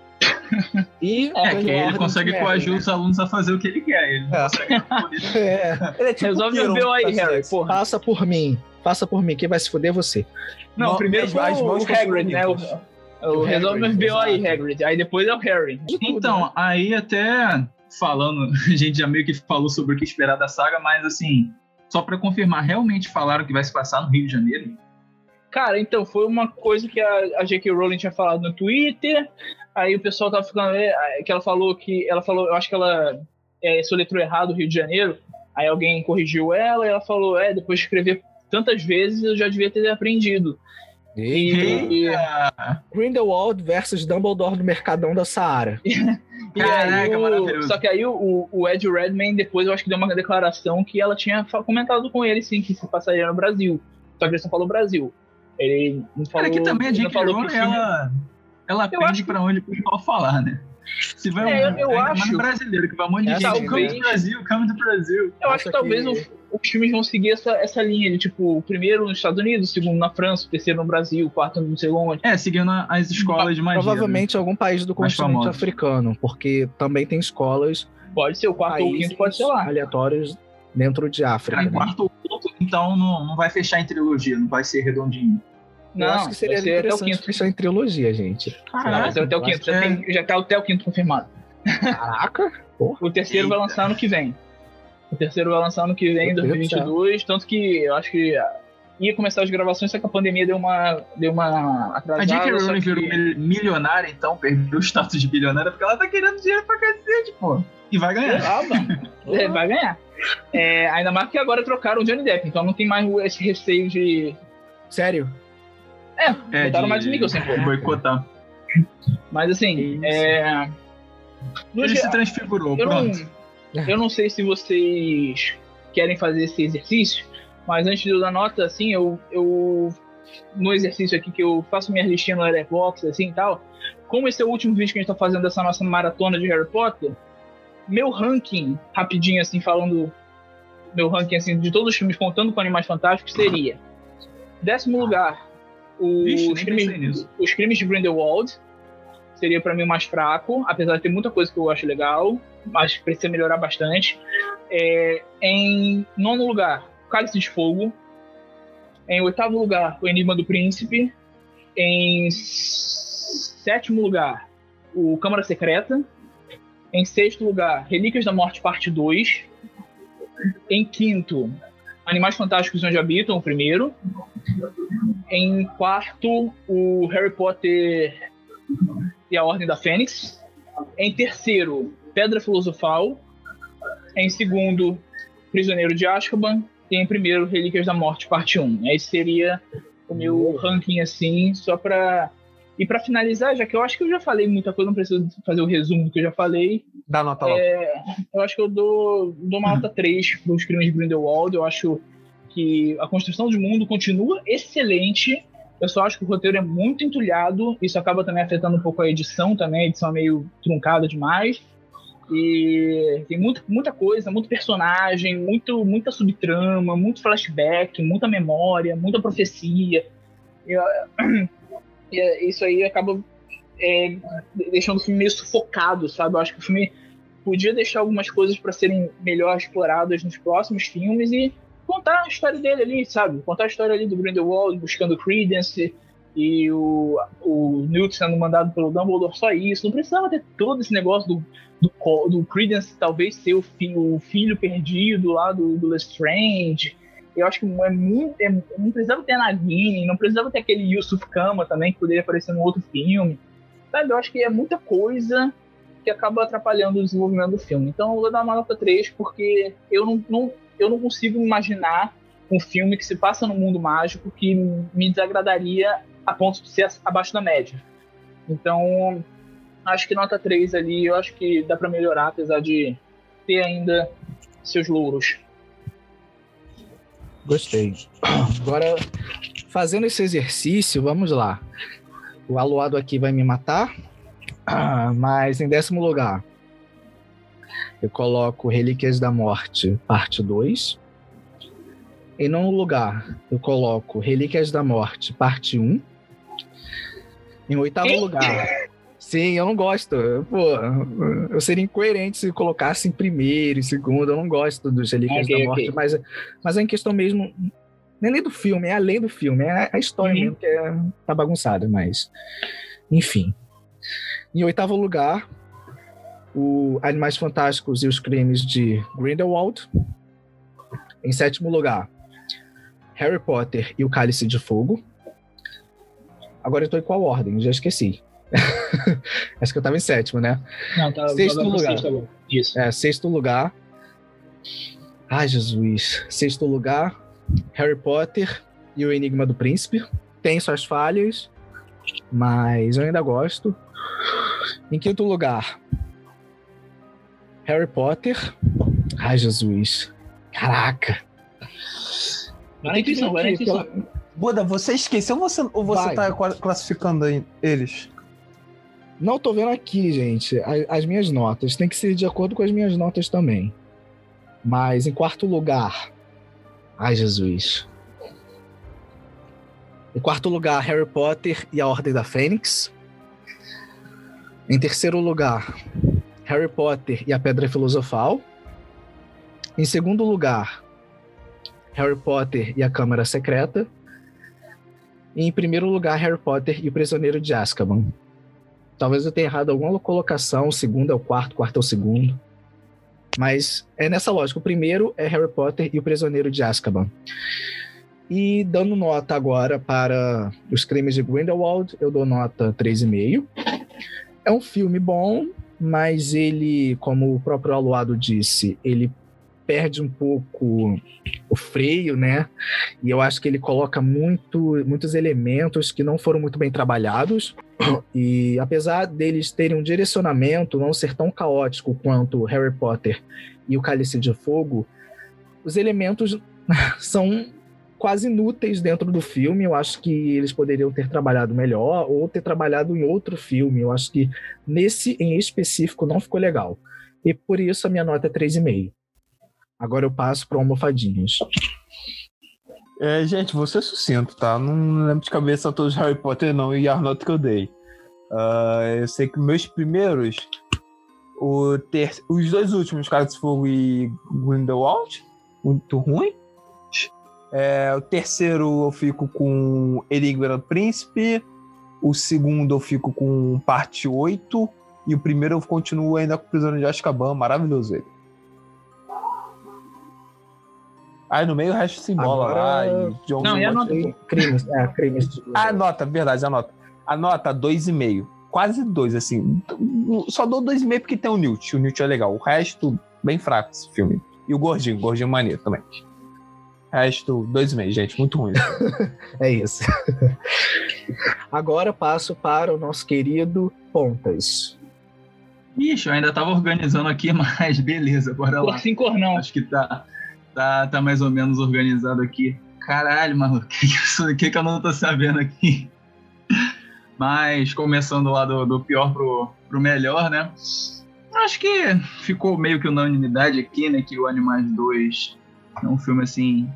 E é que ele consegue coagir os alunos a fazer o que ele quer. Ele não é. consegue. É. Ele é tipo Resolve o B O aí, Harry. Porra. Faça por mim. Faça por mim. Quem vai se fuder é você. Não, não primeiro foi o, o Hagrid, né? O, o, o Resolve o B O aí, Hagrid. Aí depois é o Harry. Então, né? Aí até falando, a gente já meio que falou sobre o que esperar da saga, mas assim, só pra confirmar, realmente falaram que vai se passar no Rio de Janeiro? Cara, então, foi uma coisa que a, a J K Rowling tinha falado no Twitter, aí o pessoal tava ficando... que ela falou que... ela falou, eu acho que ela é, soletrou errado o Rio de Janeiro, aí alguém corrigiu ela, e ela falou, é, depois de escrever tantas vezes, eu já devia ter aprendido. E, e... Grindelwald versus Dumbledore no Mercadão da Saara. E Caraca, o, só que aí o, o Ed Redmayne depois eu acho que deu uma declaração que ela tinha comentado com ele, sim, que se passaria no Brasil. Só que ele só falou Brasil. Ele não falou... Cara, aqui também a J K Rowling, ela, ela aprende pra onde o pessoal falar, né? Se vai é, um, eu, eu acho... mais brasileiro, que vai um monte de é, gente, o Câmbio do Brasil, o Câmbio do Brasil. Eu acho que, que talvez o, os filmes vão seguir essa, essa linha de, tipo, o primeiro nos Estados Unidos, o segundo na França, o terceiro no Brasil, o quarto não sei onde. É, seguindo as escolas de magia. Provavelmente né? algum país do continente africano, porque também tem escolas... Pode ser, o quarto ou o quinto pode ser lá. Aleatórios dentro de África. Cara, né? Quarto ou quinto, então não, não vai fechar em trilogia, não vai ser redondinho. Não, eu acho que seria interessante até o fechar em trilogia, gente. Caraca, não, até o quinto. Já, tem, já tá até o quinto confirmado. Caraca! Porra. O terceiro Eita. vai lançar ano que vem. O terceiro vai lançar ano que vem, dois mil e vinte e dois. Tanto que eu acho que ia começar as gravações, só que a pandemia deu uma, deu uma atrasada. A J K Rowling que... virou milionária, então perdeu o status de bilionária, porque ela tá querendo dinheiro pra cacete, pô. E vai ganhar. Ah, é, vai ganhar. É, ainda mais que agora trocaram o Johnny Depp, então não tem mais esse receio de... Sério? É, é botaram mais o Nicholson. Boicotar. Mas assim, é... Ele se transfigurou, eu pronto. Não, eu não sei se vocês querem fazer esse exercício, mas antes de eu dar nota, assim, eu, eu no exercício aqui que eu faço minha listinha no Letterboxd, assim e tal, como esse é o último vídeo que a gente tá fazendo dessa nossa maratona de Harry Potter, meu ranking, rapidinho assim, falando meu ranking assim, de todos os filmes contando com Animais Fantásticos, seria décimo lugar, os, Vixe, crimes, os crimes de Grindelwald, seria pra mim o mais fraco, apesar de ter muita coisa que eu acho legal, mas precisa melhorar bastante. É, em nono lugar, Cálice de Fogo. Em oitavo lugar, O Enigma do Príncipe. Em sétimo lugar, O Câmara Secreta. Em sexto lugar, Relíquias da Morte, parte dois. Em quinto, Animais Fantásticos Onde Habitam, o primeiro. Em quarto, o Harry Potter e a Ordem da Fênix. Em terceiro, Pedra Filosofal. Em segundo, Prisioneiro de Azkaban. E em primeiro, Relíquias da Morte, parte um. Esse seria o meu ranking, assim, só pra... E pra finalizar, já que eu acho que eu já falei muita coisa, não preciso fazer o resumo do que eu já falei. Dá nota lá. É, eu acho que eu dou, dou uma nota três pros Crimes de Grindelwald. Eu acho que a construção de mundo continua excelente. Eu só acho que o roteiro é muito entulhado. Isso acaba também afetando um pouco a edição também. A edição é meio truncada demais. E tem muito, muita coisa, muito personagem, muito, muita subtrama, muito flashback, muita memória, muita profecia. E, e isso aí acaba é, deixando o filme meio sufocado, sabe? Eu acho que o filme podia deixar algumas coisas para serem melhor exploradas nos próximos filmes e contar a história dele ali, sabe? Contar a história ali do Grindelwald buscando Credence e o, o Newt sendo mandado pelo Dumbledore, só isso. Não precisava ter todo esse negócio do, do, do Credence talvez ser o filho, o filho perdido lá do, do Lestrange. Eu acho que é muito, é, não precisava ter a Nagini, não precisava ter aquele Yusuf Kama também, que poderia aparecer no outro filme. Sabe? Eu acho que é muita coisa que acaba atrapalhando o desenvolvimento do filme. Então eu vou dar uma nota três, porque eu não, não, eu não consigo imaginar um filme que se passa no mundo mágico que me desagradaria a ponto de ser abaixo da média. Então, acho que nota três ali, eu acho que dá pra melhorar, apesar de ter ainda seus louros. Gostei. Agora, fazendo esse exercício, vamos lá. O aluado aqui vai me matar, mas em décimo lugar, eu coloco Relíquias da Morte, parte dois. Em nono lugar, eu coloco Relíquias da Morte, parte um. Em oitavo lugar... Sim, eu não gosto. Pô, eu seria incoerente se colocasse em primeiro, em segundo. Eu não gosto dos Relíquias okay, da Morte, okay. mas, mas é em questão mesmo... Não é nem do filme, é além do filme. É a história uhum. mesmo que é, tá bagunçada, mas... Enfim. Em oitavo lugar, o Animais Fantásticos e os Crimes de Grindelwald. Em sétimo lugar, Harry Potter e o Cálice de Fogo. Agora eu tô em qual ordem? Já esqueci. Acho que eu tava em sétimo, né? Não, tá, sexto lugar. Sexto, Isso. É, sexto lugar. Ai, Jesus. Sexto lugar, Harry Potter e o Enigma do Príncipe. Tem suas falhas, mas eu ainda gosto. Em quinto lugar, Harry Potter. Ai, Jesus. Caraca. Vai na intuição, vai na intuição. Buda, você esqueceu ou você, ou você tá classificando aí eles? Não tô vendo aqui, gente, as, as minhas notas. Tem que ser de acordo com as minhas notas também. Mas em quarto lugar... Ai, Jesus. Em quarto lugar, Harry Potter e a Ordem da Fênix. Em terceiro lugar, Harry Potter e a Pedra Filosofal. Em segundo lugar, Harry Potter e a Câmara Secreta. E em primeiro lugar, Harry Potter e o Prisioneiro de Azkaban. Talvez eu tenha errado alguma colocação, o segundo é o quarto, o quarto é o segundo. Mas é nessa lógica. O primeiro é Harry Potter e o Prisioneiro de Azkaban. E dando nota agora para Os Crimes de Grindelwald, eu dou nota três vírgula cinco. É um filme bom, mas ele, como o próprio Aluado disse, ele perde um pouco o freio, né? E eu acho que ele coloca muito, muitos elementos que não foram muito bem trabalhados. E apesar deles terem um direcionamento, não ser tão caótico quanto Harry Potter e o Cálice de Fogo, os elementos são quase inúteis dentro do filme. Eu acho que eles poderiam ter trabalhado melhor ou ter trabalhado em outro filme. Eu acho que nesse em específico não ficou legal. E por isso a minha nota é três vírgula cinco. Agora eu passo para Almofadinhas. É, gente, vou ser sucinto, tá? Não lembro de cabeça todos Harry Potter não e a nota que eu dei. Uh, eu sei que meus primeiros, o ter... os dois últimos, Cálice de Fogo e Grindelwald, muito ruim. É, o terceiro eu fico com Enigma do Príncipe. O segundo eu fico com parte oito. E o primeiro eu continuo ainda com o Prisioneiro de Azkaban, maravilhoso ele. Aí no meio o resto se embola lá. E John não, e a nota? Crimes, é, crimes de... A nota, verdade, a nota. A nota, dois vírgula cinco. Quase dois, assim. Só dou dois vírgula cinco porque tem o Newt. O Newt é legal. O resto, bem fraco esse filme. E o Gordinho, o Gordinho maneiro também. O resto, dois vírgula cinco, gente. Muito ruim. É isso. Agora passo para o nosso querido Pontas. Ixi, eu ainda tava organizando aqui, mas beleza, bora lá. Sim, cornão. Acho que tá... Tá, tá mais ou menos organizado aqui. Caralho, maluco, o que, que, que eu não tô sabendo aqui? Mas, começando lá do, do pior pro, pro melhor, né? Acho que ficou meio que unanimidade aqui, né? Que o Animais dois é um filme assim...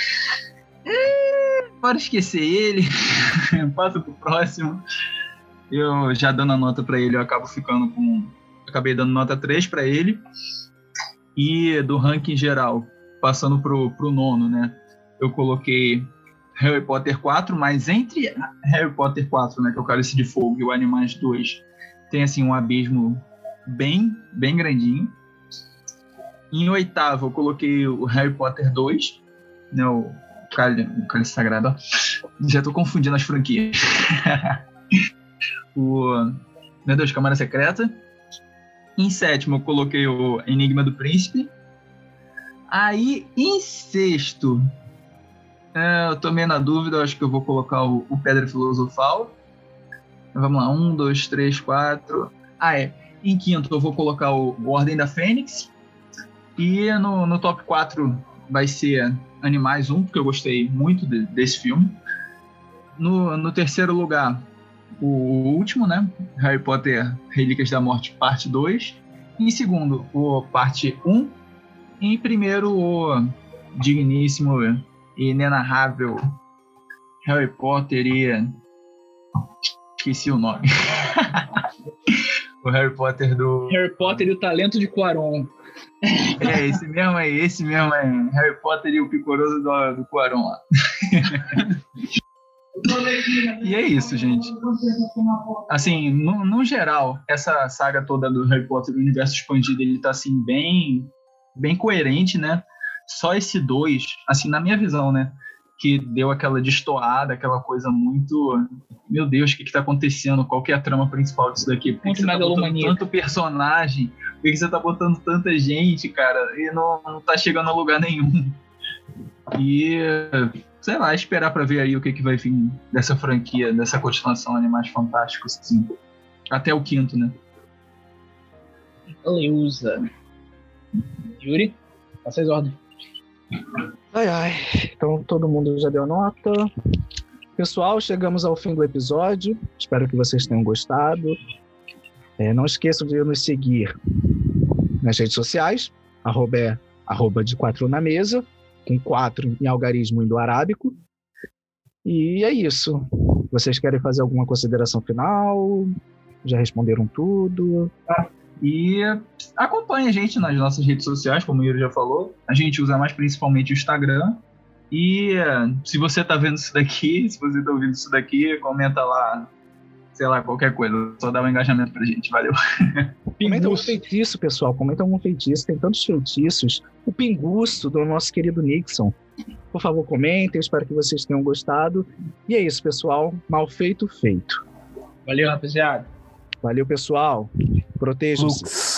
É, bora esquecer ele. Passa pro próximo. Eu já dando a nota pra ele, eu acabo ficando com... Acabei dando nota três pra ele. E do ranking geral... Passando pro, pro nono, né? Eu coloquei Harry Potter quatro, mas entre Harry Potter quatro, né? Que é o Cálice de Fogo, e o Animais dois, tem, assim, um abismo bem, bem grandinho. Em oitavo, eu coloquei o Harry Potter dois, né? O Cálice, o Cálice Sagrado, ó. Já tô confundindo as franquias. o... Meu Deus, Câmara Secreta. Em sétimo, eu coloquei o Enigma do Príncipe. Aí, em sexto, é, eu tô meio na dúvida, acho que eu vou colocar o, o Pedra Filosofal. Vamos lá, um, dois, três, quatro... Ah, é. Em quinto, eu vou colocar o, o Ordem da Fênix. E no, no top quatro vai ser Animais um, porque eu gostei muito de, desse filme. No, no terceiro lugar, o, o último, né? Harry Potter Relíquias da Morte, parte dois. Em segundo, o parte um. E em primeiro, o digníssimo e inenarrável Harry Potter e... Esqueci o nome. O Harry Potter do... Harry Potter e o Talento de Quaron. É, esse mesmo aí, esse mesmo aí. Harry Potter e o Picoroso do, do Quaron lá. E é isso, gente. Assim, no, no geral, essa saga toda do Harry Potter, o universo expandido, ele tá assim, bem, bem coerente, né? Só esse dois, assim, na minha visão, né? Que deu aquela destoada, aquela coisa muito... Meu Deus, o que que tá acontecendo? Qual que é a trama principal disso daqui? Por que, que você tá botando tanto personagem? Por que, que você tá botando tanta gente, cara? E não, não tá chegando a lugar nenhum. E, sei lá, esperar pra ver aí o que que vai vir dessa franquia, dessa continuação Animais Fantásticos, assim. Até o quinto, né? Beleza. Yuri, passa as ordens. Ai, ai. Então todo mundo já deu nota. Pessoal, chegamos ao fim do episódio. Espero que vocês tenham gostado. É, não esqueçam de nos seguir nas redes sociais. Arroba, é, arroba de quatro na mesa. Com quatro em algarismo indo-arábico. E é isso. Vocês querem fazer alguma consideração final? Já responderam tudo? Ah. E acompanhe a gente nas nossas redes sociais, como o Yuri já falou. A gente usa mais principalmente o Instagram. E se você está vendo isso daqui, se você está ouvindo isso daqui, comenta lá, sei lá, qualquer coisa. Só dá um engajamento pra gente. Valeu. Comenta algum feitiço, pessoal. Comenta algum feitiço. Tem tantos feitiços. O pinguço do nosso querido Nixon. Por favor, comentem. Eu espero que vocês tenham gostado. E é isso, pessoal. Mal feito, feito. Valeu, rapaziada. Valeu, pessoal. Protejam-se.